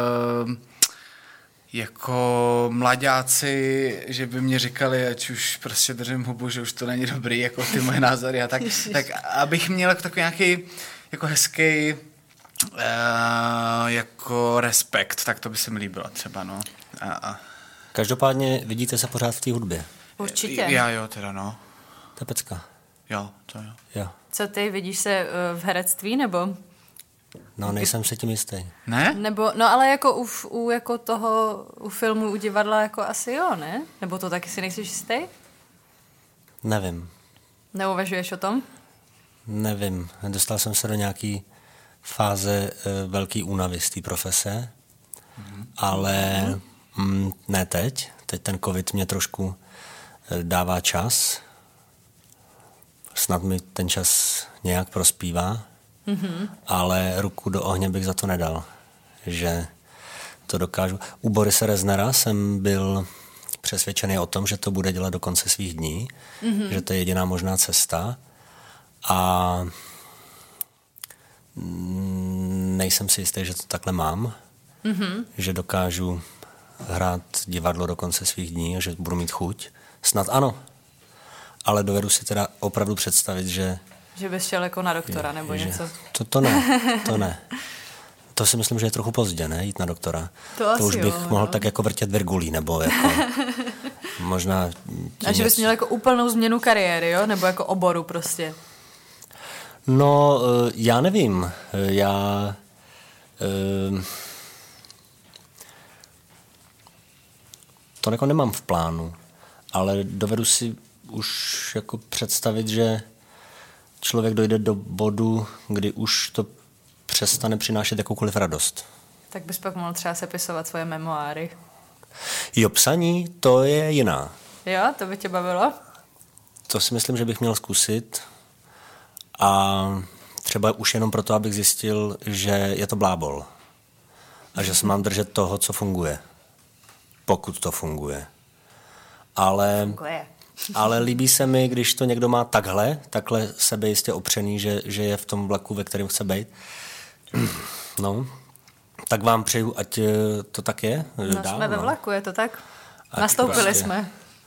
jako mlaďáci, že by mě říkali, ať už prostě držím hubu, že už to není dobrý, jako ty moje názory a tak abych měl takový nějaký jako hezký Jako Respekt, tak to by se mi líbilo třeba, no. Každopádně vidíte se pořád v té hudbě. Určitě. Já jo, teda no. To je pecka. Jo, to jo. Jo. Co ty, vidíš se v herectví, nebo? No, nejsem si tím jistý. Ne? Nebo, no ale jako u filmu, u divadla jako asi jo, ne? Nebo to taky si nejsi jistý? Nevím. Neuvažuješ o tom? Nevím. Dostal jsem se do nějaký fáze velký únavy z té profese, ale ne teď. Teď ten covid mě trošku dává čas. Snad mi ten čas nějak prospívá, ale ruku do ohně bych za to nedal, že to dokážu. U Borise Reznera jsem byl přesvědčený o tom, že to bude dělat do konce svých dní, že to je jediná možná cesta a nejsem si jistý, že to takhle mám, že dokážu hrát divadlo do konce svých dní a že budu mít chuť. Snad ano, ale dovedu si teda opravdu představit, že... Že bys šel jako na doktora nebo něco. To ne. To si myslím, že je trochu pozdě, ne? Jít na doktora. To už bych mohl tak jako vrtět virgulí, nebo jako... možná... A že bys měl jako úplnou změnu kariéry, jo? Nebo jako oboru prostě. No, já nevím. To jako nemám v plánu, ale dovedu si už jako představit, že člověk dojde do bodu, kdy už to přestane přinášet jakoukoliv radost. Tak bys pak mohl třeba sepisovat svoje memoáry. Jo, psaní, to je jiná. Jo, to by tě bavilo? To si myslím, že bych měl zkusit a třeba už jenom proto, abych zjistil, že je to blábol a že se mám držet toho, co funguje. Pokud to funguje. Ale líbí se mi, když to někdo má takhle sebejistě opřený, že je v tom vlaku, ve kterém chce být. No, tak vám přeju, ať to tak je. No, dál, jsme ve vlaku, je to tak? Nastoupili prostě jsme.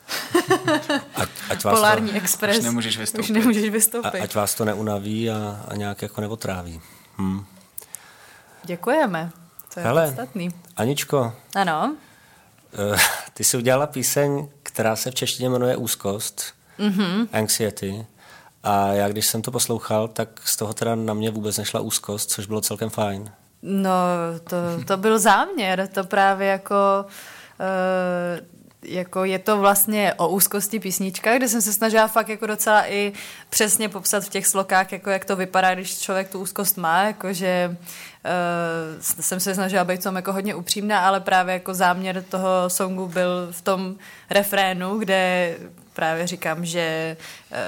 Ať vás Polární to, Express. Už nemůžeš vystoupit. ať vás to neunaví a nějak jako neotráví. Děkujeme. To je podstatný. Aničko. Ano. Ty jsi udělala píseň, která se v češtině jmenuje Úzkost, Anxiety. A já, když jsem to poslouchal, tak z toho teda na mě vůbec nešla úzkost, což bylo celkem fajn. No, to byl záměr. To právě jako je to vlastně o úzkosti písnička, kde jsem se snažila fakt jako docela i přesně popsat v těch slokách, jako jak to vypadá, když člověk tu úzkost má, jakože jsem se snažila být tom jako hodně upřímná, ale právě jako záměr toho songu byl v tom refrénu, kde právě říkám, že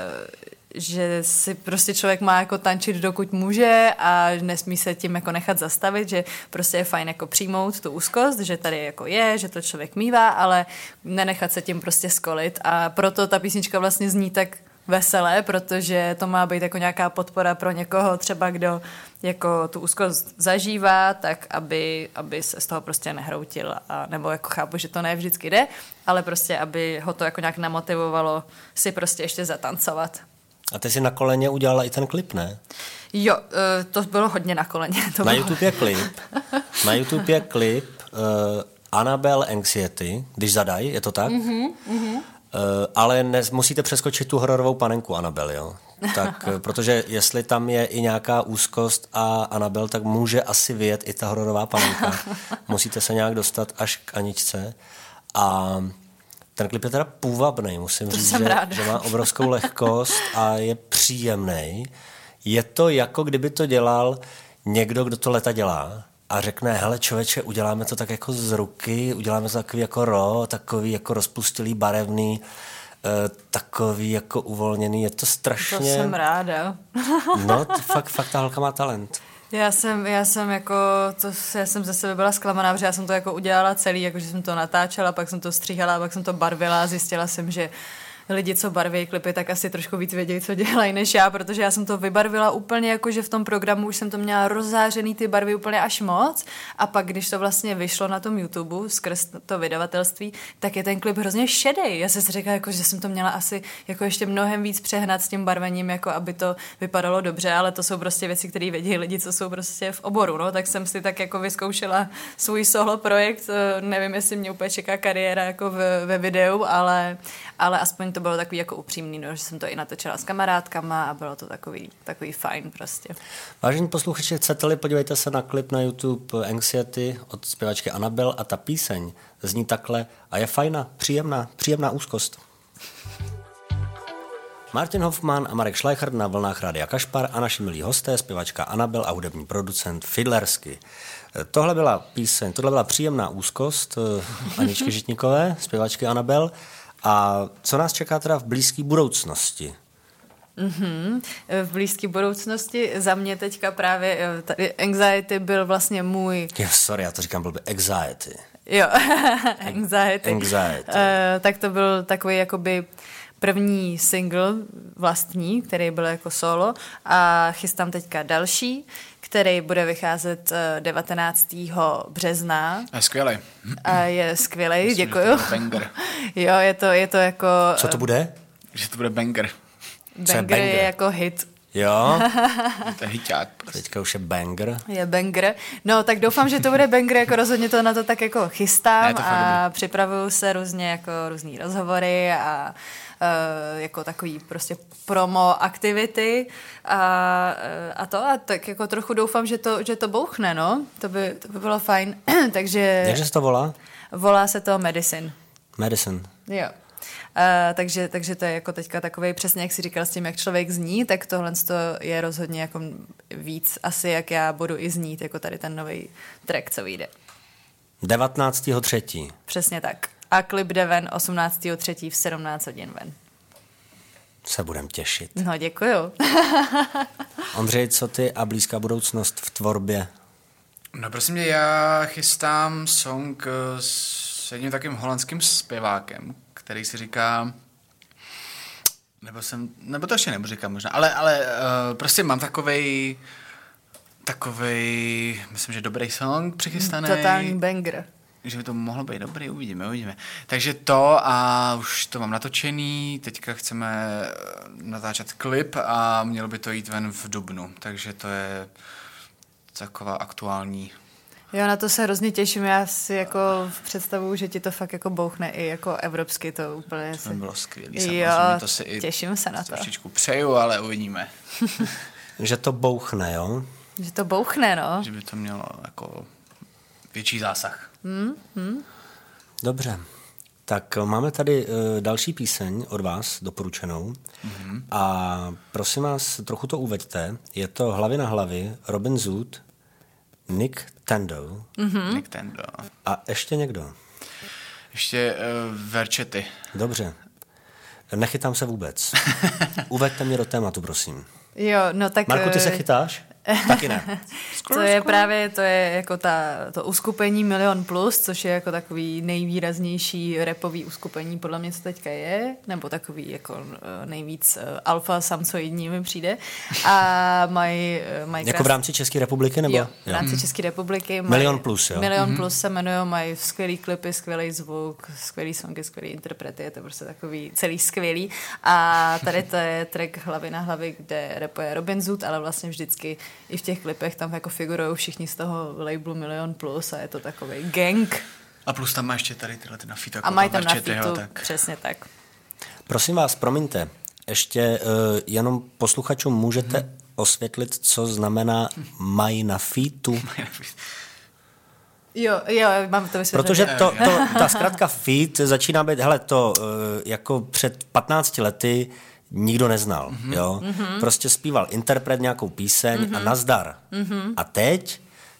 si prostě člověk má jako tančit, dokud může a nesmí se tím jako nechat zastavit, že prostě je fajn jako přijmout tu úzkost, že tady jako je, že to člověk mívá, ale nenechat se tím prostě skolit a proto ta písnička vlastně zní tak veselé, protože to má být jako nějaká podpora pro někoho třeba, kdo jako tu úzkost zažívá, tak aby se z toho prostě nehroutil a nebo jako chápu, že to ne vždycky jde, ale prostě aby ho to jako nějak namotivovalo si prostě ještě zatancovat. A ty jsi na koleně udělala i ten klip, ne? Jo, to bylo hodně na koleně. Na YouTube je klip Annabelle Anxiety, když zadají, je to tak? Ale musíte přeskočit tu hororovou panenku Annabelle, jo? Tak, protože jestli tam je i nějaká úzkost a Annabelle, tak může asi vyjet i ta hororová panenka. Musíte se nějak dostat až k Aničce. A ten klip je teda půvabnej, musím říct, že má obrovskou lehkost a je příjemnej. Je to jako kdyby to dělal někdo, kdo to leta dělá a řekne, hele člověče, uděláme to tak jako z ruky, uděláme to takový jako takový jako rozpustilý, barevný, takový jako uvolněný, je to strašně... To jsem ráda. No, fakt ta holka má talent. Já jsem ze sebe byla zklamaná, protože já jsem to jako udělala celý, jakože jsem to natáčela, pak jsem to stříhala, pak jsem to barvila a zjistila jsem, že lidi, co barví klipy, tak asi trošku víc vědějí, co dělají než já, protože já jsem to vybarvila úplně jako, že v tom programu už jsem to měla rozzářený ty barvy úplně až moc a pak, když to vlastně vyšlo na tom YouTube skrz to vydavatelství, tak je ten klip hrozně šedej. Já jsem si říkala, jako, že jsem to měla asi jako ještě mnohem víc přehnat s tím barvením, jako aby to vypadalo dobře, ale to jsou prostě věci, které vědí lidi, co jsou prostě v oboru, no, tak jsem si tak jako vyzkoušela svůj solo projekt, nevím, jestli mě úplně čeká kariéra jako ve videu, ale aspoň to bylo takový jako upřímný, no, že jsem to i natočila s kamarádkama a bylo to takový fajn prostě. Vážení posluchači, chcete-li, podívejte se na klip na YouTube Anxiety od zpěvačky Anabel a ta píseň zní takhle a je fajná, příjemná úzkost. Martin Hoffman a Marek Schleicher na vlnách Rádia Kašpar a naši milí hosté, zpěvačka Anabel a hudební producent Fidlersky. Tohle byla příjemná úzkost Aničky Žitníkové, zpěvačky Anabel. A co nás čeká teda v blízké budoucnosti? V blízké budoucnosti za mě teďka právě tady Anxiety byl vlastně můj... Sorry, já to říkám blbě, Anxiety. Jo, Anxiety. Tak to byl takový jakoby první single vlastní, který byl jako solo a chystám teďka další, který bude vycházet 19. března. Je skvělej. A je skvělej, děkuju. Banger. Jo, je to jako... Co to bude? Že to bude banger. Banger je jako hit. Jo. To je hiťák. Prostě. Teďka už je banger. Je banger. No, tak doufám, že to bude banger, jako rozhodně to na to tak jako chystám a připravuju se různě jako různý rozhovory a jako takový prostě promo aktivity a tak jako trochu doufám, že to bouchne, no. To by bylo fajn. Takže... Jakže se to volá? Volá se to Medicine. Medicine. Jo. Takže to je jako teďka takovej, přesně jak jsi říkal s tím, jak člověk zní, tak tohle je rozhodně jako víc asi, jak já budu i znít, jako tady ten nový track, co vyjde. 19.3. Přesně tak. A klip jde ven 18.3. v 17 hodin ven. Se budem těšit. No, děkuju. Ondřej, co ty a blízká budoucnost v tvorbě? No prosím mě, já chystám song s jedním takým holandským zpěvákem, který si říká, nebo to ještě nebudu říkat možná, ale prostě mám takovej, myslím, že dobrý song přichystaný. Totální banger. Že by to mohlo být dobrý, uvidíme. Takže to a už to mám natočený, teďka chceme natáčet klip a mělo by to jít ven v dubnu, takže to je taková aktuální. Jo, na to se hrozně těším, já si jako představuju, že ti to fakt jako bouchne i jako evropsky, to úplně... To by bylo skvělý, samozřejmě, jo, to si i těším se na to. Trošičku přeju, ale uvidíme. Že to bouchne, jo? Že to bouchne, no. Že by to mělo jako větší zásah. Dobře. Tak máme tady další píseň od vás doporučenou a prosím vás, trochu to uveďte. Je to Hlavy na hlavy, Robin Zoot, Nick Tendo. Nick Tendo. A ještě někdo? Ještě Verčety. Dobře. Nechytám se vůbec. Uveďte mě do tématu, prosím. Jo, no tak... Marku, ty se chytáš? Taky ne. To je jako to uskupení Milion Plus, což je jako takový nejvýraznější rapový uskupení, podle mě, co teďka je, nebo takový jako nejvíc alfa samcoidní mi přijde. A mají jako v rámci České republiky, nebo? Jo, v rámci České republiky. Milion Plus, jo? Milion Plus se jmenují, mají skvělý klipy, skvělý zvuk, skvělý songy, skvělý interprety, je to prostě takový celý skvělý. A tady to je track Hlavy na hlavy, kde rapuje Robin Zoot, ale vlastně vždycky i v těch klipech tam jako figurují všichni z toho labelu Milion Plus a je to takový gang. A plus tam má ještě tady tyhle ty na featu. A mají tam na featu, přesně tak. Prosím vás, promiňte, ještě jenom posluchačům můžete osvětlit, co znamená mají na featu? Jo, mám to vysvětlit. Protože ta zkratka feat začíná být, hele, to jako před 15 lety nikdo neznal, jo. Prostě zpíval interpret nějakou píseň a nazdar. A teď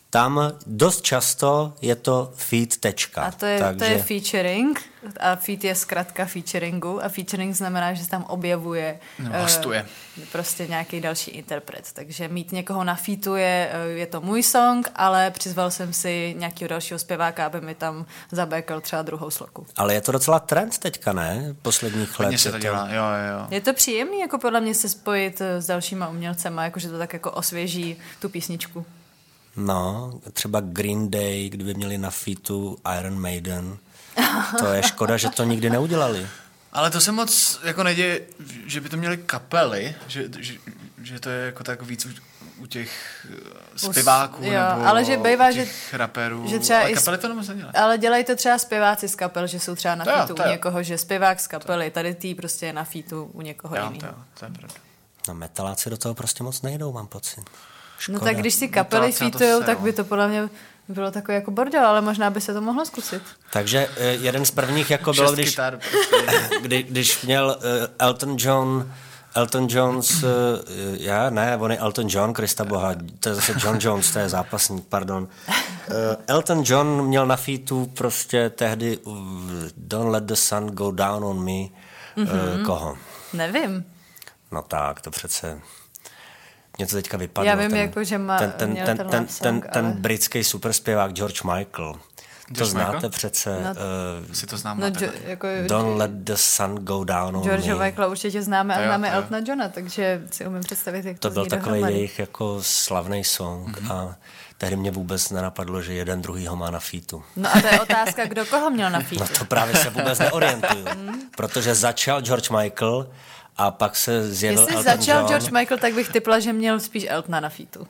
tam dost často je to feat tečka. A to je featuring a feat je zkratka featuringu a featuring znamená, že se tam objevuje hostuje. Prostě nějaký další interpret. Takže mít někoho na featu je to můj song, ale přizval jsem si nějakého dalšího zpěváka, aby mi tam zabékal třeba druhou sloku. Ale je to docela trend teďka, ne? Posledních let. Hodně se to dělá, jo. Je to příjemný, jako podle mě se spojit s dalšíma umělcema, jakože to tak jako osvěží tu písničku. No, třeba Green Day, kdyby měli na featu Iron Maiden. To je škoda, že to nikdy neudělali. Ale to se moc jako neděje, že by to měly kapely, že to je jako tak víc u těch zpěváků jo, nebo ale že bejvá, těch raperů. Že třeba ale kapely to nemoc nedělají. Ale dělají to třeba zpěváci z kapel, že jsou třeba na featu u někoho, že zpěvák z kapely, tady tý prostě je na featu u někoho jiného. To je pravda. No metaláci do toho prostě moc nejdou, mám pocit. Škoda. No tak když si kapely featujou, tak by to podle mě bylo takový jako bordel, ale možná by se to mohlo zkusit. Takže jeden z prvních jako bylo, když měl Elton Jones, on je Elton John, Krista boha, to je zase John Jones, to je zápasník, pardon. Elton John měl na featu prostě tehdy Don't Let the Sun Go Down on Me. Koho? Nevím. No tak, to přece něco teďka vypadlo. Já vím, jako, že má ten britský superspěvák George Michael. To znáte přece. Si to znám. Jako, Don't let the sun go down on George me. Michaela určitě známe a známe Eltona Johna, takže si umím představit, jak to byl takový jejich jako slavný song a tehdy mě vůbec nenapadlo, že jeden druhý ho má na featu. No a to je otázka, kdo koho měl na featu. No to právě se vůbec neorientuju, protože začal George Michael a pak se zjevil Elton John. Jestli začal George Michael, tak bych tipla, že měl spíš Eltona na featu.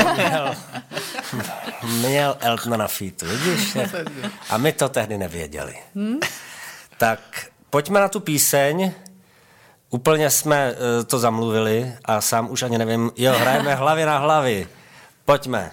Měl Eltona na featu, vidíš? A my to tehdy nevěděli. Tak pojďme na tu píseň. Úplně jsme to zamluvili a sám už ani nevím. Jo, hrajeme hlavy na hlavy. Pojďme.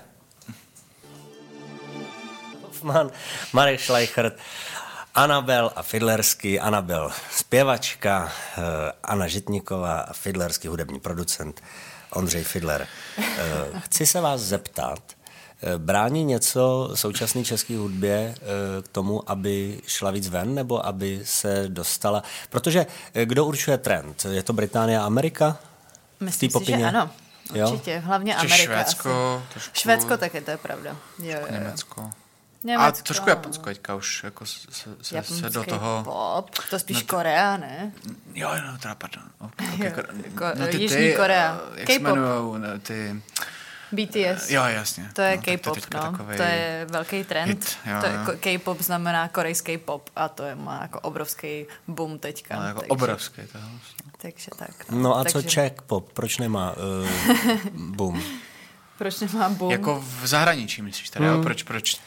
Hoffman, Marek Schleichert, Anabel a Fidlerský. Anabel zpěvačka, Anna Žitníková a Fidlerský hudební producent Ondřej Fidler. Chci se vás zeptat, brání něco současné české hudbě k tomu, aby šla víc ven, nebo aby se dostala... Protože kdo určuje trend? Je to Británie a Amerika? Myslím si, že ano. Určitě, hlavně Amerika. Švédsko. Švédsko taky, to je pravda. Jo. Německo. A trošku Japonsko teďka už jako se do toho... pop, to spíš Korea, ne? Jo, no, teda pardon. Jižní Korea. Jak se jmenujou ty... BTS. Jo, jasně. To je K-pop, no. To je velký trend. K-pop znamená korejský pop a to má jako obrovský boom teďka. No, jako obrovský. Takže tak. No a co Czech pop? Proč nemá boom? Proč nemá boom? Jako v zahraničí, myslíš tady, jo? Proč?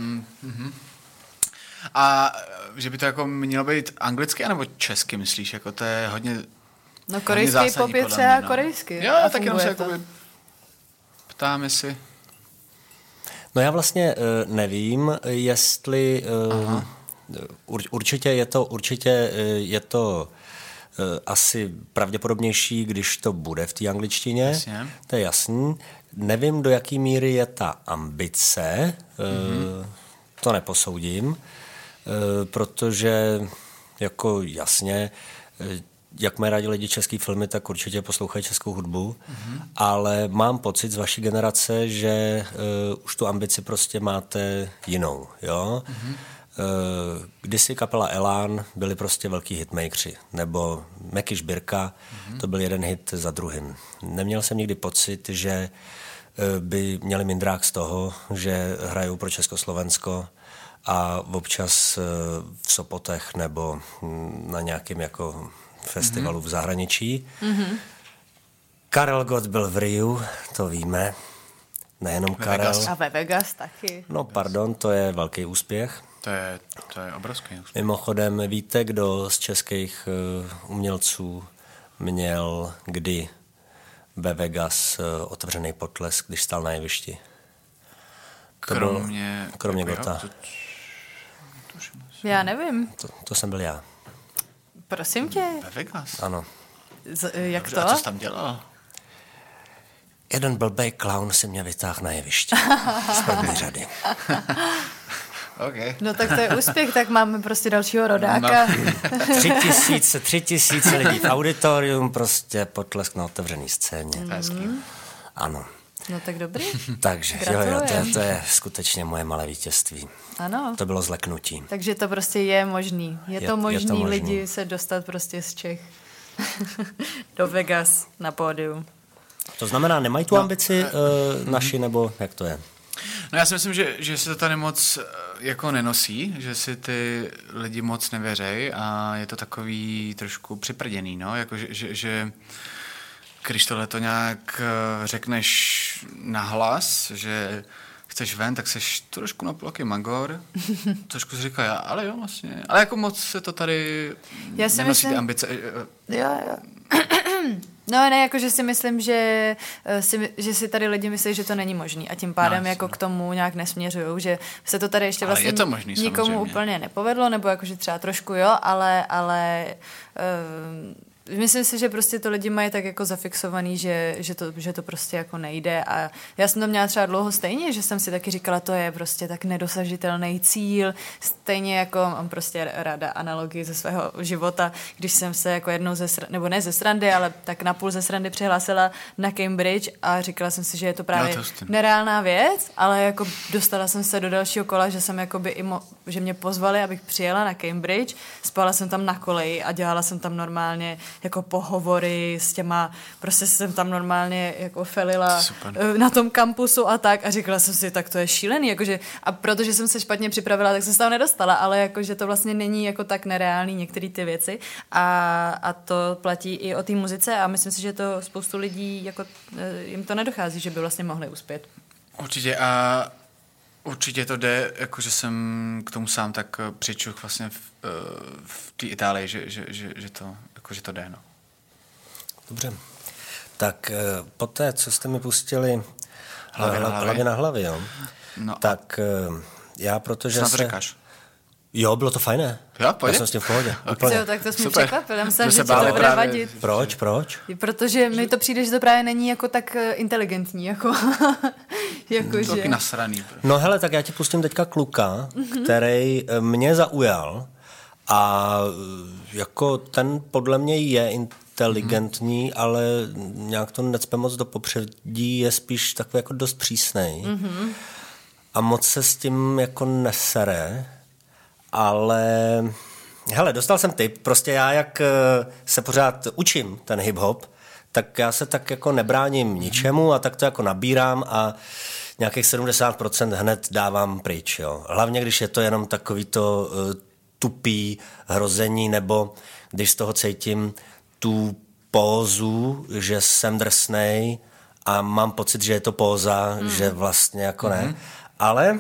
A že by to jako mělo být anglicky anebo česky, myslíš? Jako to je hodně no korejský pop je třeba korejský. Jo, tak jenom se jakoby ptám, jestli... No já vlastně nevím, jestli... Určitě je to asi pravděpodobnější, když to bude v té angličtině. Jasně. To je jasný. Nevím, do jaký míry je ta ambice, to neposoudím, protože jako jasně, jak mají rádi lidi český filmy, tak určitě poslouchají českou hudbu, ale mám pocit z vaší generace, že už tu ambici prostě máte jinou, jo? Kdysi kapela Elán byli prostě velký hitmakeri, nebo Meky Šbírka, to byl jeden hit za druhým. Neměl jsem nikdy pocit, že by měli mindrák z toho, že hrajou pro Československo a občas v Sopotech nebo na nějakém jako festivalu v zahraničí. Karel Gott byl v Riu, to víme. Nejenom Karel. A ve Vegas taky. No pardon, to je velký úspěch. To je obrovský úspěch. Mimochodem, víte, kdo z českých umělců měl kdy ve Vegas otevřený potlesk, když stál na jevišti? Kromě Gotta. Já nevím. To jsem byl já. Prosím tě. Ve Vegas? Ano. Jak dobře, to? A co jsi tam dělal? jeden blbej klaun si mě vytáhl na jeviště z první řady. Okay. No tak to je úspěch, tak máme prostě dalšího rodáka. No. 3000 lidí v auditorium, prostě potlesk na otevřený scéně. Ano. No tak dobrý. Takže to je skutečně moje malé vítězství. Ano. To bylo zleknutí. Takže to prostě je možný. Je to možný lidi se dostat prostě z Čech do Vegas na pódium. To znamená, nemají tu ambici naši, nebo jak to je? No já si myslím, že se to tady moc jako nenosí, že si ty lidi moc nevěřej a je to takový trošku připrděný, no, jako že když tohle to nějak řekneš nahlas, že chceš ven, tak seš trošku na ploky magor, trošku si říká, ale jo, vlastně, ale jako moc se to tady nenosí ty ambice. Jo. No ne, jako že si myslím, že si tady lidi myslí, že to není možný a tím pádem jako k tomu nějak nesměřujou, že se to tady ještě vlastně nikomu samozřejmě úplně nepovedlo, nebo jakože třeba trošku jo, ale myslím si, že prostě to lidi mají tak jako zafixovaný, že to prostě jako nejde a já jsem to měla třeba dlouho stejně, že jsem si taky říkala, to je prostě tak nedosažitelný cíl, stejně jako mám prostě ráda analogii ze svého života, když jsem se jako jednou nebo ne ze srandy, ale tak napůl ze srandy přihlásila na Cambridge a říkala jsem si, že je to právě nereálná věc, ale jako dostala jsem se do dalšího kola, že jsem jakoby že mě pozvali, abych přijela na Cambridge, spala jsem tam na koleji a dělala jsem tam normálně jako pohovory s těma, prostě jsem tam normálně jako felila na tom kampusu a tak a říkala jsem si, tak to je šílený, jakože, a protože jsem se špatně připravila, tak jsem se tam nedostala, ale jakože to vlastně není jako tak nereálný některé ty věci a to platí i o té muzice a myslím si, že to spoustu lidí jako jim to nedochází, že by vlastně mohli uspět. Určitě a určitě to jde, jakože jsem k tomu sám tak přičuch vlastně v té Itálii, že to jde, no. Dobře. Tak poté, co jste mi pustili hlavě na hlavě, jo? No. Tak já, protože co na to říkáš? Jo, bylo to fajné. Jo, pojď. Já jsem s tím v pohodě. Jo, tak to jsi mi překvapil. Já myslím, že ti to bude vadit. Proč? Protože mi to přijde, že to právě není jako tak inteligentní, jako že... nasraný. No hele, tak já ti pustím teďka kluka, který mě zaujal a jako ten podle mě je inteligentní, ale nějak to necpe moc do popředí, je spíš takový jako dost přísnej. A moc se s tím jako nesere. Ale hele, dostal jsem tip, prostě já jak se pořád učím ten hip-hop, tak já se tak jako nebráním ničemu a tak to jako nabírám a nějakých 70% hned dávám pryč, jo. Hlavně, když je to jenom takový to tupý hrození, nebo když z toho cítím tu pózu, že jsem drsnej a mám pocit, že je to póza, že vlastně jako ne. Ale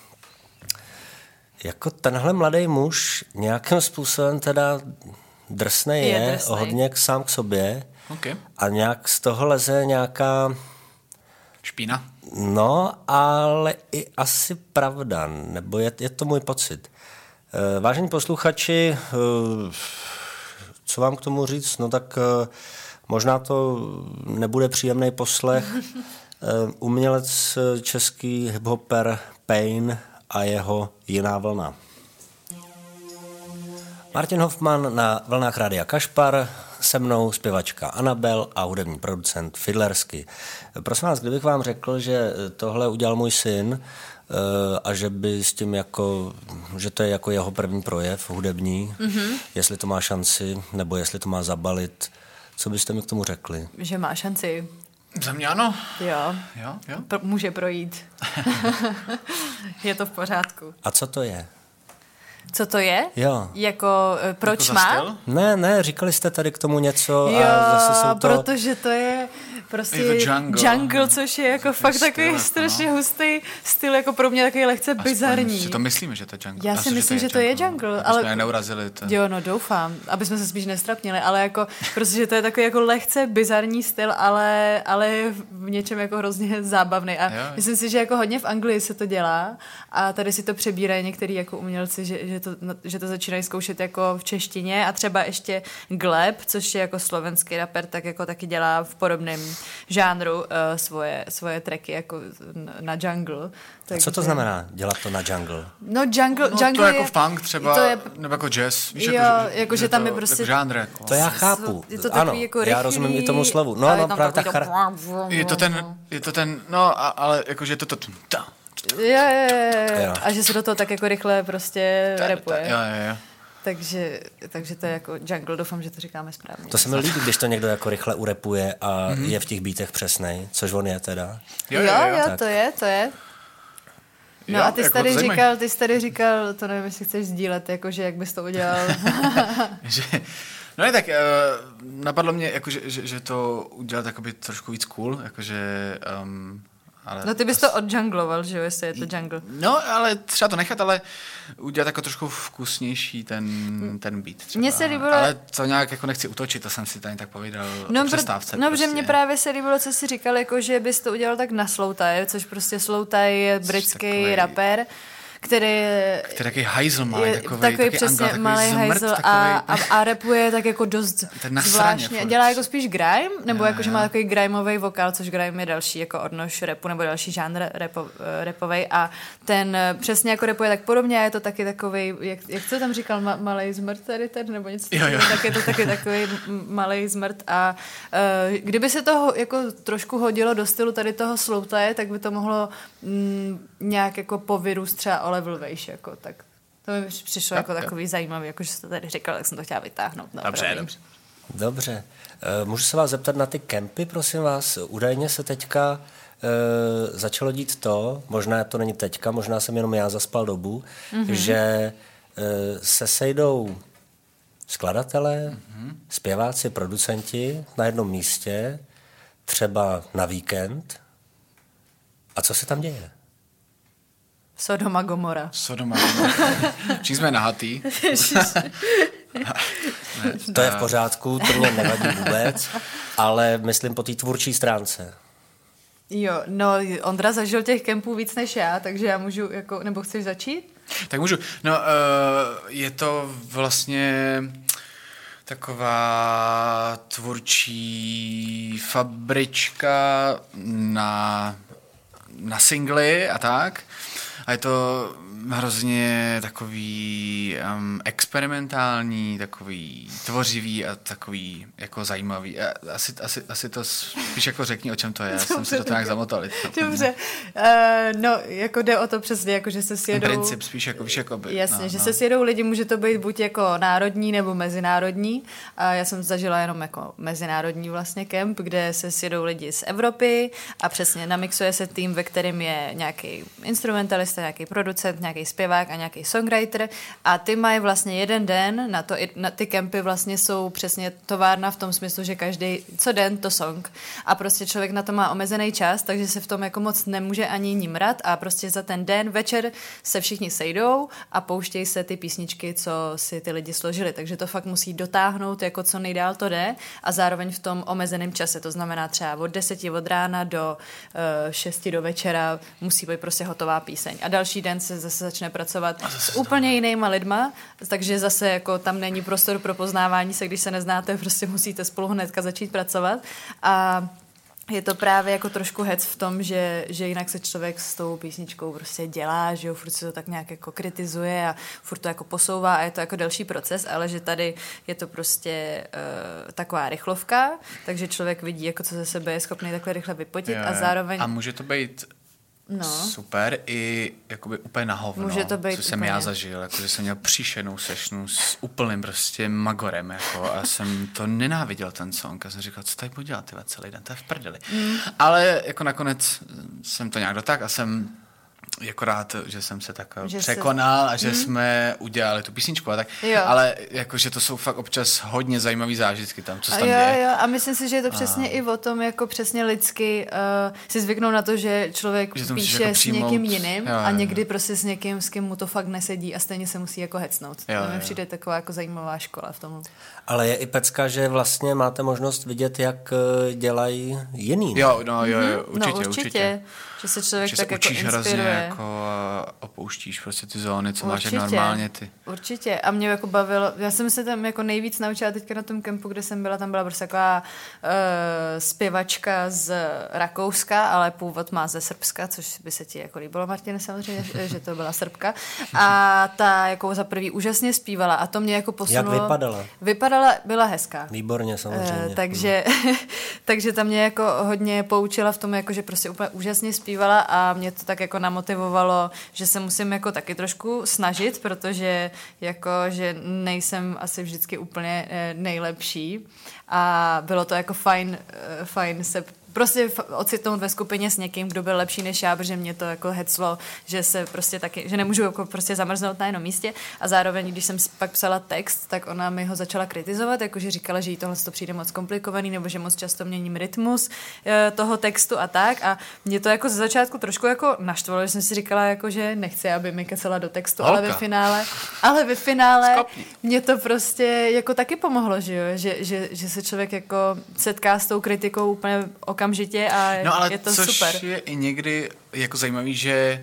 jako tenhle mladý muž nějakým způsobem teda drsnej je hodně sám k sobě a nějak z toho leze nějaká špína. No, ale i asi pravda, nebo je to můj pocit. Vážení posluchači, co vám k tomu říct? No tak možná to nebude příjemný poslech. Umělec český hiphoper Pain a jeho Jiná vlna. Martin Hoffman na vlnách Rádia Kašpar, se mnou zpěvačka Anabel a hudební producent Fidlersky. Prosím vás, kdybych vám řekl, že tohle udělal můj syn a že by s tím jako, že to je jako jeho první projev hudební, jestli to má šanci, nebo jestli to má zabalit, co byste mi k tomu řekli? Že má šanci. Za mě ano. Jo. Může projít. Je to v pořádku. A co to je? Co to je? Jo. Jako proč jako má? Ne, říkali jste tady k tomu něco jo, a zase jsou to... protože to je prostě jungle, což je jako fakt styl, takový strašně hustý styl, jako pro mě takový lehce bizarní. Si to myslíme, že to je jungle. Já si myslím, že to je jungle. Ale jsme neurazili to. Jo, no doufám, aby jsme se spíš nestrapnili, ale jako prostě to je takový jako lehce bizarní styl, ale v něčem jako hrozně zábavný. A jo. Myslím si, že jako hodně v Anglii se to dělá a tady si to přebírají některý jako umělci, že to začínají zkoušet jako v češtině a třeba ještě Gleb, což je jako slovenský rapper, tak jako taky dělá v podobném žánru svoje tracky jako na jungle. A co to znamená dělat to na jungle? No jungle to je, jako funk třeba, to je, nebo jako jazz, víš, jo, jako že tam je prostě jako žánr, jako. To já chápu. Je to ano, jako já rozumím i tomu slovu. No, právě tak. Je to ten, no, ale jakože to Jo. A že se do toho tak jako rychle prostě rapuje. Jo. Takže to je jako jungle, doufám, že to říkáme správně. To se mi líbí, když to někdo jako rychle urepuje a je v těch beatech přesnej, což on je teda. Jo, to je. No a ty jsi tady říkal, to nevím, jestli chceš sdílet, jakože jak bys to udělal. No ne, tak napadlo mě, jako, že to udělat jakoby trošku víc cool, jakože... Ale no ty bys to odjungloval, že jo, jestli je to jungle. No, ale třeba to nechat, ale udělat jako trošku vkusnější ten beat třeba. Mně se líbilo... Ale to nějak jako nechci utočit, to jsem si tady tak povídal o přestávce. No, protože mě právě se líbilo, co jsi říkal, jako že bys to udělal tak na Slowthai, což prostě Slowthai je britský rapper, který taky hajzl má, takový přesně malý hajzl a rapuje tak jako dost zvláštně. Dělá jako spíš grime, nebo jako, že má takový grimeový vokál, což grime je další jako odnož rapu, nebo další žánr rapovej a ten přesně jako rapuje tak podobně a je to taky takovej, jak to tam říkal, malej zmrt tady, nebo něco, tak je to taky takový malej zmrt a kdyby se to jako trošku hodilo do stylu tady toho Slowthai, tak by to mohlo nějak jako povyrůst třeba o level vejš, jako, tak to mi přišlo jako takový zajímavý, jako že jste tady říkal, tak jsem to chtěla vytáhnout. Dobře. Můžu se vás zeptat na ty kempy, prosím vás? Údajně se teďka začalo dít to, možná to není teďka, možná jsem jenom já zaspal dobu, že se sejdou skladatelé, zpěváci, producenti na jednom místě, třeba na víkend. A co se tam děje? Sodoma Gomora. Čím jsme nahatý. To je v pořádku, to mě nevadí vůbec, ale myslím po té tvůrčí stránce. Jo, no Ondra zažil těch kempů víc než já, takže já můžu, jako, nebo chceš začít? Tak můžu. No, je to vlastně taková tvůrčí fabrička na singly a tak. A je to hrozně takový experimentální, takový tvořivý a takový jako zajímavý. Asi to spíš jako řekni, o čem to je. Já jsem se do toho nějak zamotal. Dobře. No, jako jde o to přesně, jako že se sjedou... Princip spíš jako, víš, jako by. Jasně, že se sjedou lidi, může to být buď jako národní nebo mezinárodní. A já jsem zažila jenom jako mezinárodní vlastně kemp, kde se sjedou lidi z Evropy a přesně namixuje se tým, ve kterém je nějaký instrumentalista, nějaký producent, nějaký zpěvák a nějaký songwriter a ty mají vlastně jeden den, na ty kempy vlastně jsou přesně továrna v tom smyslu, že každý, co den to song a prostě člověk na to má omezený čas, takže se v tom jako moc nemůže ani nimrat a prostě za ten den večer se všichni sejdou a pouštějí se ty písničky, co si ty lidi složili, takže to fakt musí dotáhnout jako co nejdál to jde a zároveň v tom omezeném čase, to znamená třeba od 10 od rána do 6 do večera musí být prostě hotová píseň a další den se zase začne pracovat s úplně jinýma lidma, takže zase jako tam není prostor pro poznávání se, když se neznáte, prostě musíte spolu hnedka začít pracovat a je to právě jako trošku hec v tom, že jinak se člověk s tou písničkou prostě dělá, že jo, furt se to tak nějak jako kritizuje a furt to jako posouvá a je to jako delší proces, ale že tady je to prostě taková rychlovka, takže člověk vidí, jako co ze sebe je schopný takhle rychle vypotit a zároveň... A může to být super i jakoby úplně na hovno, může to být co jsem já zažil, jakože jsem měl příšernou sešnu s úplným prostě magorem jako, a jsem to nenáviděl ten song a jsem říkal, co tady budu dělat tyhle celý den, to je v prdeli. Ale jako nakonec jsem to nějak dotáhl a jsem jako rád, že jsem se tak překonal a že jsme udělali tu písničku a tak, ale jakože to jsou fakt občas hodně zajímavý zážitky tam, co se tam děje. Jo, a myslím si, že je to přesně i o tom, jako přesně lidsky si zvyknou na to, že člověk píše jako s někým jiným a někdy prostě s někým, s kým mu to fakt nesedí a stejně se musí jako hecnout. To mi přijde taková jako zajímavá škola v tom. Ale je i pecka, že vlastně máte možnost vidět, jak dělají jiný. Jo, určitě. Že se člověk že tak se jako učíš hrozně jako o opouštíš prostě ty zóny, co máš normálně ty. Určitě. A mě jako bavilo, já jsem se tam jako nejvíc naučila teďka na tom kempu, kde jsem byla, tam byla prostě taková zpěvačka z Rakouska, ale původ má ze Srbska, což by se ti jako líbilo, Martine, samozřejmě, že to byla Srbka. A ta jako za prvý úžasně zpívala a to mě jako posunulo. Jak vypadala? Vypadala, byla hezká. Výborně, samozřejmě. Takže ta mě jako hodně poučila v tom, jako, že prostě úplně úžasně zpívala a mě to tak jako namotivovalo, že se musím jako taky trošku snažit, protože jako, že nejsem asi vždycky úplně nejlepší a bylo to jako fajn se prostě ocitnout ve skupině s někým, kdo byl lepší než já, protože mě to jako heclo, že se prostě taky, že nemůžu jako prostě zamrznout na jednom místě a zároveň, když jsem pak psala text, tak ona mi ho začala kritizovat, jakože říkala, že jí tohle to přijde moc komplikovaný, nebo že moc často měním rytmus toho textu a tak a mě to jako ze začátku trošku jako naštvalo, že jsem si říkala, jako, že nechci, aby mi kecela do textu, ale ve finále mě to prostě jako taky pomohlo, že jo, že se člověk jako setká s tou kritikou úplně okamžitě a ale je to což super. Je i někdy jako zajímavý, že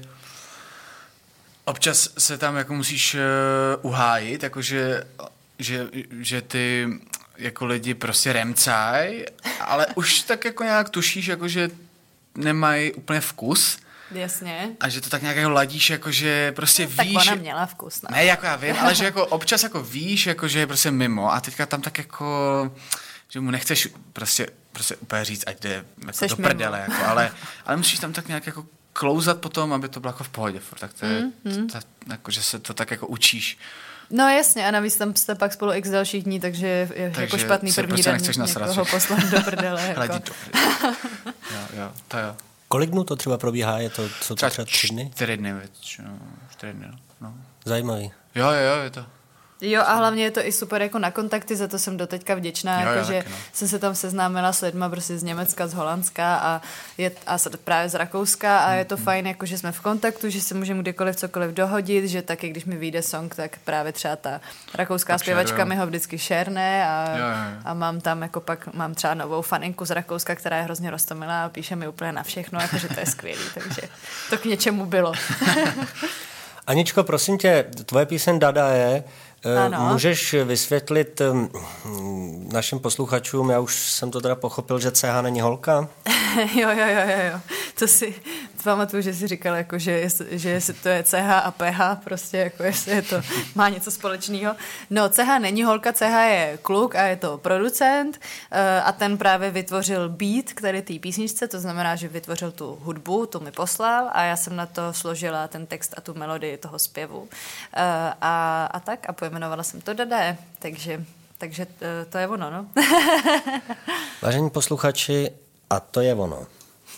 občas se tam jako musíš uhájit, jakože že ty jako lidi prostě remcaj, ale už tak jako nějak tušíš, jakože nemají úplně vkus. Jasně. A že to tak nějak jako ladíš, jakože prostě tak víš... Tak ona měla vkus. Ne, jako já vím, ale že jako občas jako víš, jakože je prostě mimo a teďka tam tak jako... že mu nechceš prostě úplně říct, ať jde jako do prdele, jako, ale musíš tam tak nějak jako klouzat potom, aby to bylo jako v pohodě. Tak to je, jako, že se to tak jako učíš. No jasně, a navíc tam jste pak spolu x dalších dní, takže je jako špatný první prostě den někoho poslat do prdele. Jako. jo, to jo. Kolik dnů to třeba probíhá? Je to, co to třeba 3 dny? 4 dny většinou. 4 dny, no. Zajímavý. Jo, je to. Jo, a hlavně je to i super jako na kontakty, za to jsem doteďka vděčná, jakože jsem se tam seznámila s lidma prostě z Německa, z Holandska a právě z Rakouska a je to fajn, jako, že jsme v kontaktu, že se můžeme kdykoliv cokoliv dohodit, že taky, když mi vyjde song, tak právě třeba ta rakouská zpěvačka mi ho vždycky šerne a mám tam jako pak, mám třeba novou faninku z Rakouska, která je hrozně roztomilá a píše mi úplně na všechno, jakože to je skvělý, takže to k něčemu bylo. Aničko, prosím tě, tvoje píseň Dada je, můžeš vysvětlit našim posluchačům, já už jsem to teda pochopil, že CH není holka? Jo. To si pamatuju, že jsi říkal, jako, že to je CH a PH, prostě jako jestli je to, má něco společného. No, CH není holka, CH je kluk a je to producent a ten právě vytvořil beat k tady té písničce, to znamená, že vytvořil tu hudbu, tu mi poslal a já jsem na to složila ten text a tu melodii toho zpěvu. A pojmenovala jsem to Dada, takže to je ono, no. Vážení posluchači, a to je ono.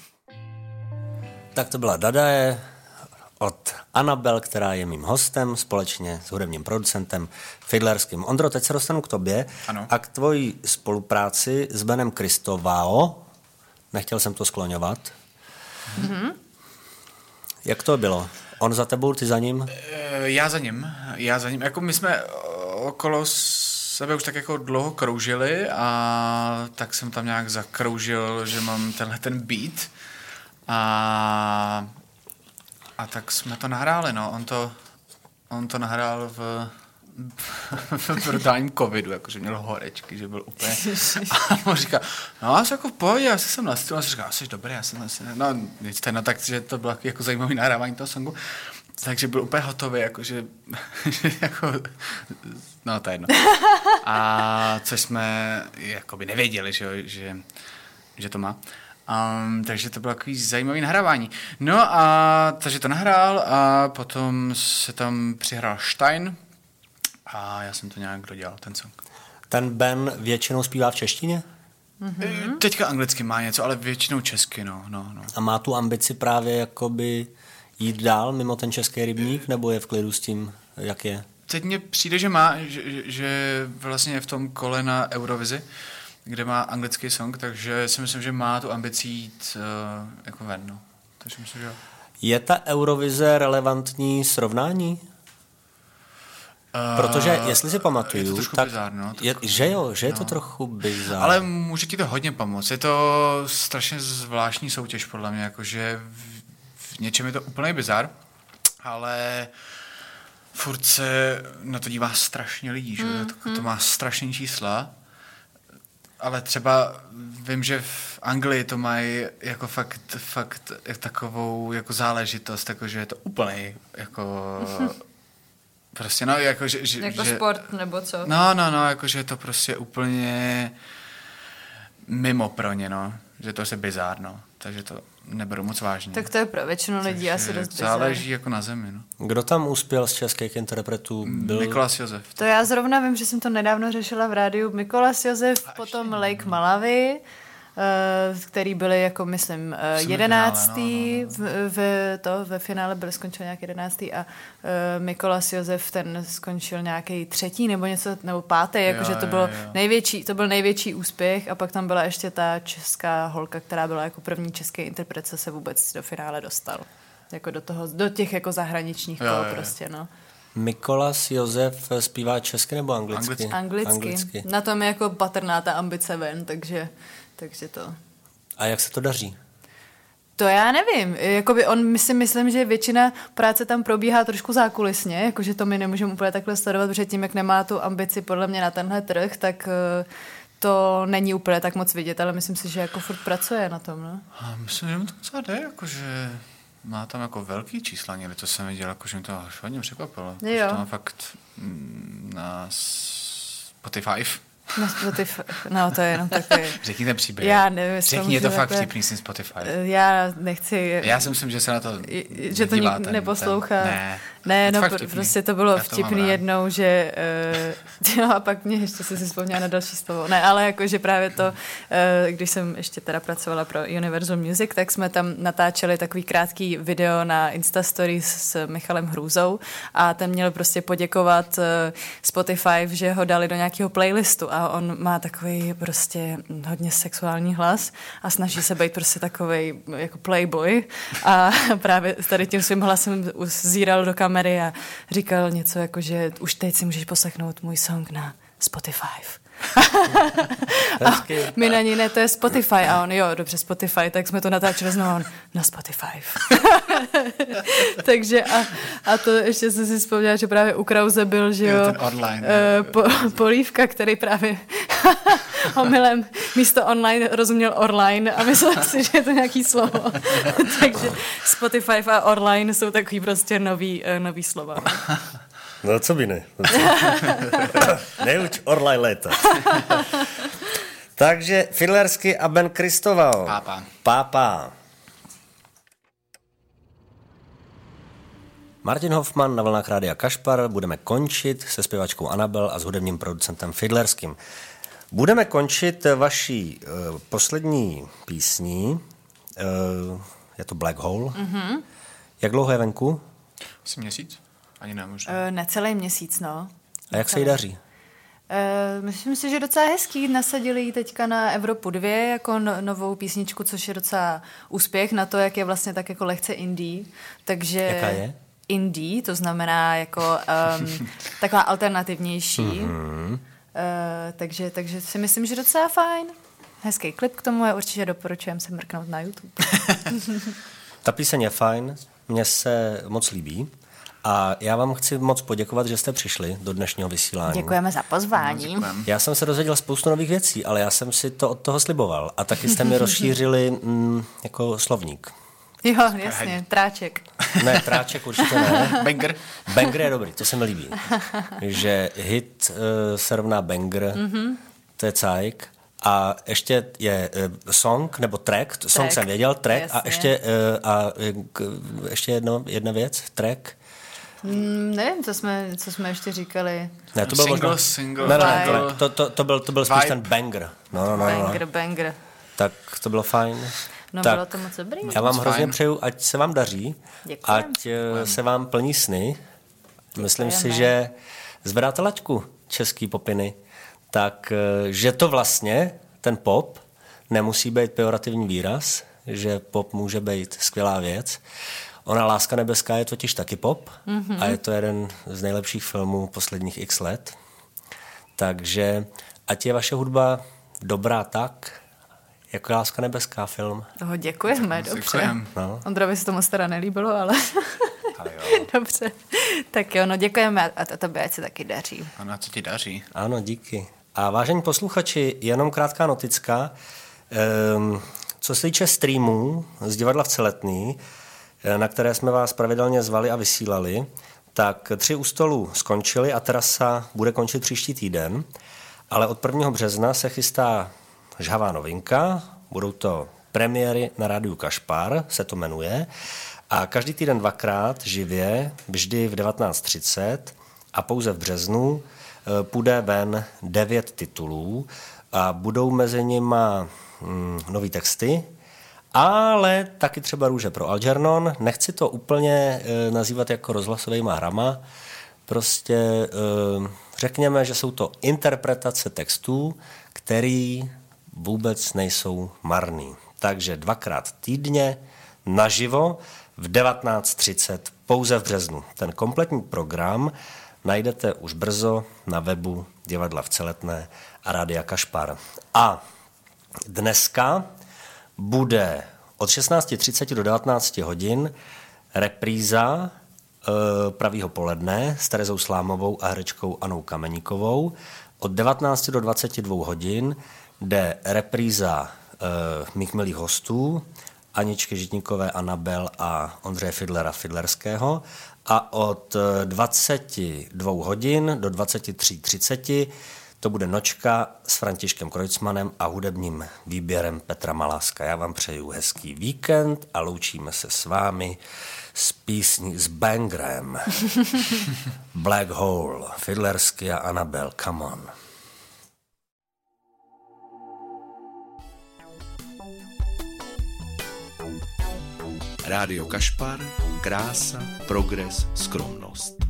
Tak to byla Dadae od Anabel, která je mým hostem, společně s hudebním producentem Fidlerským. Ondro, teď se dostanu k tobě a k tvojí spolupráci s Benem Kristovao. Nechtěl jsem to skloňovat. Mm-hmm. Jak to bylo? On za tebou, ty za ním? Já za ním. Jako my jsme okolo sebe už tak jako dlouho kroužili a tak jsem tam nějak zakroužil, že mám tenhle ten beat a tak jsme to nahráli, no. On to nahrál v brutálním covidu, jakože měl horečky, že byl úplně... A on říká, no asi jako v pohodě, já jsem nastavil, a jsem říkal, jsi dobrý, já jsem asi... No nic, no tak, že to bylo jako zajímavý nahrávání toho songu, takže byl úplně hotový, jakože... jako, no to je jedno. A což jsme jakoby nevěděli, že to má. Takže to bylo takový zajímavý nahrávání. No a takže to nahrál a potom se tam přihrál Stein a já jsem to nějak dodělal, ten song. Ten Ben většinou zpívá v češtině? Mm-hmm. Teďka anglicky má něco, ale většinou česky, no. A má tu ambici právě jakoby jít dál mimo ten český rybník, nebo je v klidu s tím, jak je? Teď mně přijde, že má, že vlastně je v tom kole na Eurovizi, kde má anglický song, takže si myslím, že má tu ambici jít jako ven, no. Takže myslím, že... Je ta Eurovize relevantní srovnání? Protože, jestli si pamatuju, je to trošku tak bizár, no, je to trochu bizár. Ale může ti to hodně pomoct. Je to strašně zvláštní soutěž, podle mě, jakože v něčem je to úplný bizár, ale furt se na to dívá strašně lidí, že? To má strašný čísla, ale třeba vím, že v Anglii to mají jako fakt takovou jako záležitost, jako že je to úplnej jako prostě no jako že jako sport nebo co? No, jako že je to prostě úplně mimo pro ně, no, že to je bizár, no, takže to neberu moc vážně. Tak to je pro většinu lidí asi dost bizár. Záleží jako na zemi, no. Kdo tam uspěl z českých interpretů? Byl Mikolas Josef. To já zrovna vím, že jsem to nedávno řešila v rádiu. Mikolas Josef, potom Lake Malawi, který byli jako, myslím, 11. Ve finále byli skončil nějak 11. a Mikolas Josef ten skončil nějaký 3. nebo něco, nebo 5. jakože to byl největší úspěch a pak tam byla ještě ta česká holka, která byla jako první český interpret, co se vůbec do finále dostal. Jako do těch jako zahraničních kol prostě, no. Mikolas Josef zpívá česky nebo anglicky? Anglicky. Na tom je jako patrná ta ambice ven, takže to. A jak se to daří? To já nevím. Jakoby my si myslím, že většina práce tam probíhá trošku zákulisně, jakože to my nemůžeme úplně takhle sledovat, protože tím, jak nemá tu ambici podle mě na tenhle trh, tak to není úplně tak moc vidět, ale myslím si, že jako furt pracuje na tom, no. A myslím, že mu to docela jde, jakože má tam jako velký čísla někde, to jsem viděl, jakože mi to až hodně překvapilo. Jo. To má fakt na Spotify. Na Spotify, no to je jenom takový. Řekněte příběh. Já nevím. Řekni, je to fakt vtipný s tím Spotify. Já nechci. Já si myslím, že se na to že to nikdo neposlouchá. Ne, no prostě to bylo vtipný jednou, že no a pak mě ještě si vzpomněla na další slovo. Ne, ale jakože právě to, když jsem ještě teda pracovala pro Universal Music, tak jsme tam natáčeli takový krátký video na Insta Stories s Michalem Hrůzou a ten měl prostě poděkovat Spotify, že ho dali do nějakého playlistu a on má takový prostě hodně sexuální hlas a snaží se být prostě takovej jako playboy a právě tady tím svým hlasem zíral do kamery a říkal něco jako, že už teď si můžeš poslechnout můj song na Spotify. A my na ní ne, to je Spotify a on, jo, dobře, Spotify, tak jsme to natáčeli znovu na Spotify. Takže a to ještě jsem si vzpomněla, že právě u Krause byl, že jo, Polívka, který právě omylem místo online rozuměl online a myslel si, že je to nějaký slovo. Takže Spotify a online jsou takový prostě nový slova. No co by ne? Neuč Orlaj létat. Takže Fiedlersky a Ben Kristoval. Pápa. Martin Hoffman na vlnách Rádia Kašpar. Budeme končit se zpěvačkou Anabel a s hudebním producentem Fiedlerským. Budeme končit vaší poslední písní. Je to Black Hole. Mm-hmm. Jak dlouho je venku? Asi měsíc? Ani ne, možná. Necelý měsíc, no. A jak se jí daří? Myslím si, že docela hezký. Nasadili ji teďka na Evropu 2 jako novou písničku, což je docela úspěch na to, jak je vlastně tak jako lehce indie. Takže jaká je? Indie, to znamená jako taková alternativnější. Mm-hmm. Takže si myslím, že docela fajn. Hezký klip k tomu a určitě doporučujem se mrknout na YouTube. Ta píseň je fajn, mně se moc líbí. A já vám chci moc poděkovat, že jste přišli do dnešního vysílání. Děkujeme za pozvání. Já jsem se dozvěděl spoustu nových věcí, ale já jsem si to od toho sliboval. A taky jste mi rozšířili jako slovník. Jo, jasně, tráček. Ne, tráček určitě ne. Banger. Banger je dobrý, to se mi líbí. Že hit se rovná banger, to je cajk. A ještě je song, nebo track, song jsem věděl, track, jasně. A ještě jedna věc, track. Nevím, co jsme ještě říkali. Ne, to byl single. Ne, to byl spíš ten banger. No. Banger. Tak to bylo fajn. No tak, bylo to moc dobrý. Já vám hrozně přeju, ať se vám daří, děkujem. ať se vám plní sny. Myslím si, že zvedáte laťku český popiny, tak že to vlastně, ten pop, nemusí být pejorativní výraz, že pop může být skvělá věc. Ona Láska nebeská je totiž taky pop a je to jeden z nejlepších filmů posledních x let. Takže ať je vaše hudba dobrá tak, jako Láska nebeská film. Toho děkujeme, dobře. No. Ondrovi se to moc teda nelíbilo, ale Dobře. Tak jo, no děkujeme a tobě, ať se taky daří. Ano, a co ti daří? Ano, díky. A vážení posluchači, jenom krátká noticka. Co se týče streamů z divadla v Celetný, na které jsme vás pravidelně zvali a vysílali, tak 3 u stolu skončily a terasa bude končit příští týden, ale od 1. března se chystá žhavá novinka, budou to premiéry na rádiu Kašpar, se to jmenuje, a každý týden 2krát živě, vždy v 19:30 a pouze v březnu půjde ven 9 titulů a budou mezi nima nový texty, ale taky třeba Růže pro Algernon. Nechci to úplně nazývat jako rozhlasovýma hrama, prostě řekněme, že jsou to interpretace textů, který vůbec nejsou marný. Takže 2krát týdně naživo v 19:30 pouze v březnu. Ten kompletní program najdete už brzo na webu Divadla v Celetné a Rádia Kašpar. A dneska bude od 16:30 do 19 hodin repríza Pravýho poledne s Terezou Slámovou a herečkou Anou Kameníkovou. Od 19 do 22 hodin jde repríza mých milých hostů Aničky Žitníkové, Anabel a Ondřeje Fidlera Fidlerského. A od 22 hodin do 23:30 to bude nočka s Františkem Kreutzmanem a hudebním výběrem Petra Maláska. Já vám přeju hezký víkend a loučíme se s vámi s písní s bangrem. Black Hole, Fidlersky a Anabel, come on. Rádio Kašpar, krása, progres, skromnost.